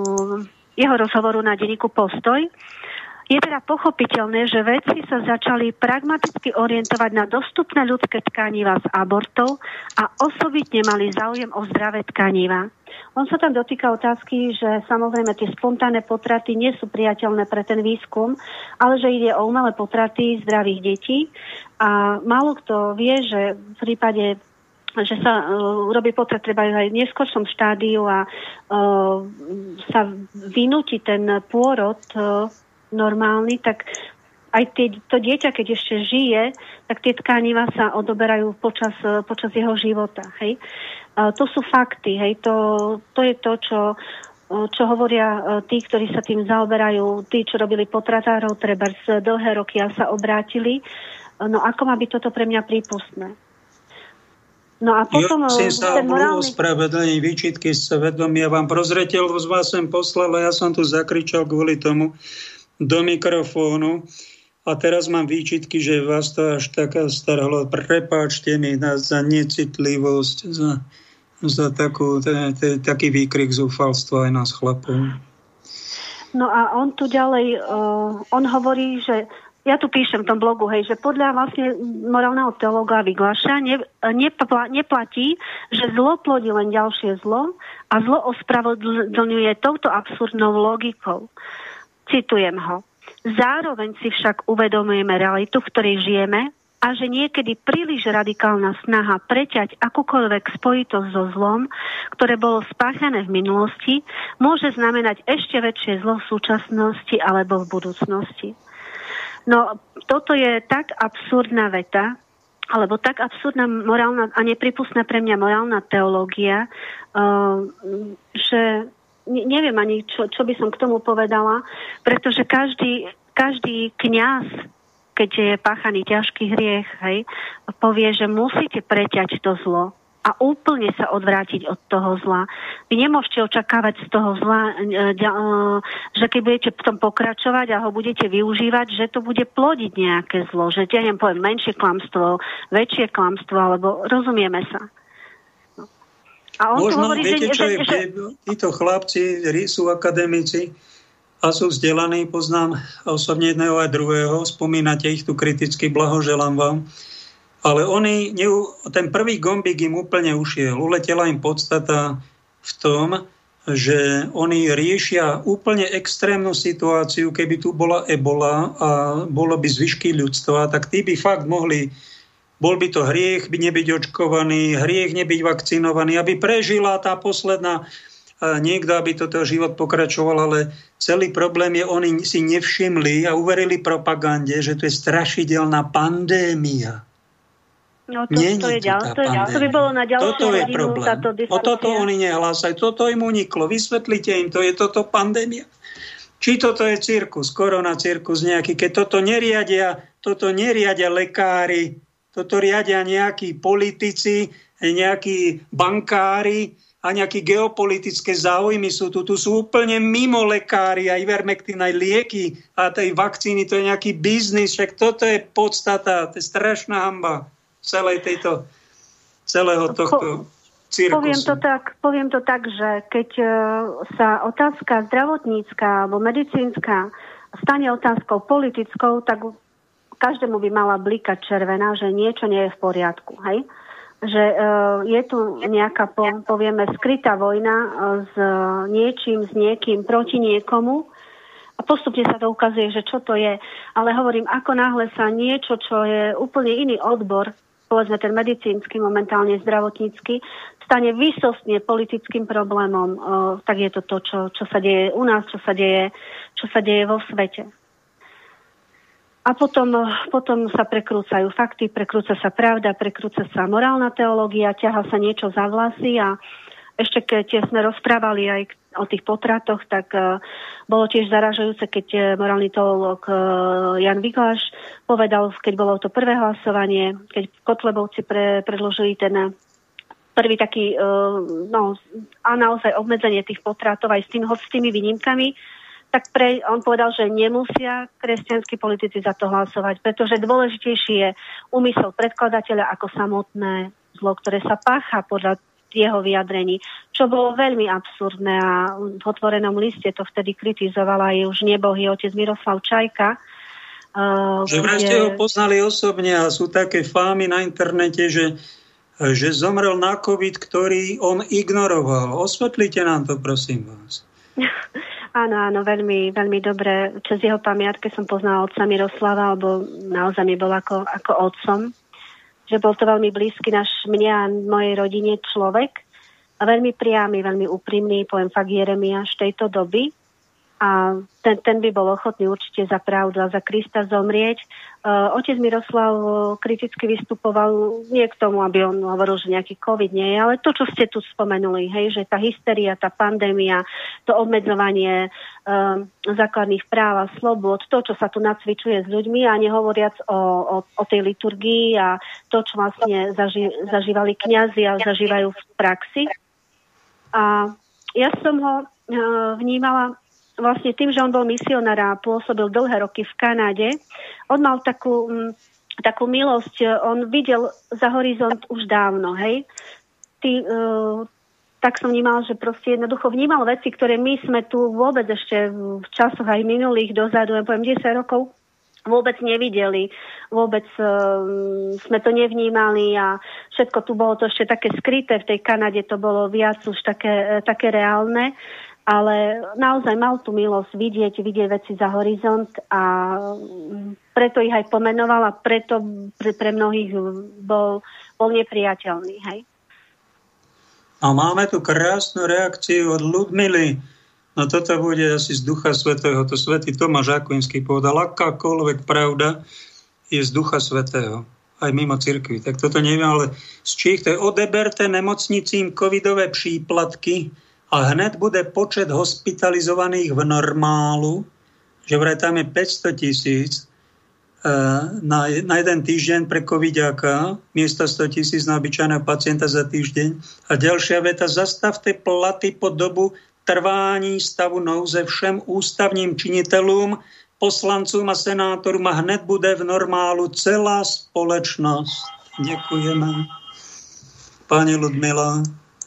jeho rozhovoru na denníku Postoj. Je teda pochopiteľné, že vedci sa začali pragmaticky orientovať na dostupné ľudské tkaniva z abortov a osobitne mali záujem o zdravé tkaniva. On sa tam dotýka otázky, že samozrejme tie spontánne potraty nie sú priateľné pre ten výskum, ale že ide o umelé potraty zdravých detí. A málo kto vie, že v prípade, že sa uh, urobí potrat treba aj v neskôršom štádiu a uh, sa vynúti ten pôrod uh, normálny, tak aj tie, to dieťa, keď ešte žije, tak tie tkaniva sa odoberajú počas, počas jeho života. Hej. Uh, to sú fakty. Hej. To, to je to, čo, čo hovoria uh, tí, ktorí sa tým zaoberajú, tí, čo robili potratárov, treba z dlhé roky a sa obrátili. Uh, no ako má byť toto pre mňa prípustné? No a potom... Jo, si sa morálny... ospravedlení výčitky svedomia vám prozreteľ z vás sem poslal a ja som tu zakričal kvôli tomu do mikrofónu. A teraz mám výčitky, že vás to až taká staralo. Prepáčte mi za necitlivosť, za, za takú, t- t- taký výkrik zúfalstva aj nás chlapov. No a on tu ďalej, uh, on hovorí, že ja tu píšem v tom blogu, hej, že podľa vlastne morálneho teológa Vyglaša ne, nepla, neplatí, že zlo plodí len ďalšie zlo a zlo ospravedlňuje touto absurdnou logikou. Citujem ho. Zároveň si však uvedomujeme realitu, v ktorej žijeme a že niekedy príliš radikálna snaha preťať akúkoľvek spojitosť so zlom, ktoré bolo spáchané v minulosti, môže znamenať ešte väčšie zlo v súčasnosti alebo v budúcnosti. No, toto je tak absurdná veta, alebo tak absurdná morálna a nepripustná pre mňa morálna teológia, uh, že ne, neviem ani, čo, čo by som k tomu povedala, pretože každý, každý kňaz, keď je páchaný ťažký hriech, hej, povie, že musíte preťať to zlo a úplne sa odvrátiť od toho zla. Vy nemôžete očakávať z toho zla, že keď budete v tom pokračovať a ho budete využívať, že to bude plodiť nejaké zlo, že ja neviem, poviem menšie klamstvo, väčšie klamstvo, alebo rozumieme sa. No. A on možno, hovorí, viete, že, čo že, je, že... títo chlapci sú akademici a sú vzdelaní, poznám osobne jedného aj druhého, spomínate ich tu kriticky, blahoželám vám. Ale oni, ten prvý gombík im úplne ušiel. Uletela im podstata v tom, že oni riešia úplne extrémnu situáciu, keby tu bola ebola a bolo by zvyšky ľudstva, tak tí by fakt mohli, bol by to hriech by nebyť očkovaný, hriech nebyť vakcinovaný, aby prežila tá posledná niekto, aby toto život pokračoval, ale celý problém je, oni si nevšimli a uverili propagande, že to je strašidelná pandémia. No to, to, je ďal, to, je, to by bolo na ďalšiu toto je hodinu problém. Táto o toto oni nehlásajú. Toto im uniklo. Vysvetlite im, to je toto pandémia. Či toto je cirkus, korona cirkus nejaký. Keď toto neriadia, toto neriadia lekári, toto riadia nejakí politici, nejakí bankári a nejaké geopolitické záujmy sú tu. Tu sú úplne mimo lekári, aj ivermektín, aj lieky a tej vakcíny, to je nejaký biznis. Však toto je podstata, to je strašná hanba celej tejto, celého tohto cirkusu. Poviem to tak, poviem to tak, že keď sa otázka zdravotnícka alebo medicínska stane otázkou politickou, tak každému by mala blikať červená, že niečo nie je v poriadku, hej? Že uh, je tu nejaká, povieme, skrytá vojna uh, s niečím, s niekým proti niekomu a postupne sa to ukazuje, že čo to je. Ale hovorím, ako náhle sa niečo, čo je úplne iný odbor, povedzme ten medicínsky, momentálne zdravotnícky, stane výsostne politickým problémom, uh, tak je to to, čo, čo sa deje u nás, čo sa deje, čo sa deje vo svete. A potom, potom sa prekrúcajú fakty, prekrúca sa pravda, prekrúca sa morálna teológia, ťahá sa niečo za vlasy a ešte keď sme rozprávali aj o tých potratoch, tak uh, bolo tiež zaražujúce, keď uh, morálny teológ uh, Jan Vikláš povedal, keď bolo to prvé hlasovanie, keď Kotlebovci pre, predložili ten uh, prvý taký, uh, no a naozaj obmedzenie tých potratov aj s, tým, s tými výnimkami, tak pre, on povedal, že nemusia kresťanskí politici za to hlasovať, pretože dôležitejší je úmysel predkladateľa ako samotné zlo, ktoré sa pácha podľa jeho vyjadrení, čo bolo veľmi absurdné a v otvorenom liste to vtedy kritizovala aj už nebohý otec Miroslav Čajka. Uh, že vraj ste ho poznali osobne a sú také fámy na internete, že, že zomrel na COVID, ktorý on ignoroval. Osvetlite nám to, prosím vás. Áno, áno, veľmi, veľmi dobre. Čas jeho pamiatke som poznala otca Miroslava, alebo naozaj mi bol ako, ako otcom. Že bol to veľmi blízky náš mne a mojej rodine človek. A veľmi priamy, veľmi úprimný, poviem fakt Jeremiáš tejto doby. A ten, ten by bol ochotný určite za pravdu a za Krista zomrieť. Uh, otec Miroslav kriticky vystupoval nie k tomu, aby on hovoril, že nejaký COVID nie je, ale to, čo ste tu spomenuli, hej, že tá hysteria, tá pandémia, to obmedzovanie uh, základných práv a slobod, to, čo sa tu nacvičuje s ľuďmi a nehovoriac o, o, o tej liturgii a to, čo vlastne zaži, zažívali kňazi a zažívajú v praxi. A ja som ho uh, vnímala vlastne tým, že on bol misionár a pôsobil dlhé roky v Kanade, on mal takú, m, takú milosť, on videl za horizont už dávno, hej. Ty, uh, tak som vnímal, že proste jednoducho vnímal veci, ktoré my sme tu vôbec ešte v časoch aj minulých dozadu, ja poviem desať rokov, vôbec nevideli, vôbec um, sme to nevnímali a všetko tu bolo to ešte také skryté, v tej Kanade to bolo viac už také, také reálne. Ale naozaj mal tú milosť vidieť, vidieť veci za horizont a preto ich aj pomenoval a preto pre, pre mnohých bol, bol nepriateľný. Hej? A máme tu krásnu reakciu od Ludmily. No toto bude asi z Ducha Svätého. To svätý Tomáš Akvinský povedal, akákoľvek pravda je z Ducha Svätého. Aj mimo cirkvi. Tak toto neviem, ale z Čích to je odeberte nemocnicím covidové príplatky a hneď bude počet hospitalizovaných v normálu, že vraj tam je päťsto tisíc na, na jeden týždeň pre covidiaka, miesto sto tisíc na obyčajného pacienta za týždeň. A ďalšia veta, zastavte platy po dobu trvání stavu nouze všem ústavním činiteľom, poslancům a senátorům a hned bude v normálu celá společnosť. Ďakujeme. Pani Ludmila.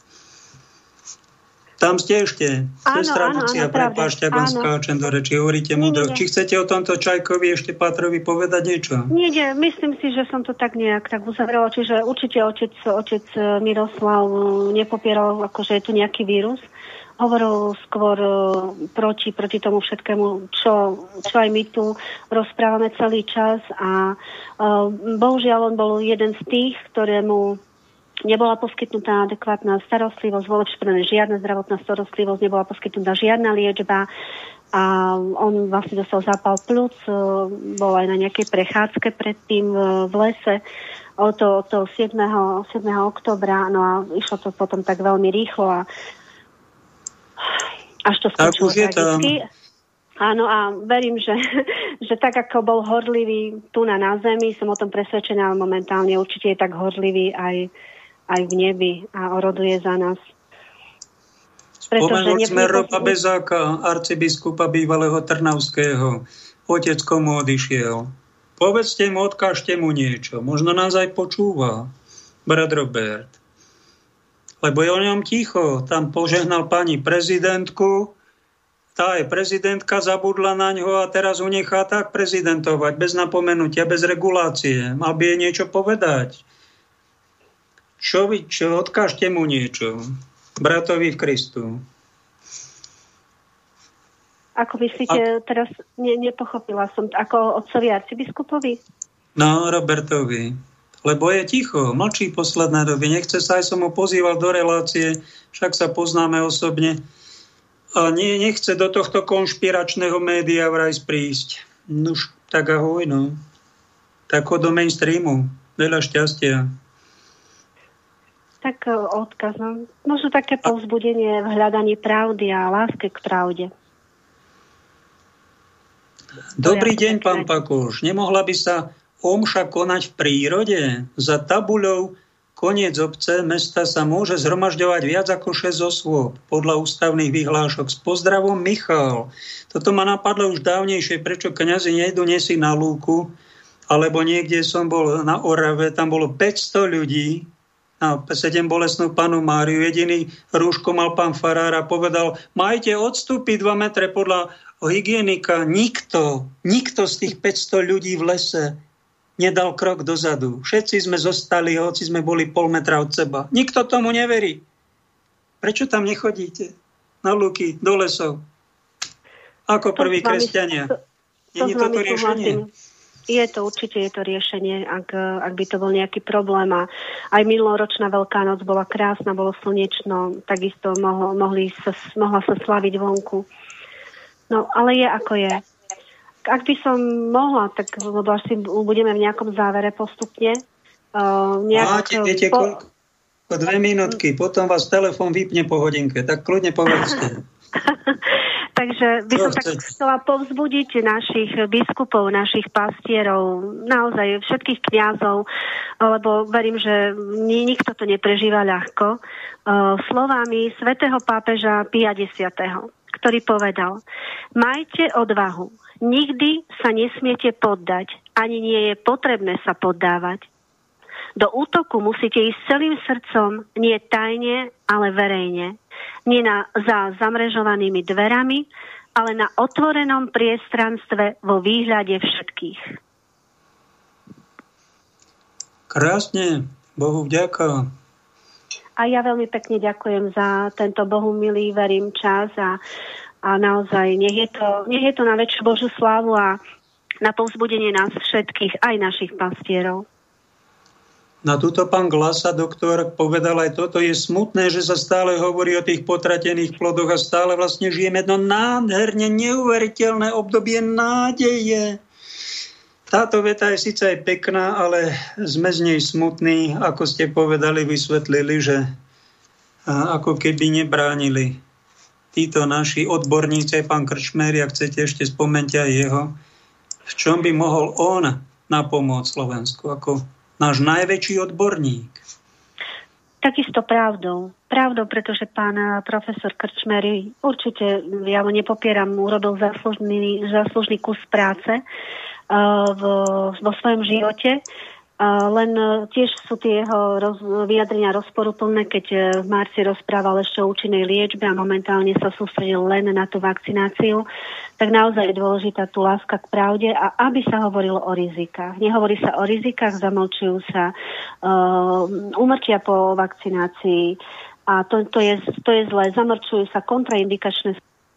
Tam ste ešte. Sestra Lucia, prepáčte, ak vám skáčem do reči. Hovoríte múdro. Či chcete o tomto Čajkovi ešte Pátrovi povedať niečo? Nie, nie. Myslím si, že som to tak nejak tak uzavrela. Čiže určite otec, otec Miroslav nepopieral, akože je tu nejaký vírus. Hovoril skôr proti, proti tomu všetkému, čo, čo aj my tu rozprávame celý čas. A uh, bohužiaľ on bol jeden z tých, ktorému nebola poskytnutá adekvátna starostlivosť, vôbec žiadna zdravotná starostlivosť, nebola poskytnutá žiadna liečba a on vlastne dostal zápal pľúc, bol aj na nejakej prechádzke predtým v lese od toho, toho siedmeho októbra, no a išlo to potom tak veľmi rýchlo a až to skončilo tragicky. Áno, a verím, že, že tak, ako bol horlivý tu na, na zemi, som o tom presvedčená, ale momentálne určite je tak horlivý aj aj v nebi a oroduje za nás. Spomenul sme Roba Bezáka, arcibiskupa bývalého Trnavského. Otec komu odišiel. Povedzte mu, odkážte mu niečo. Možno nás aj počúva. Brat Robert. Lebo je o ňom ticho. Tam požehnal pani prezidentku. Tá je prezidentka, zabudla na ňo a teraz ho nechá tak prezidentovať. Bez napomenutia, bez regulácie. Mal by jej niečo povedať. Čo vy, čo, odkážte mu niečo. Bratovi v Kristu. Ako myslíte, a... teraz ne, nepochopila som, ako otcovi arcibiskupovi? No, Robertovi. Lebo je ticho, mlčí posledné doby. Nechce sa, aj som ho pozýval do relácie, však sa poznáme osobne. A nie, nechce do tohto konšpiračného média vraj prísť. Nuž, Tak ahoj, no. Tak do mainstreamu. Veľa šťastia. Tak odkaz, no. Možno také povzbudenie v hľadaní pravdy a láske k pravde. Dobrý deň, pán Pakoš. Nemohla by sa omša konať v prírode? Za tabuľou koniec obce mesta sa môže zhromažďovať viac ako šesť osôb podľa ústavných vyhlášok. S pozdravom Michal. Toto ma napadlo už dávnejšie, prečo kňazi nejdu nesi na lúku, alebo niekde som bol na Orave, tam bolo päťsto ľudí, na sedem bolestnú panu Máriu, jediný rúško mal pán farár a povedal, majte odstúpiť dva metre podľa hygienika. Nikto, nikto z tých päťsto ľudí v lese nedal krok dozadu. Všetci sme zostali, hoci sme boli pol metra od seba. Nikto tomu neverí. Prečo tam nechodíte? Na lúky, do lesov. Ako prví kresťania. Nie je toto riešenie? Je to, určite je to riešenie, ak, ak by to bol nejaký problém. A aj minuloročná Veľká noc bola krásna, bolo slnečno, takisto mohlo, mohli sa, mohla sa slaviť vonku. No, ale je ako je. Ak by som mohla, tak lebo asi budeme v nejakom závere postupne. Uh, nejak, Máte, viete, po... koľko? Dve minútky, potom vás telefón vypne po hodinke, tak kľudne povedzte. Takže by som tak chcela povzbudiť našich biskupov, našich pastierov, naozaj všetkých kňazov, lebo verím, že nikto to neprežíva ľahko. Uh, slovami svätého pápeža Pia X, ktorý povedal, majte odvahu, nikdy sa nesmiete poddať, ani nie je potrebné sa poddávať. Do útoku musíte ísť celým srdcom, nie tajne, ale verejne. Nie na, za zamrežovanými dverami, ale na otvorenom priestranstve vo výhľade všetkých. Krásne, Bohu vďaka. A ja veľmi pekne ďakujem za tento Bohu milý, verím, čas a A naozaj, nech je, to, nech je to na väčšiu Božiu slávu a na povzbudenie nás všetkých, aj našich pastierov. Na túto pán Glasa, doktor, povedal aj toto. Je smutné, že sa stále hovorí o tých potratených plodoch a stále vlastne žijeme jedno nádherne neuveriteľné obdobie nádeje. Táto veta je síce aj pekná, ale sme z nej smutní, ako ste povedali, vysvetlili, že ako keby nebránili títo naši odborníci, aj pán Krčméry, ak chcete, ešte spomente aj jeho, v čom by mohol on napomôcť Slovensku ako náš najväčší odborník. Takisto pravdou. Pravdou, pretože pán profesor Krčméry určite, ja ho nepopieram, urobil záslužný, záslužný kus práce uh, vo, vo svojom živote. Uh, len uh, tiež sú tie jeho roz, vyjadrenia rozporuplné, keď uh, v marci rozprával ešte o účinnej liečbe a momentálne sa sústredil len na tú vakcináciu, tak naozaj je dôležitá tú láska k pravde a aby sa hovorilo o rizikách. Nehovorí sa o rizikách, zamlčujú sa uh, úmrtia po vakcinácii a to, to, je, to je zlé. Zamlčujú sa kontraindikačné.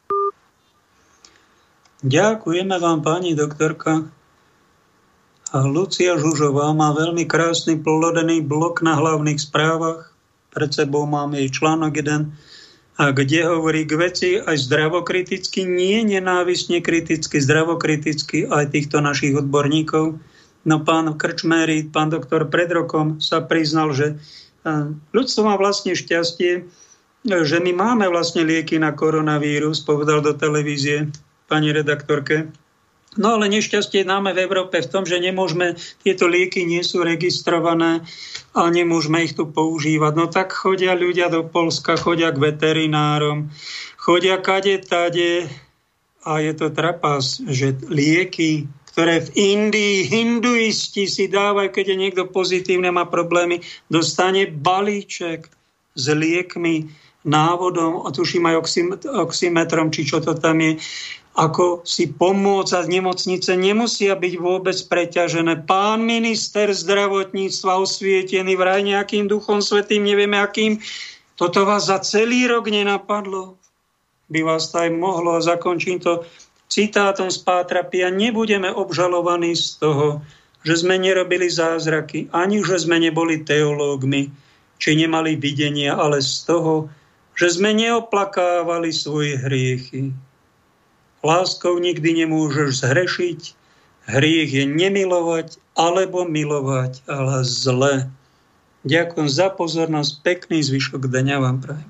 Ďakujeme vám, pani doktorka. A Lucia Žužová má veľmi krásny plodený blok na hlavných správach. Pred sebou mám jej článok jeden, a kde hovorí k veci aj zdravokriticky, nie nenávistne kriticky, zdravokriticky aj týchto našich odborníkov. No pán Krčméry, pán doktor, pred rokom sa priznal, že ľudstvo má vlastne šťastie, že my máme vlastne lieky na koronavírus, povedal do televízie pani redaktorke. No ale nešťastie máme v Európe v tom, že nemôžeme, tieto lieky nie sú registrované a nemôžeme ich tu používať. No tak chodia ľudia do Poľska, chodia k veterinárom, chodia kade tade a je to trapas, že lieky, ktoré v Indii hinduisti si dávajú, keď je niekto pozitívne, má problémy, dostane balíček s liekmi, návodom, a tuším aj oxym- oxymetrom, či čo to tam je, ako si pomôcť a nemocnice nemusia byť vôbec preťažené. Pán minister zdravotníctva osvietený vraj nejakým duchom svätým, nevieme akým, toto vás za celý rok nenapadlo. By vás to aj mohlo, a zakončím to citátom z Pátra Pia. Nebudeme obžalovaní z toho, že sme nerobili zázraky, ani že sme neboli teológmi, či nemali videnia, ale z toho, že sme neoplakávali svoje hriechy. Láskou nikdy nemôžeš zhrešiť, Hriech je nemilovať alebo milovať, ale zle. Ďakujem za pozornosť, pekný zvyšok dňa vám prajem.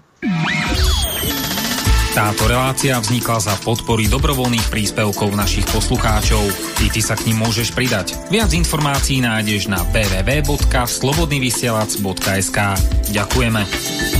Táto relácia vznikla za podpory dobrovoľných príspevkov našich poslucháčov. I ty sa k nim môžeš pridať. Viac informácií nájdeš na w w w bodka slobodnyvysielac bodka es ka. Ďakujeme.